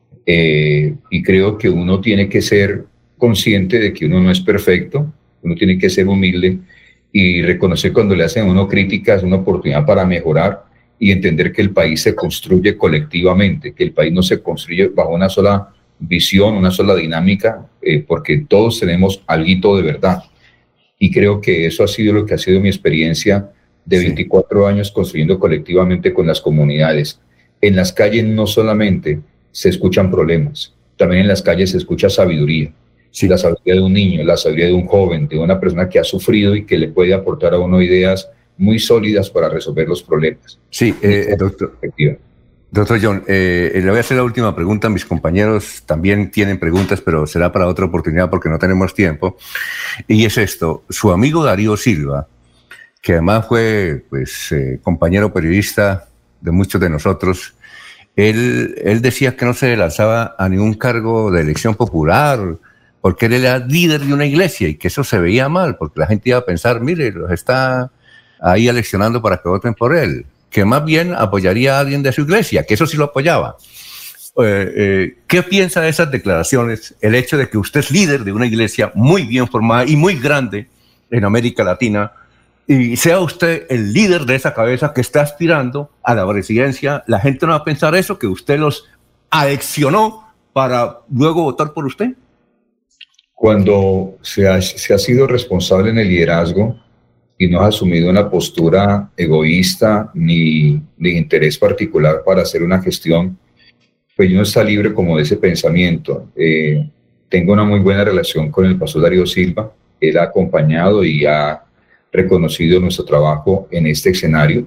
eh, y creo que uno tiene que ser consciente de que uno no es perfecto, uno tiene que ser humilde y reconocer cuando le hacen a uno críticas, una oportunidad para mejorar, y entender que el país se construye colectivamente, que el país no se construye bajo una sola visión, una sola dinámica, eh, porque todos tenemos alguito de verdad. Y creo que eso ha sido lo que ha sido mi experiencia de veinticuatro años construyendo colectivamente con las comunidades. En las calles no solamente se escuchan problemas, también en las calles se escucha sabiduría. Sí. La sabiduría de un niño, la sabiduría de un joven, de una persona que ha sufrido y que le puede aportar a uno ideas muy sólidas para resolver los problemas. Sí, eh, doctor, doctor John, eh, le voy a hacer la última pregunta. Mis compañeros también tienen preguntas, pero será para otra oportunidad porque no tenemos tiempo. Y es esto: su amigo Darío Silva, que además fue, pues, eh, compañero periodista de muchos de nosotros, él, él decía que no se lanzaba a ningún cargo de elección popular porque él era líder de una iglesia y que eso se veía mal, porque la gente iba a pensar, mire, los está ahí eleccionando para que voten por él, que más bien apoyaría a alguien de su iglesia, que eso sí lo apoyaba. Eh, eh, ¿Qué piensa de esas declaraciones? El hecho de que usted es líder de una iglesia muy bien formada y muy grande en América Latina, y sea usted el líder de esa cabeza que está aspirando a la presidencia, ¿la gente no va a pensar eso, que usted los aleccionó para luego votar por usted? Cuando se ha, se ha sido responsable en el liderazgo y no ha asumido una postura egoísta ni de interés particular para hacer una gestión, pues uno está libre como de ese pensamiento. Eh, tengo una muy buena relación con el pastor Darío Silva. Él ha acompañado y ha reconocido nuestro trabajo en este escenario.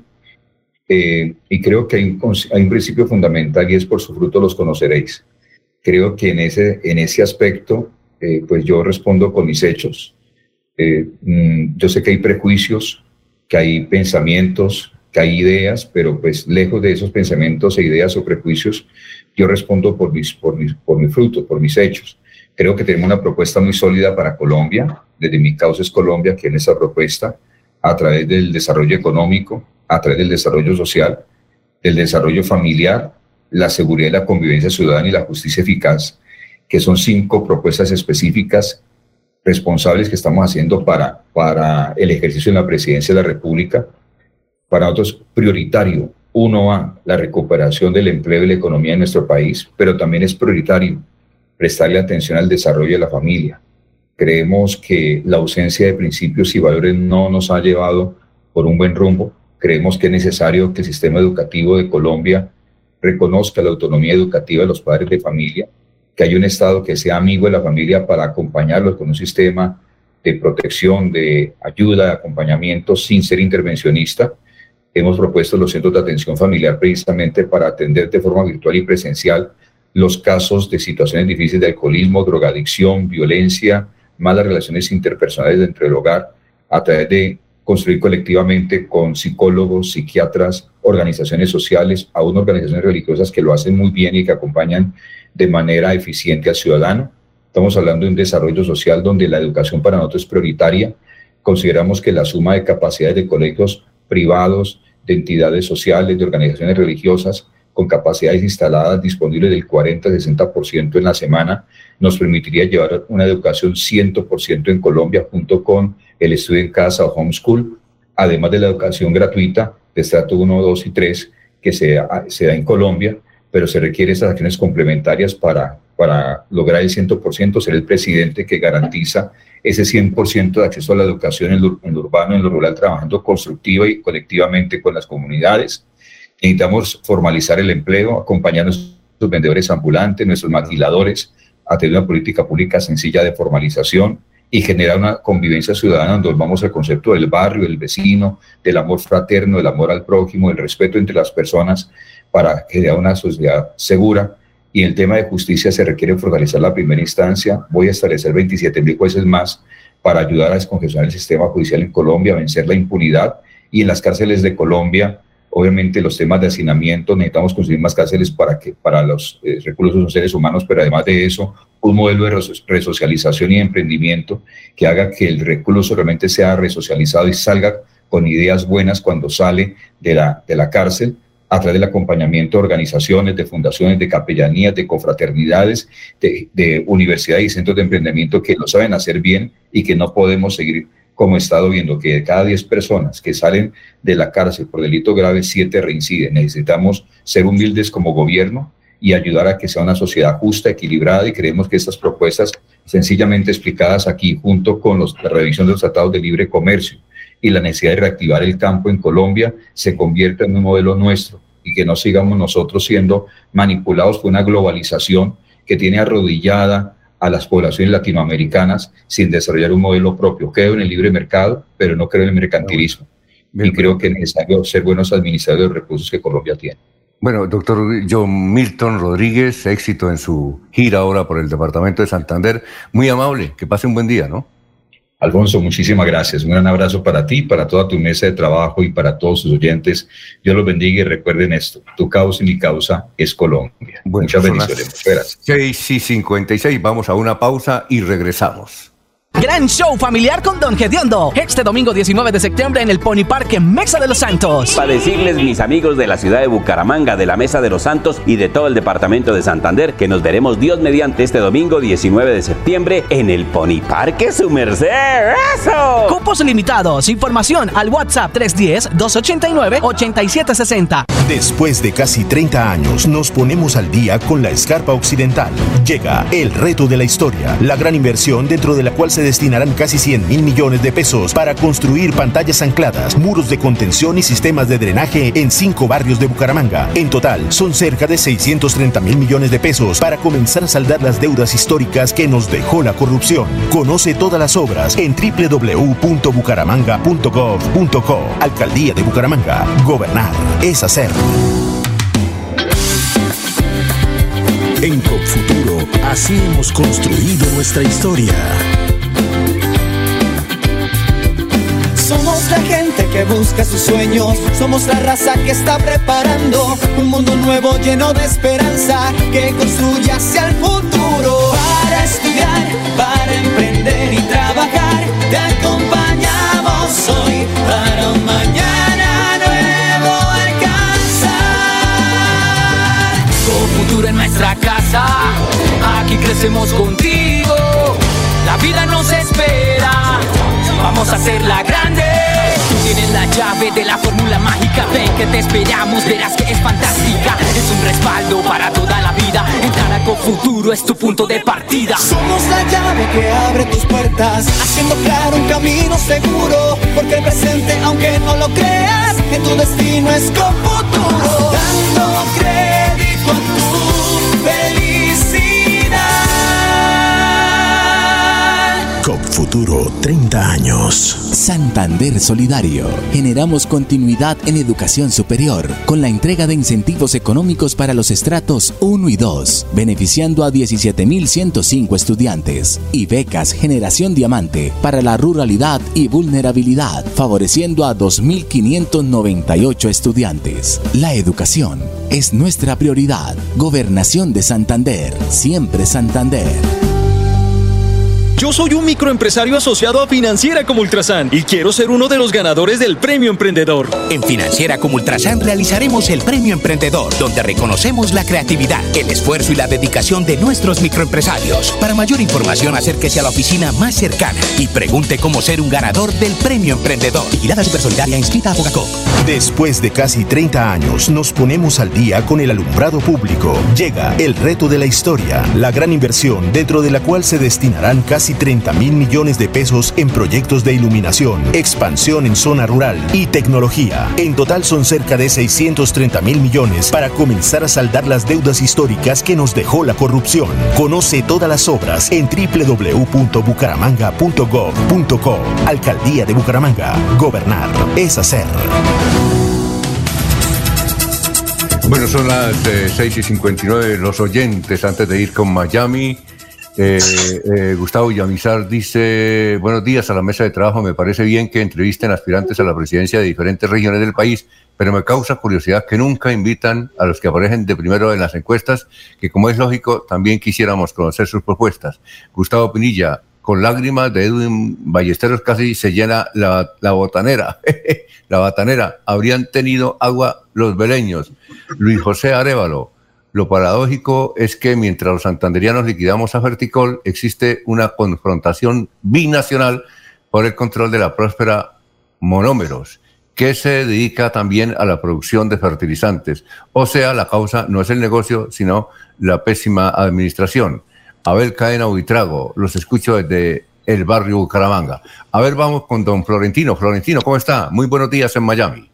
Eh, y creo que hay un, hay un principio fundamental y es: por su fruto los conoceréis. Creo que en ese, en ese aspecto, eh, pues yo respondo con mis hechos. Eh, mm, yo sé que hay prejuicios, que hay pensamientos, que hay ideas, pero pues lejos de esos pensamientos e ideas o prejuicios, yo respondo por mis, por mis, por mis frutos, por mis hechos. Creo que tenemos una propuesta muy sólida para Colombia. Desde Mi Causa es Colombia, que en esa propuesta, a través del desarrollo económico, a través del desarrollo social, del desarrollo familiar, la seguridad y la convivencia ciudadana y la justicia eficaz, que son cinco propuestas específicas responsables que estamos haciendo para, para el ejercicio de la presidencia de la República. Para nosotros, prioritario, uno A, la recuperación del empleo y la economía en nuestro país, pero también es prioritario prestarle atención al desarrollo de la familia. Creemos que la ausencia de principios y valores no nos ha llevado por un buen rumbo. Creemos que es necesario que el sistema educativo de Colombia reconozca la autonomía educativa de los padres de familia, que haya un Estado que sea amigo de la familia para acompañarlos con un sistema de protección, de ayuda, de acompañamiento sin ser intervencionista. Hemos propuesto los centros de atención familiar precisamente para atender de forma virtual y presencial los casos de situaciones difíciles de alcoholismo, drogadicción, violencia, malas relaciones interpersonales dentro del hogar, a través de construir colectivamente con psicólogos, psiquiatras, organizaciones sociales, aún organizaciones religiosas que lo hacen muy bien y que acompañan de manera eficiente al ciudadano. Estamos hablando de un desarrollo social donde la educación para nosotros es prioritaria. Consideramos que la suma de capacidades de colegios privados, de entidades sociales, de organizaciones religiosas, con capacidades instaladas disponibles del cuarenta a sesenta por ciento en la semana, nos permitiría llevar una educación cien por ciento en Colombia, junto con el estudio en casa o homeschool, además de la educación gratuita de estrato uno, dos y tres que se, se da en Colombia, pero se requieren esas acciones complementarias para, para lograr el cien por ciento, ser el presidente que garantiza ese cien por ciento de acceso a la educación en lo, en lo urbano, en lo rural, trabajando constructiva y colectivamente con las comunidades. Necesitamos formalizar el empleo, acompañar a nuestros vendedores ambulantes, nuestros maquiladores, a tener una política pública sencilla de formalización y generar una convivencia ciudadana donde volvamos al concepto del barrio, del vecino, del amor fraterno, del amor al prójimo, del respeto entre las personas para crear una sociedad segura. Y en el tema de justicia se requiere fortalecer la primera instancia. Voy a establecer veintisiete mil jueces más para ayudar a descongestionar el sistema judicial en Colombia, a vencer la impunidad. Y en las cárceles de Colombia, obviamente los temas de hacinamiento, necesitamos construir más cárceles para, que, para los eh, reclusos son seres humanos, pero además de eso, un modelo de resocialización y emprendimiento que haga que el recluso realmente sea resocializado y salga con ideas buenas cuando sale de la, de la cárcel, a través del acompañamiento de organizaciones, de fundaciones, de capellanías, de confraternidades, de, de universidades y centros de emprendimiento que lo saben hacer bien y que no podemos seguir como he estado viendo que de cada diez personas que salen de la cárcel por delito grave, siete reinciden. Necesitamos ser humildes como gobierno y ayudar a que sea una sociedad justa, equilibrada, y creemos que estas propuestas sencillamente explicadas aquí, junto con los, la revisión de los tratados de libre comercio y la necesidad de reactivar el campo en Colombia, se convierta en un modelo nuestro y que no sigamos nosotros siendo manipulados por una globalización que tiene arrodillada a las poblaciones latinoamericanas sin desarrollar un modelo propio. Creo en el libre mercado, pero no creo en el mercantilismo. Bien, y creo que es necesario ser buenos administradores de los recursos que Colombia tiene. Bueno, doctor John Milton Rodríguez, éxito en su gira ahora por el departamento de Santander. Muy amable, que pase un buen día, ¿no? Alfonso, muchísimas gracias. Un gran abrazo para ti, para toda tu mesa de trabajo y para todos sus oyentes. Dios los bendiga y recuerden esto: tu causa y mi causa es Colombia. Bueno, muchas bendiciones. Muchas gracias. seis y cincuenta y seis, vamos a una pausa y regresamos. Gran show familiar con Don Gediondo. Este domingo diecinueve de septiembre en el Pony Park en Mesa de los Santos. Para decirles, mis amigos de la ciudad de Bucaramanga, de la Mesa de los Santos y de todo el departamento de Santander, que nos veremos Dios mediante este domingo diecinueve de septiembre en el Pony Park. ¡Su merced! ¡Eso! Cupos limitados. Información al WhatsApp tres uno cero, dos ocho nueve, ocho siete seis cero. Después de casi treinta años, nos ponemos al día con la Escarpa Occidental. Llega el reto de la historia, la gran inversión dentro de la cual se destinarán casi cien mil millones de pesos para construir pantallas ancladas, muros de contención y sistemas de drenaje en cinco barrios de Bucaramanga. En total, son cerca de seiscientos treinta mil millones de pesos para comenzar a saldar las deudas históricas que nos dejó la corrupción. Conoce todas las obras en doble u doble u doble u punto bucaramanga punto gov punto co. Alcaldía de Bucaramanga. Gobernar es hacer. En Copfuturo, así hemos construido nuestra historia. Somos la gente que busca sus sueños, somos la raza que está preparando un mundo nuevo lleno de esperanza que construye hacia el futuro. Para estudiar, para emprender y trabajar, te acompañamos hoy para un mañana nuevo alcanzar. Con futuro en nuestra casa, aquí crecemos contigo, la vida nos espera. Vamos a hacerla grande. Tú tienes la llave de la fórmula mágica. Ven que te esperamos, verás que es fantástica. Es un respaldo para toda la vida. Entrar a Cofuturo es tu punto de partida. Somos la llave que abre tus puertas, haciendo claro un camino seguro. Porque el presente, aunque no lo creas, en tu destino es Cofuturo. Dando crédito a tu felicidad. Copfuturo, treinta años. Santander Solidario. Generamos continuidad en educación superior con la entrega de incentivos económicos para los estratos uno y dos, beneficiando a diecisiete mil ciento cinco estudiantes, y becas Generación Diamante para la ruralidad y vulnerabilidad, favoreciendo a dos mil quinientos noventa y ocho estudiantes. La educación es nuestra prioridad. Gobernación de Santander, siempre Santander. Yo soy un microempresario asociado a Financiera como Ultrasan y quiero ser uno de los ganadores del Premio Emprendedor. En Financiera como Ultrasan realizaremos el Premio Emprendedor, donde reconocemos la creatividad, el esfuerzo y la dedicación de nuestros microempresarios. Para mayor información, acérquese a la oficina más cercana y pregunte cómo ser un ganador del Premio Emprendedor. Vigilada Supersolidaria, inscrita a Fogacop. Después de casi treinta años, nos ponemos al día con el alumbrado público. Llega el reto de la historia, la gran inversión dentro de la cual se destinarán casi treinta mil millones de pesos en proyectos de iluminación, expansión en zona rural y tecnología. En total son cerca de seiscientos treinta mil millones para comenzar a saldar las deudas históricas que nos dejó la corrupción. Conoce todas las obras en doble u doble u doble u punto bucaramanga punto gov punto co. Alcaldía de Bucaramanga. Gobernar es hacer. Bueno, son las eh, seis y cincuenta y nueve. Los oyentes, antes de ir con Miami, eh, eh, Gustavo Villamizar dice: buenos días a la mesa de trabajo. Me parece bien que entrevisten aspirantes a la presidencia de diferentes regiones del país, pero me causa curiosidad que nunca invitan a los que aparecen de primero en las encuestas, que como es lógico, también quisiéramos conocer sus propuestas. Gustavo Pinilla: con lágrimas de Edwin Ballesteros casi se llena la, la botanera. La botanera. Habrían tenido agua los beleños. Luis José Arévalo: lo paradójico es que mientras los santanderianos liquidamos a Ferticol, existe una confrontación binacional por el control de la próspera Monómeros, que se dedica también a la producción de fertilizantes. O sea, la causa no es el negocio, sino la pésima administración. Abel Cadena Buitrago, los escucho desde el barrio Bucaramanga. A ver, vamos con don Florentino. Florentino, ¿cómo está? Muy buenos días en Miami.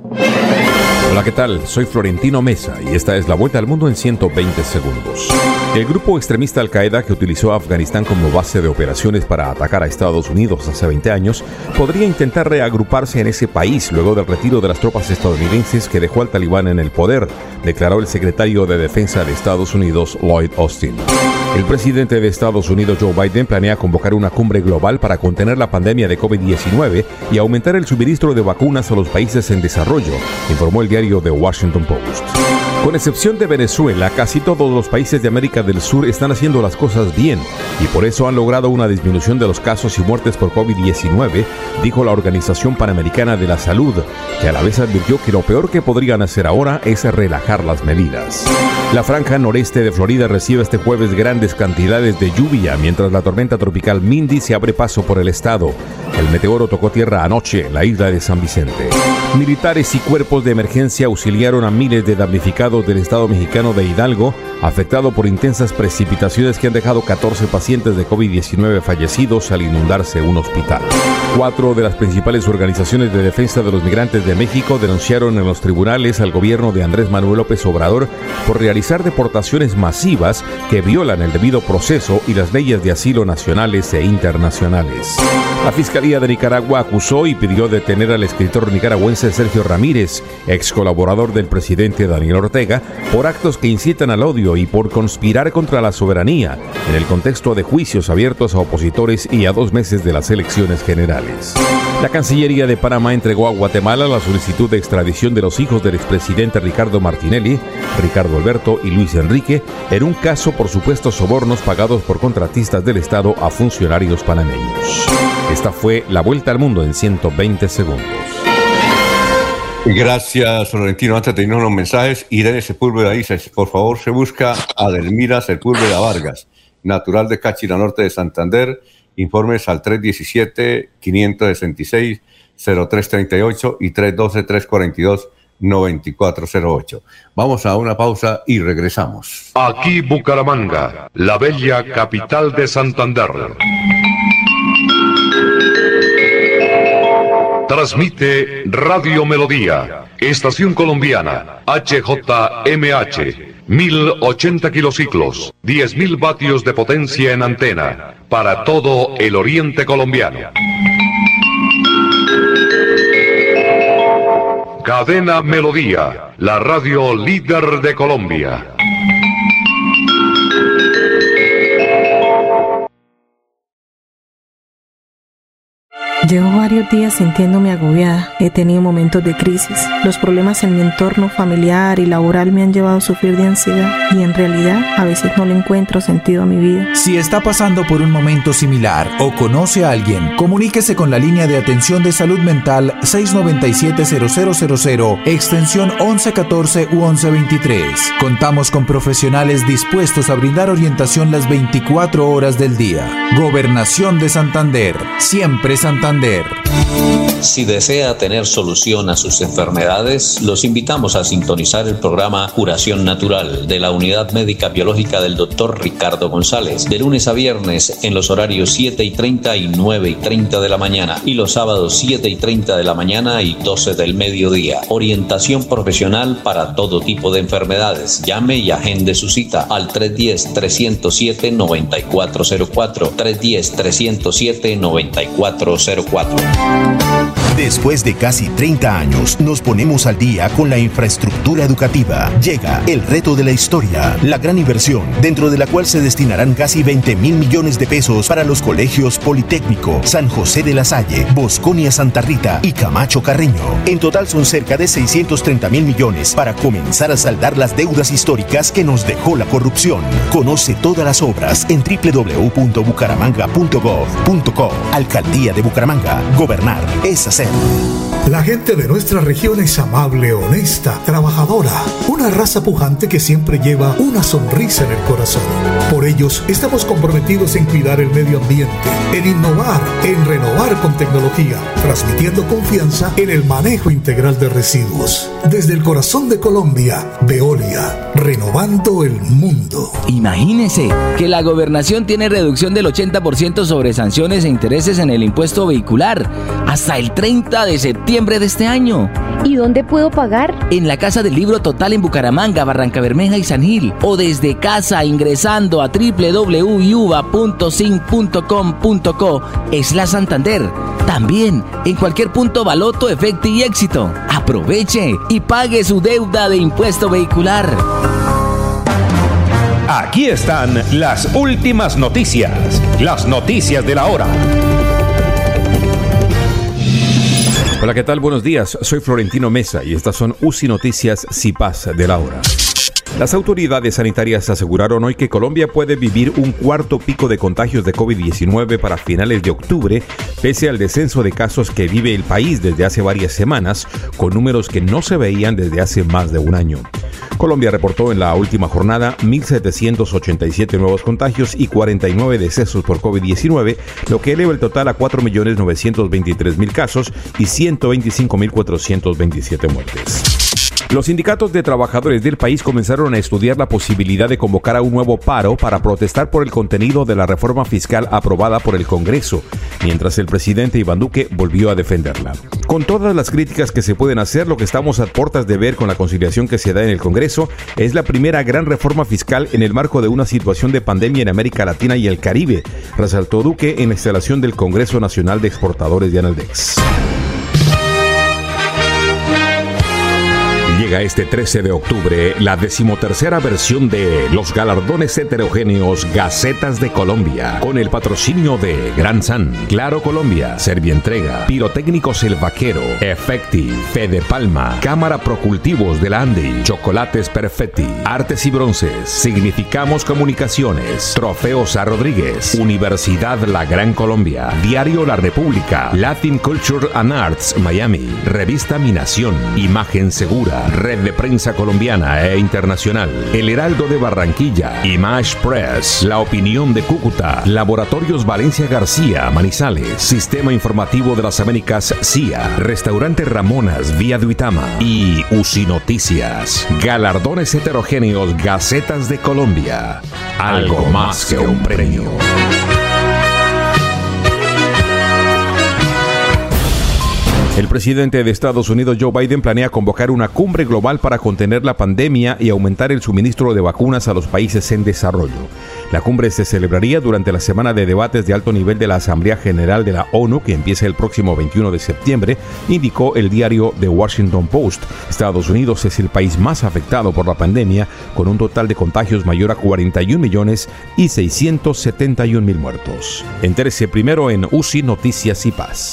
Hola, ¿qué tal? Soy Florentino Mesa y esta es la Vuelta al Mundo en ciento veinte segundos. El grupo extremista Al-Qaeda, que utilizó a Afganistán como base de operaciones para atacar a Estados Unidos hace veinte años, podría intentar reagruparse en ese país luego del retiro de las tropas estadounidenses que dejó al talibán en el poder, declaró el secretario de Defensa de Estados Unidos, Lloyd Austin. El presidente de Estados Unidos, Joe Biden, planea convocar una cumbre global para contener la pandemia de COVID diecinueve y aumentar el suministro de vacunas a los países en desarrollo, informó el diario The Washington Post. Con excepción de Venezuela, casi todos los países de América del Sur están haciendo las cosas bien y por eso han logrado una disminución de los casos y muertes por COVID diecinueve, dijo la Organización Panamericana de la Salud, que a la vez advirtió que lo peor que podrían hacer ahora es relajar las medidas. La franja noreste de Florida recibe este jueves grandes cantidades de lluvia, mientras la tormenta tropical Mindy se abre paso por el estado. El meteoro tocó tierra anoche en la isla de San Vicente. Militares y cuerpos de emergencia emergencia auxiliaron a miles de damnificados del estado mexicano de Hidalgo, afectado por intensas precipitaciones que han dejado catorce pacientes de COVID diecinueve fallecidos al inundarse un hospital. Cuatro de las principales organizaciones de defensa de los migrantes de México denunciaron en los tribunales al gobierno de Andrés Manuel López Obrador por realizar deportaciones masivas que violan el debido proceso y las leyes de asilo nacionales e internacionales. La Fiscalía de Nicaragua acusó y pidió detener al escritor nicaragüense Sergio Ramírez, ex colaborador del presidente Daniel Ortega, por actos que incitan al odio y por conspirar contra la soberanía, en el contexto de juicios abiertos a opositores y a dos meses de las elecciones generales. La Cancillería de Panamá entregó a Guatemala la solicitud de extradición de los hijos del expresidente Ricardo Martinelli, Ricardo Alberto y Luis Enrique, en un caso por supuestos sobornos pagados por contratistas del Estado a funcionarios panameños. Esta fue la vuelta al mundo en ciento veinte segundos. Gracias, Florentino. Antes de irnos los mensajes, Irene Sepúlveda dice, por favor, se busca a Delmira Sepúlveda Vargas, natural de Cáchira Norte de Santander. Informes al tres uno siete, cinco seis seis, cero tres tres ocho y tres uno dos, tres cuatro dos, nueve cuatro cero ocho. Vamos a una pausa y regresamos. Aquí Bucaramanga, la bella capital de Santander. Transmite Radio Melodía, Estación Colombiana, H J M H, mil ochenta kilociclos, diez mil vatios de potencia en antena, para todo el oriente colombiano. Cadena Melodía, la radio líder de Colombia. Llevo varios días sintiéndome agobiada. He tenido momentos de crisis. Los problemas en mi entorno familiar y laboral me han llevado a sufrir de ansiedad y en realidad a veces no le encuentro sentido a mi vida. Si está pasando por un momento similar o conoce a alguien, comuníquese con la línea de atención de salud mental seis nueve siete, cero cero cero cero, extensión once catorce u once veintitrés. Contamos con profesionales dispuestos a brindar orientación las veinticuatro horas del día. Gobernación de Santander. Siempre Santander. Si desea tener solución a sus enfermedades, los invitamos a sintonizar el programa Curación Natural de la Unidad Médica Biológica del doctor Ricardo González, de lunes a viernes en los horarios siete y treinta y nueve y treinta de la mañana y los sábados siete y treinta de la mañana y doce del mediodía. Orientación profesional para todo tipo de enfermedades. Llame y agende su cita al tres uno cero, tres cero siete, nueve cuatro cero cuatro, tres uno cero, tres cero siete, nueve cuatro cero cuatro. Después de casi treinta años, nos ponemos al día con la infraestructura educativa. Llega el reto de la historia, la gran inversión, dentro de la cual se destinarán casi veinte mil millones de pesos para los colegios Politécnico, San José de la Salle, Bosconia Santa Rita y Camacho Carreño. En total son cerca de seiscientos treinta mil millones para comenzar a saldar las deudas históricas que nos dejó la corrupción. Conoce todas las obras en doble u doble u doble u punto bucaramanga punto gov punto co. Alcaldía de Bucaramanga. Gobernar es hacer. La gente de nuestra región es amable, honesta, trabajadora, una raza pujante que siempre lleva una sonrisa en el corazón. Por ellos estamos comprometidos en cuidar el medio ambiente, en innovar, en renovar con tecnología, transmitiendo confianza en el manejo integral de residuos. Desde el corazón de Colombia, Veolia, renovando el mundo. Imagínese que la gobernación tiene reducción del ochenta por ciento sobre sanciones e intereses en el impuesto vehicular hasta el treinta de septiembre de este año. ¿Y dónde puedo pagar? En la Casa del Libro Total en Bucaramanga, Barrancabermeja y San Gil, o desde casa ingresando a doble u doble u doble u punto yuba punto sin punto com punto co slash Santander. También en cualquier punto Baloto, Efecti y Éxito. Aproveche y pague su deuda de impuesto vehicular. Aquí están las últimas noticias, las noticias de la hora. Hola, ¿qué tal? Buenos días. Soy Florentino Mesa y estas son U C I Noticias CIPAS de la hora. Las autoridades sanitarias aseguraron hoy que Colombia puede vivir un cuarto pico de contagios de COVID diecinueve para finales de octubre, pese al descenso de casos que vive el país desde hace varias semanas, con números que no se veían desde hace más de un año. Colombia reportó en la última jornada mil setecientos ochenta y siete nuevos contagios y cuarenta y nueve decesos por COVID diecinueve, lo que eleva el total a cuatro millones novecientos veintitrés mil casos y ciento veinticinco mil cuatrocientos veintisiete muertes. Los sindicatos de trabajadores del país comenzaron a estudiar la posibilidad de convocar a un nuevo paro para protestar por el contenido de la reforma fiscal aprobada por el Congreso, mientras el presidente Iván Duque volvió a defenderla. Con todas las críticas que se pueden hacer, lo que estamos a puertas de ver con la conciliación que se da en el Congreso es la primera gran reforma fiscal en el marco de una situación de pandemia en América Latina y el Caribe, resaltó Duque en la instalación del Congreso Nacional de Exportadores de Analdex. Llega este trece de octubre la decimotercera versión de los galardones heterogéneos Gacetas de Colombia, con el patrocinio de Gran San, Claro Colombia, Servientrega, Pirotécnicos El Vaquero, Efecti, Fede Palma, Cámara Procultivos de la Andi, Chocolates Perfetti, Artes y Bronces, Significamos Comunicaciones, Trofeos A. Rodríguez, Universidad La Gran Colombia, Diario La República, Latin Culture and Arts Miami, Revista Mi Nación, Imagen Segura, Red de Prensa Colombiana e Internacional, El Heraldo de Barranquilla, Image Press, La Opinión de Cúcuta, Laboratorios Valencia García, Manizales, Sistema Informativo de las Américas C I A, Restaurante Ramonas, Vía Duitama y U C I Noticias. Galardones heterogéneos Gacetas de Colombia. Algo más que un premio. El presidente de Estados Unidos, Joe Biden, planea convocar una cumbre global para contener la pandemia y aumentar el suministro de vacunas a los países en desarrollo. La cumbre se celebraría durante la semana de debates de alto nivel de la Asamblea General de la ONU, que empieza el próximo veintiuno de septiembre, indicó el diario The Washington Post. Estados Unidos es el país más afectado por la pandemia, con un total de contagios mayor a cuarenta y un millones y seiscientos setenta y un mil muertos. Entérese primero en U C I Noticias y Paz.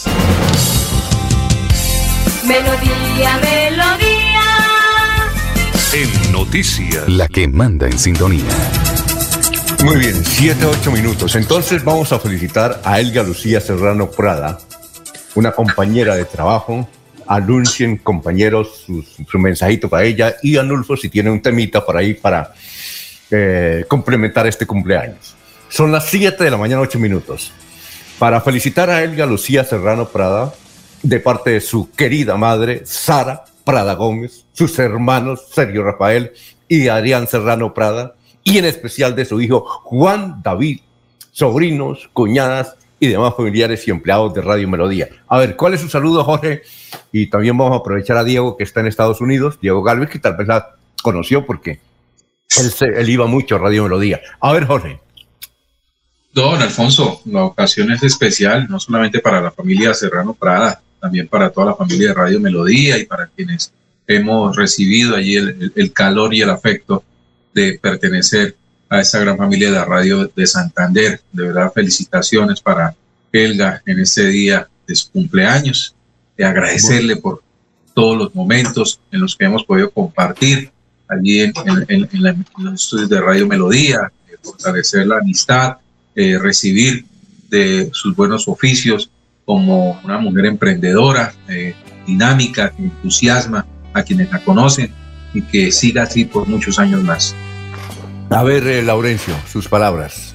Melodía, melodía. En noticias, la que manda en sintonía. Muy bien, siete, ocho minutos. Entonces vamos a felicitar a Elga Lucía Serrano Prada, una compañera de trabajo. Anuncien, compañeros, su, su mensajito para ella, y Anulfo, si tiene un temita por ahí para eh, complementar este cumpleaños. Son las siete de la mañana, ocho minutos. Para felicitar a Elga Lucía Serrano Prada, de parte de su querida madre, Sara Prada Gómez, sus hermanos Sergio Rafael y Adrián Serrano Prada, y en especial de su hijo Juan David, sobrinos, cuñadas y demás familiares y empleados de Radio Melodía. A ver, ¿cuál es su saludo, Jorge? Y también vamos a aprovechar a Diego, que está en Estados Unidos, Diego Galvez, que tal vez la conoció porque él, se, él iba mucho a Radio Melodía. A ver, Jorge. Don Alfonso, la ocasión es especial, no solamente para la familia Serrano Prada, también para toda la familia de Radio Melodía y para quienes hemos recibido allí el, el, el calor y el afecto de pertenecer a esta gran familia de la radio de Santander. De verdad, felicitaciones para Elga en este día de su cumpleaños, de agradecerle por todos los momentos en los que hemos podido compartir allí en, en, en, en, la, en los estudios de Radio Melodía, de fortalecer la amistad, eh, recibir de sus buenos oficios como una mujer emprendedora, eh, dinámica, que entusiasma a quienes la conocen y que siga así por muchos años más. A ver, eh, Laurencio, sus palabras.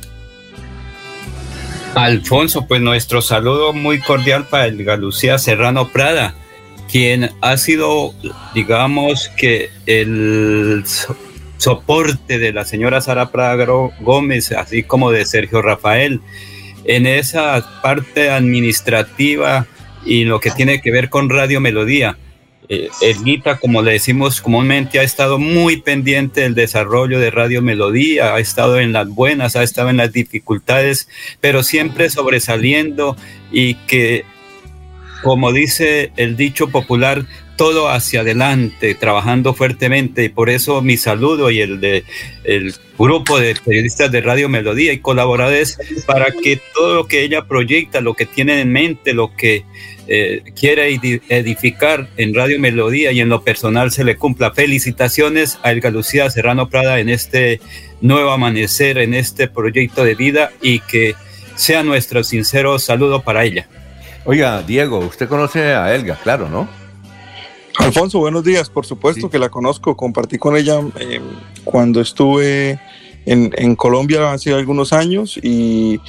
Alfonso, pues nuestro saludo muy cordial para Elga Lucía Serrano Prada, quien ha sido, digamos que el soporte de la señora Sara Prada Gómez, así como de Sergio Rafael, en esa parte administrativa y lo que tiene que ver con Radio Melodía. Eh, Elguita, como le decimos comúnmente, ha estado muy pendiente del desarrollo de Radio Melodía, ha estado en las buenas, ha estado en las dificultades, pero siempre sobresaliendo, y que, como dice el dicho popular, todo hacia adelante, trabajando fuertemente. Y por eso mi saludo y el de el grupo de periodistas de Radio Melodía y colaboradores, para que todo lo que ella proyecta, lo que tiene en mente, lo que eh, quiere edificar en Radio Melodía y en lo personal se le cumpla. Felicitaciones a Elga Lucía Serrano Prada en este nuevo amanecer, en este proyecto de vida, y que sea nuestro sincero saludo para ella. Oiga, Diego, usted conoce a Elga, claro, ¿no? Alfonso, buenos días. Por supuesto sí, que la conozco. Compartí con ella eh, cuando estuve en, en Colombia hace algunos años, y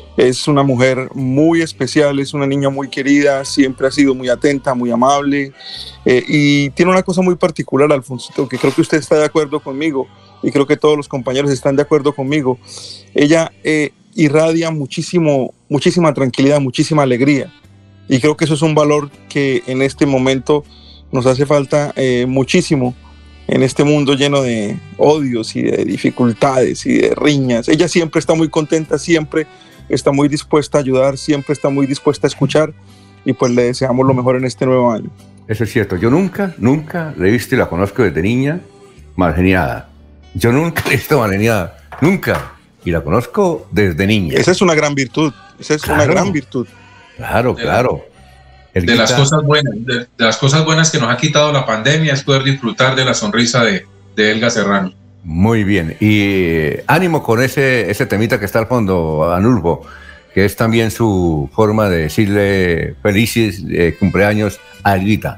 Es una mujer muy especial, es una niña muy querida, siempre ha sido muy atenta, muy amable, eh, y tiene una cosa muy particular, Alfonsito, que creo que usted está de acuerdo conmigo y creo que todos los compañeros están de acuerdo conmigo. Ella eh, irradia muchísimo, muchísima tranquilidad, muchísima alegría, y creo que eso es un valor que en este momento nos hace falta eh, muchísimo en este mundo lleno de odios y de dificultades y de riñas. Ella siempre está muy contenta, siempre está muy dispuesta a ayudar, siempre está muy dispuesta a escuchar, y pues le deseamos lo mejor en este nuevo año. Eso es cierto. Yo nunca, nunca la he visto y la conozco desde niña malgeniada. Yo nunca la he visto malgeniada, nunca. Y la conozco desde niña. Esa es una gran virtud, esa es claro, una gran virtud. Claro, claro. De, de las cosas buenas, de, de las cosas buenas que nos ha quitado la pandemia es poder disfrutar de la sonrisa de, de Elga Serrano. Muy bien, y eh, ánimo con ese, ese temita que está al fondo, Anulfo, que es también su forma de decirle felices eh, cumpleaños a Elguita.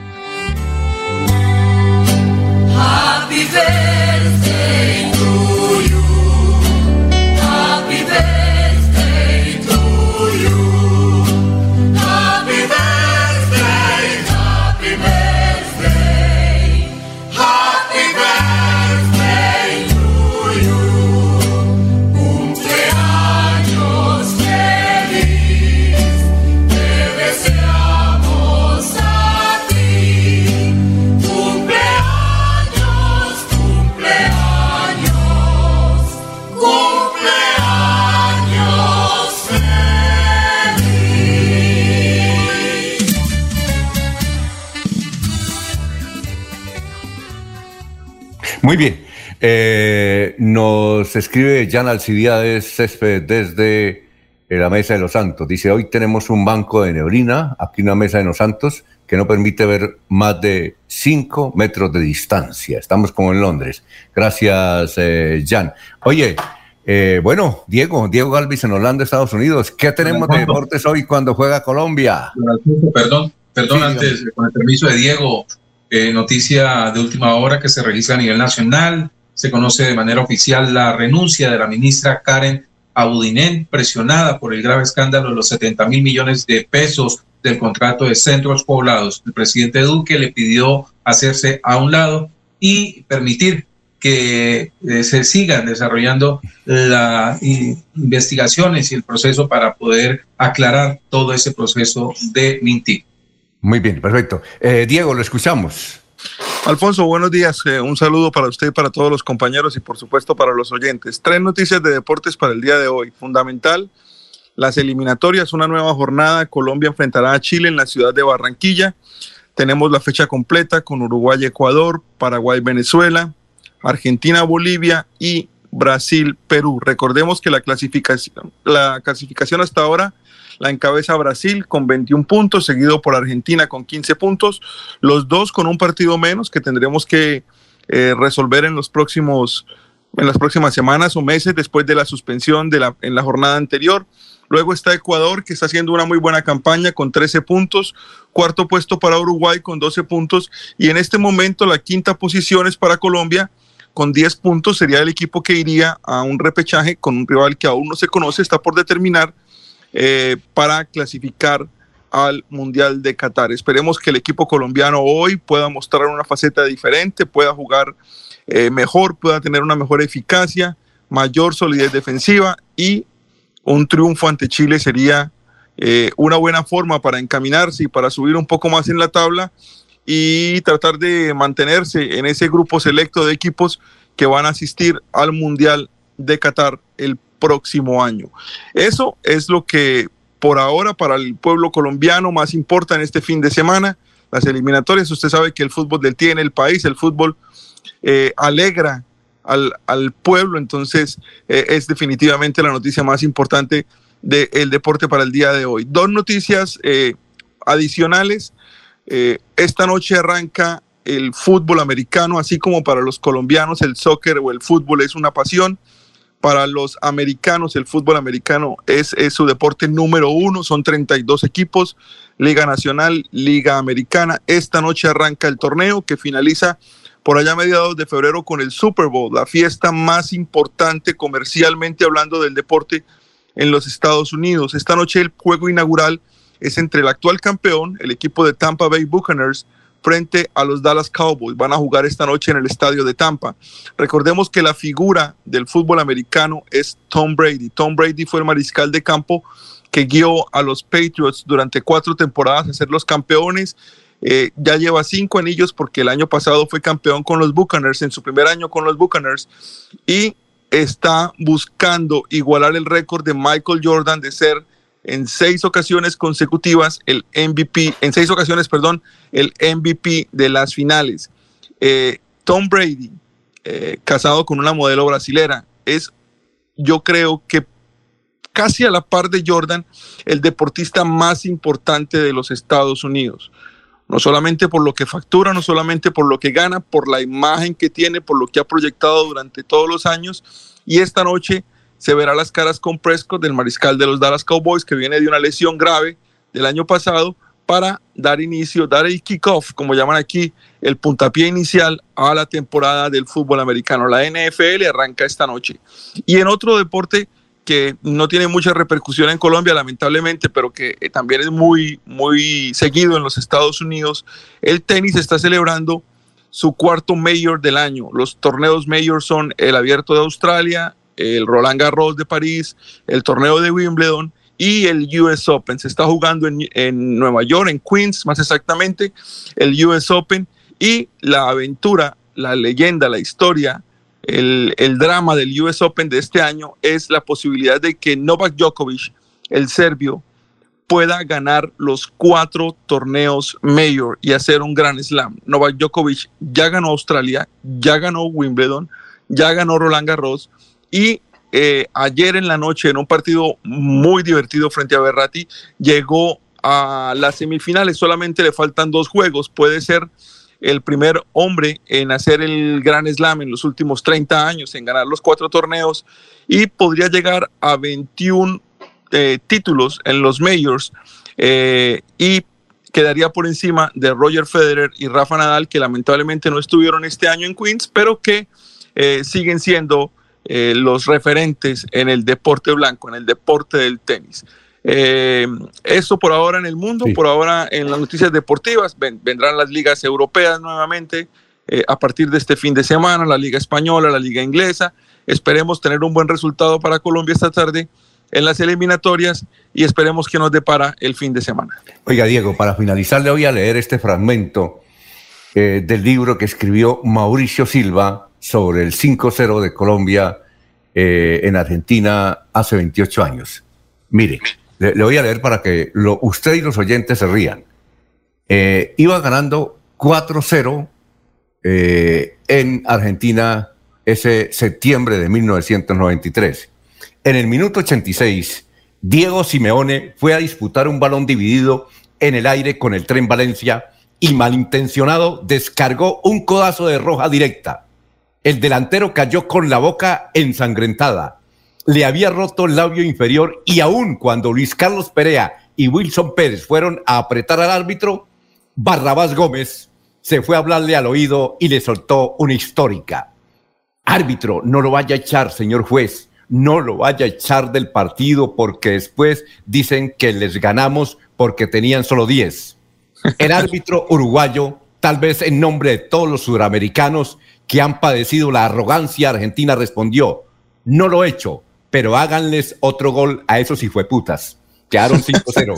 Happy birthday to you. Happy birthday to you. Happy birthday, happy birthday. Happy birthday to you. Cumpleaños feliz. Te deseamos a ti. Cumpleaños, cumpleaños, cumpleaños feliz. Muy bien, eh, nos escribe Jan Alcibiades Césped desde la Mesa de los Santos. Dice, hoy tenemos un banco de neblina, aquí una mesa de los Santos, que no permite ver más de cinco metros de distancia. Estamos como en Londres. Gracias, eh, Jan. Oye, eh, bueno, Diego, Diego Galvis en Holanda, Estados Unidos. ¿Qué tenemos de deportes hoy cuando juega Colombia? Perdón, perdón, Sí, antes, dígame. con el permiso de Diego, eh, noticia de última hora que se registra a nivel nacional. Se conoce de manera oficial la renuncia de la ministra Karen Abudinen, presionada por el grave escándalo de los setenta mil millones de pesos del contrato de centros poblados. El presidente Duque le pidió hacerse a un lado y permitir que eh, se sigan desarrollando las investigaciones y el proceso para poder aclarar todo ese proceso de Mintic. Muy bien, perfecto. Eh, Diego, lo escuchamos. Alfonso, buenos días. Eh, un saludo para usted y para todos los compañeros y por supuesto para los oyentes. Tres noticias de deportes para el día de hoy. Fundamental, las eliminatorias, una nueva jornada. Colombia enfrentará a Chile en la ciudad de Barranquilla. Tenemos la fecha completa con Uruguay, Ecuador, Paraguay, Venezuela, Argentina, Bolivia y Brasil, Perú. Recordemos que la clasificación, la clasificación hasta ahora la encabeza Brasil con veintiún puntos, seguido por Argentina con quince puntos, los dos con un partido menos que tendremos que eh, resolver en los próximos, en las próximas semanas o meses después de la suspensión de la, en la jornada anterior. Luego está Ecuador, que está haciendo una muy buena campaña con trece puntos, cuarto puesto para Uruguay con doce puntos, y en este momento la quinta posición es para Colombia con diez puntos. Sería el equipo que iría a un repechaje con un rival que aún no se conoce, está por determinar, Eh, para clasificar al Mundial de Qatar. Esperemos que el equipo colombiano hoy pueda mostrar una faceta diferente, pueda jugar eh, mejor, pueda tener una mejor eficacia, mayor solidez defensiva, y un triunfo ante Chile sería eh, una buena forma para encaminarse y para subir un poco más en la tabla y tratar de mantenerse en ese grupo selecto de equipos que van a asistir al Mundial de Qatar el próximo año. Eso es lo que por ahora para el pueblo colombiano más importa en este fin de semana. Las eliminatorias, usted sabe que el fútbol detiene el país, el fútbol eh, alegra al, al pueblo, entonces eh, es definitivamente la noticia más importante del deporte para el día de hoy. Dos noticias eh, adicionales. Eh, esta noche arranca el fútbol americano, así como para los colombianos el soccer o el fútbol es una pasión. Para los americanos, el fútbol americano es, es su deporte número uno, son treinta y dos equipos, Liga Nacional, Liga Americana. Esta noche arranca el torneo que finaliza por allá a mediados de febrero con el Super Bowl, la fiesta más importante comercialmente hablando del deporte en los Estados Unidos. Esta noche el juego inaugural es entre el actual campeón, el equipo de Tampa Bay Buccaneers, frente a los Dallas Cowboys. Van a jugar esta noche en el estadio de Tampa. Recordemos que la figura del fútbol americano es Tom Brady. Tom Brady fue el mariscal de campo que guió a los Patriots durante cuatro temporadas a ser los campeones. Eh, ya lleva cinco anillos porque el año pasado fue campeón con los Buccaneers, en su primer año con los Buccaneers, y está buscando igualar el récord de Michael Jordan de ser en seis ocasiones consecutivas el M V P, en seis ocasiones, perdón, el M V P de las finales. Eh, Tom Brady, eh, casado con una modelo brasilera, es, yo creo que casi a la par de Jordan, el deportista más importante de los Estados Unidos. No solamente por lo que factura, no solamente por lo que gana, por la imagen que tiene, por lo que ha proyectado durante todos los años. Y esta noche se verá las caras con Prescott, del mariscal de los Dallas Cowboys, que viene de una lesión grave del año pasado, para dar inicio, dar el kickoff, como llaman aquí, el puntapié inicial a la temporada del fútbol americano. La N F L arranca esta noche. Y en otro deporte que no tiene mucha repercusión en Colombia, lamentablemente, pero que eh, también es muy, muy seguido en los Estados Unidos, el tenis está celebrando su cuarto Major del año. Los torneos Major son el Abierto de Australia, el Roland Garros de París, el torneo de Wimbledon y el U S Open. Se está jugando en, en Nueva York, en Queens más exactamente, el U S Open, y la aventura, la leyenda, la historia, el, el drama del U S Open de este año es la posibilidad de que Novak Djokovic, el serbio, pueda ganar los cuatro torneos Major y hacer un Grand Slam. Novak Djokovic ya ganó Australia, ya ganó Wimbledon, ya ganó Roland Garros, y eh, ayer en la noche, en un partido muy divertido frente a Berratti, llegó a las semifinales. Solamente le faltan dos juegos. Puede ser el primer hombre en hacer el Grand Slam en los últimos treinta años, en ganar los cuatro torneos, y podría llegar a veintiún eh, títulos en los Majors, eh, y quedaría por encima de Roger Federer y Rafa Nadal, que lamentablemente no estuvieron este año en Queens, pero que eh, siguen siendo eh, los referentes en el deporte blanco, en el deporte del tenis. Eh, eso por ahora en el mundo, sí. Por ahora en las noticias deportivas. Ven, vendrán las ligas europeas nuevamente eh, a partir de este fin de semana, la liga española, la liga inglesa. Esperemos tener un buen resultado para Colombia esta tarde en las eliminatorias y esperemos que nos depara el fin de semana. Oiga, Diego, para finalizar le voy a leer este fragmento eh, del libro que escribió Mauricio Silva sobre el cinco cero de Colombia eh, en Argentina hace veintiocho años. Mire, le, le voy a leer para que lo, usted y los oyentes se rían. Eh, iba ganando cuatro cero eh, en Argentina ese septiembre de mil novecientos noventa y tres. En el minuto ochenta y seis, Diego Simeone fue a disputar un balón dividido en el aire con el Tren Valencia y malintencionado descargó un codazo de roja directa. El delantero cayó con la boca ensangrentada. Le había roto el labio inferior y aún cuando Luis Carlos Perea y Wilson Pérez fueron a apretar al árbitro, Barrabás Gómez se fue a hablarle al oído y le soltó una histórica. Árbitro, no lo vaya a echar, señor juez, no lo vaya a echar del partido porque después dicen que les ganamos porque tenían solo diez. El árbitro uruguayo, tal vez en nombre de todos los sudamericanos que han padecido la arrogancia argentina, respondió: no lo he hecho, pero háganles otro gol a esos hijueputas. Quedaron cinco cero.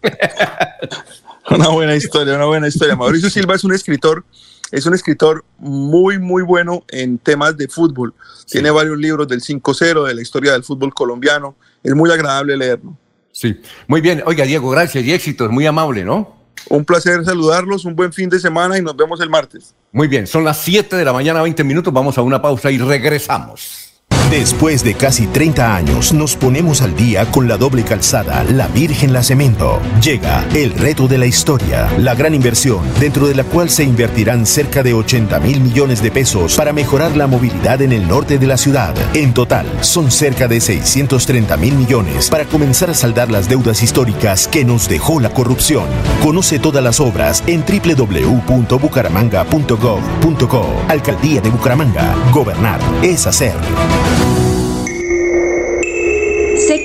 Una buena historia, una buena historia. Mauricio Silva es un escritor, es un escritor muy, muy bueno en temas de fútbol. Sí. Tiene varios libros del cinco cero, de la historia del fútbol colombiano. Es muy agradable leerlo. Sí, muy bien. Oiga, Diego, gracias y éxitos. Muy amable, ¿no? Un placer saludarlos, un buen fin de semana y nos vemos el martes. Muy bien, son las siete de la mañana, veinte minutos. Vamos a una pausa y regresamos. Después de casi treinta años, nos ponemos al día con la doble calzada La Virgen La Cemento. Llega el reto de la historia, la gran inversión, dentro de la cual se invertirán cerca de ochenta mil millones de pesos para mejorar la movilidad en el norte de la ciudad. En total, son cerca de seiscientos treinta mil millones para comenzar a saldar las deudas históricas que nos dejó la corrupción. Conoce todas las obras en doble u doble u doble u punto bucaramanga punto gov punto co. Alcaldía de Bucaramanga. Gobernar es hacer. Sé que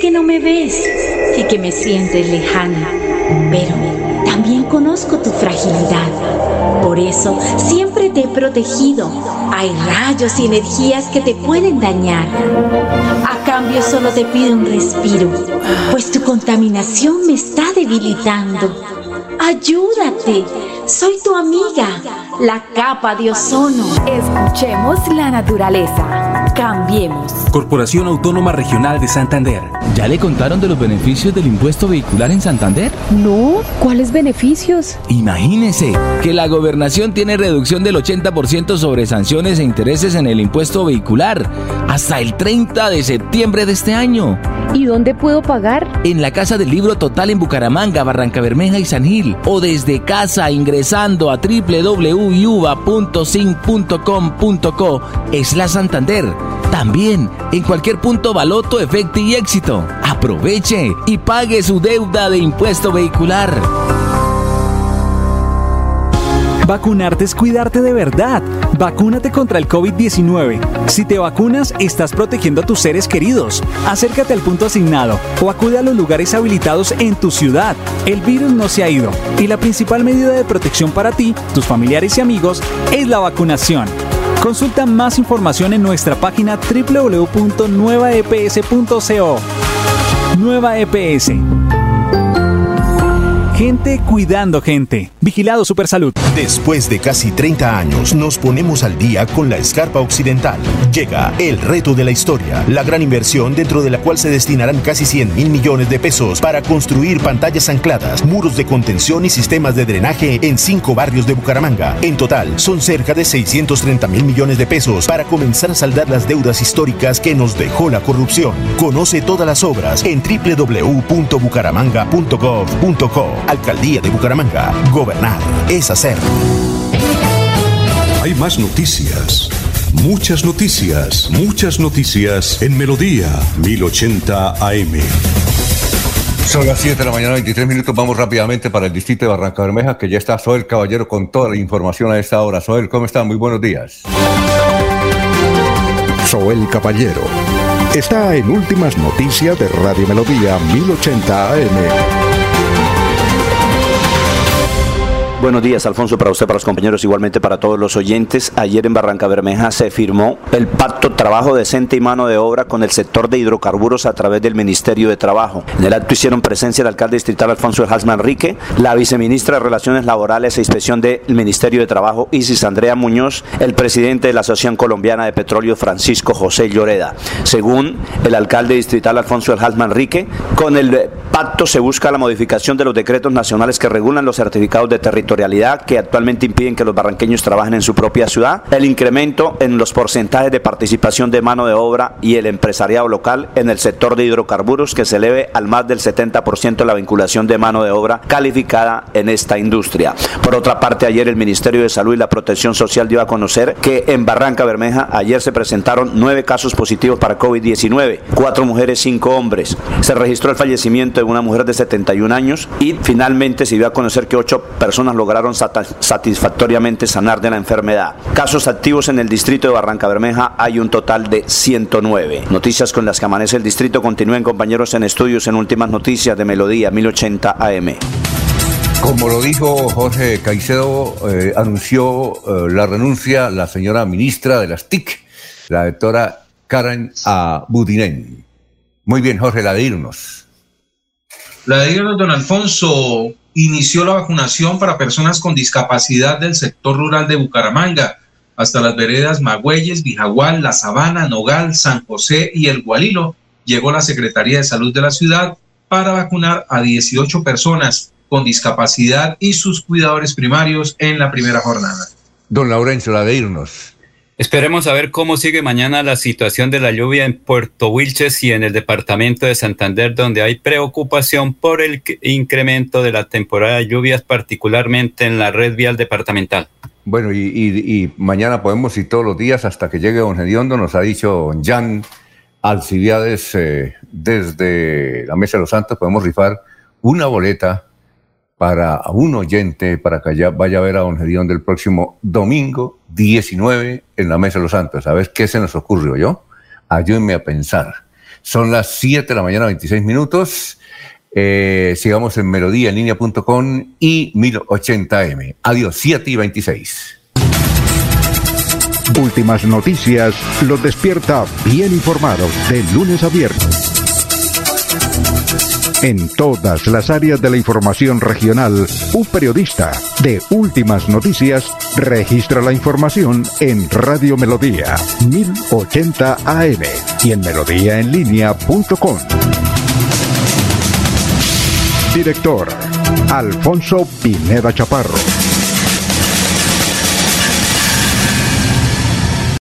que no me ves y que me sientes lejana, pero también conozco tu fragilidad. Por eso siempre te he protegido. Hay rayos y energías que te pueden dañar. A cambio solo te pido un respiro, pues tu contaminación me está debilitando. Ayúdate, soy tu amiga, la capa de ozono. Escuchemos la naturaleza. Cambiemos. Corporación Autónoma Regional de Santander. ¿Ya le contaron de los beneficios del impuesto vehicular en Santander? No, ¿cuáles beneficios? Imagínese que la gobernación tiene reducción del ochenta por ciento sobre sanciones e intereses en el impuesto vehicular hasta el treinta de septiembre de este año. ¿Y dónde puedo pagar? En la Casa del Libro Total en Bucaramanga, Barrancabermeja y San Gil, o desde casa ingresando a doble u doble u doble u punto yuva punto sin punto com punto co slash Santander. También en cualquier punto Baloto, Efecti y Éxito. Aproveche y pague su deuda de impuesto vehicular. Vacunarte es cuidarte de verdad. Vacúnate contra el COVID diecinueve. Si te vacunas, estás protegiendo a tus seres queridos. Acércate al punto asignado o acude a los lugares habilitados en tu ciudad. El virus no se ha ido y la principal medida de protección para ti, tus familiares y amigos es la vacunación. Consulta más información en nuestra página doble u doble u doble u punto nueva e p s punto co. Nueva E P S. Gente cuidando gente. Vigilado Supersalud. Después de casi treinta años, nos ponemos al día con la Escarpa Occidental. Llega el reto de la historia, la gran inversión dentro de la cual se destinarán casi cien mil millones de pesos para construir pantallas ancladas, muros de contención y sistemas de drenaje en cinco barrios de Bucaramanga. En total, son cerca de seiscientos treinta mil millones de pesos para comenzar a saldar las deudas históricas que nos dejó la corrupción. Conoce todas las obras en doble u doble u doble u punto bucaramanga punto gov punto co. Alcaldía de Bucaramanga. Gobernar es hacer. Hay más noticias. Muchas noticias. Muchas noticias en Melodía mil ochenta A M. Son las siete de la mañana, veintitrés minutos. Vamos rápidamente para el distrito de Barrancabermeja, que ya está Soel Caballero con toda la información a esta hora. Soel, ¿cómo está? Muy buenos días. Soel Caballero está en Últimas Noticias de Radio Melodía mil ochenta A M. Buenos días, Alfonso, para usted, para los compañeros, igualmente para todos los oyentes. Ayer en Barrancabermeja se firmó el pacto Trabajo Decente y Mano de Obra con el sector de hidrocarburos a través del Ministerio de Trabajo. En el acto hicieron presencia el alcalde distrital Alfonso Ejaz Manrique, la viceministra de Relaciones Laborales e Inspección del Ministerio de Trabajo Isis Andrea Muñoz, el presidente de la Asociación Colombiana de Petróleo Francisco José Lloreda. Según el alcalde distrital Alfonso Ejaz Manrique, con el pacto se busca la modificación de los decretos nacionales que regulan los certificados de territorialidad que actualmente impiden que los barranqueños trabajen en su propia ciudad, el incremento en los porcentajes de participación de mano de obra y el empresariado local en el sector de hidrocarburos, que se eleve al más del setenta por ciento de la vinculación de mano de obra calificada en esta industria. Por otra parte, ayer el Ministerio de Salud y la Protección Social dio a conocer que en Barrancabermeja ayer se presentaron nueve casos positivos para COVID diecinueve, cuatro mujeres, cinco hombres. Se registró el fallecimiento de una mujer de setenta y un años y finalmente se dio a conocer que ocho personas lograron satisfactoriamente sanar de la enfermedad. Casos activos en el distrito de Barrancabermeja hay un total de ciento nueve. Noticias con las que amanece el distrito. Continúen, compañeros, en estudios en Últimas Noticias de Melodía mil ochenta A M. Como lo dijo Jorge Caicedo, eh, anunció eh, la renuncia la señora ministra de las T I C, la doctora Karen Abudinen. Muy bien, Jorge, la de irnos. La de irnos, don Alfonso. Inició la vacunación para personas con discapacidad del sector rural de Bucaramanga, hasta las veredas Magüeyes, Bijagual, La Sabana, Nogal, San José y El Gualilo. Llegó la Secretaría de Salud de la ciudad para vacunar a dieciocho personas con discapacidad y sus cuidadores primarios en la primera jornada. Don Laurencio, la de irnos. Esperemos a ver cómo sigue mañana la situación de la lluvia en Puerto Wilches y en el departamento de Santander, donde hay preocupación por el incremento de la temporada de lluvias, particularmente en la red vial departamental. Bueno, y, y, y mañana podemos ir todos los días hasta que llegue don Hediondo, nos ha dicho Jan Alcibiades, eh, desde la Mesa de los Santos, podemos rifar una boleta para un oyente, para que allá vaya a ver a don Hediondo el próximo domingo diecinueve en la Mesa de los Santos. A ver qué se nos ocurrió, yo. Ayúdenme a pensar. Son las siete de la mañana, veintiséis minutos. Eh, sigamos en melodía en línea punto com y mil ochenta eme. Adiós, siete y veintiséis. Últimas noticias los despierta bien informados de lunes a viernes. En todas las áreas de la información regional, un periodista de Últimas Noticias registra la información en Radio Melodía mil ochenta A M y en melodía en línea punto com. Director Alfonso Pineda Chaparro.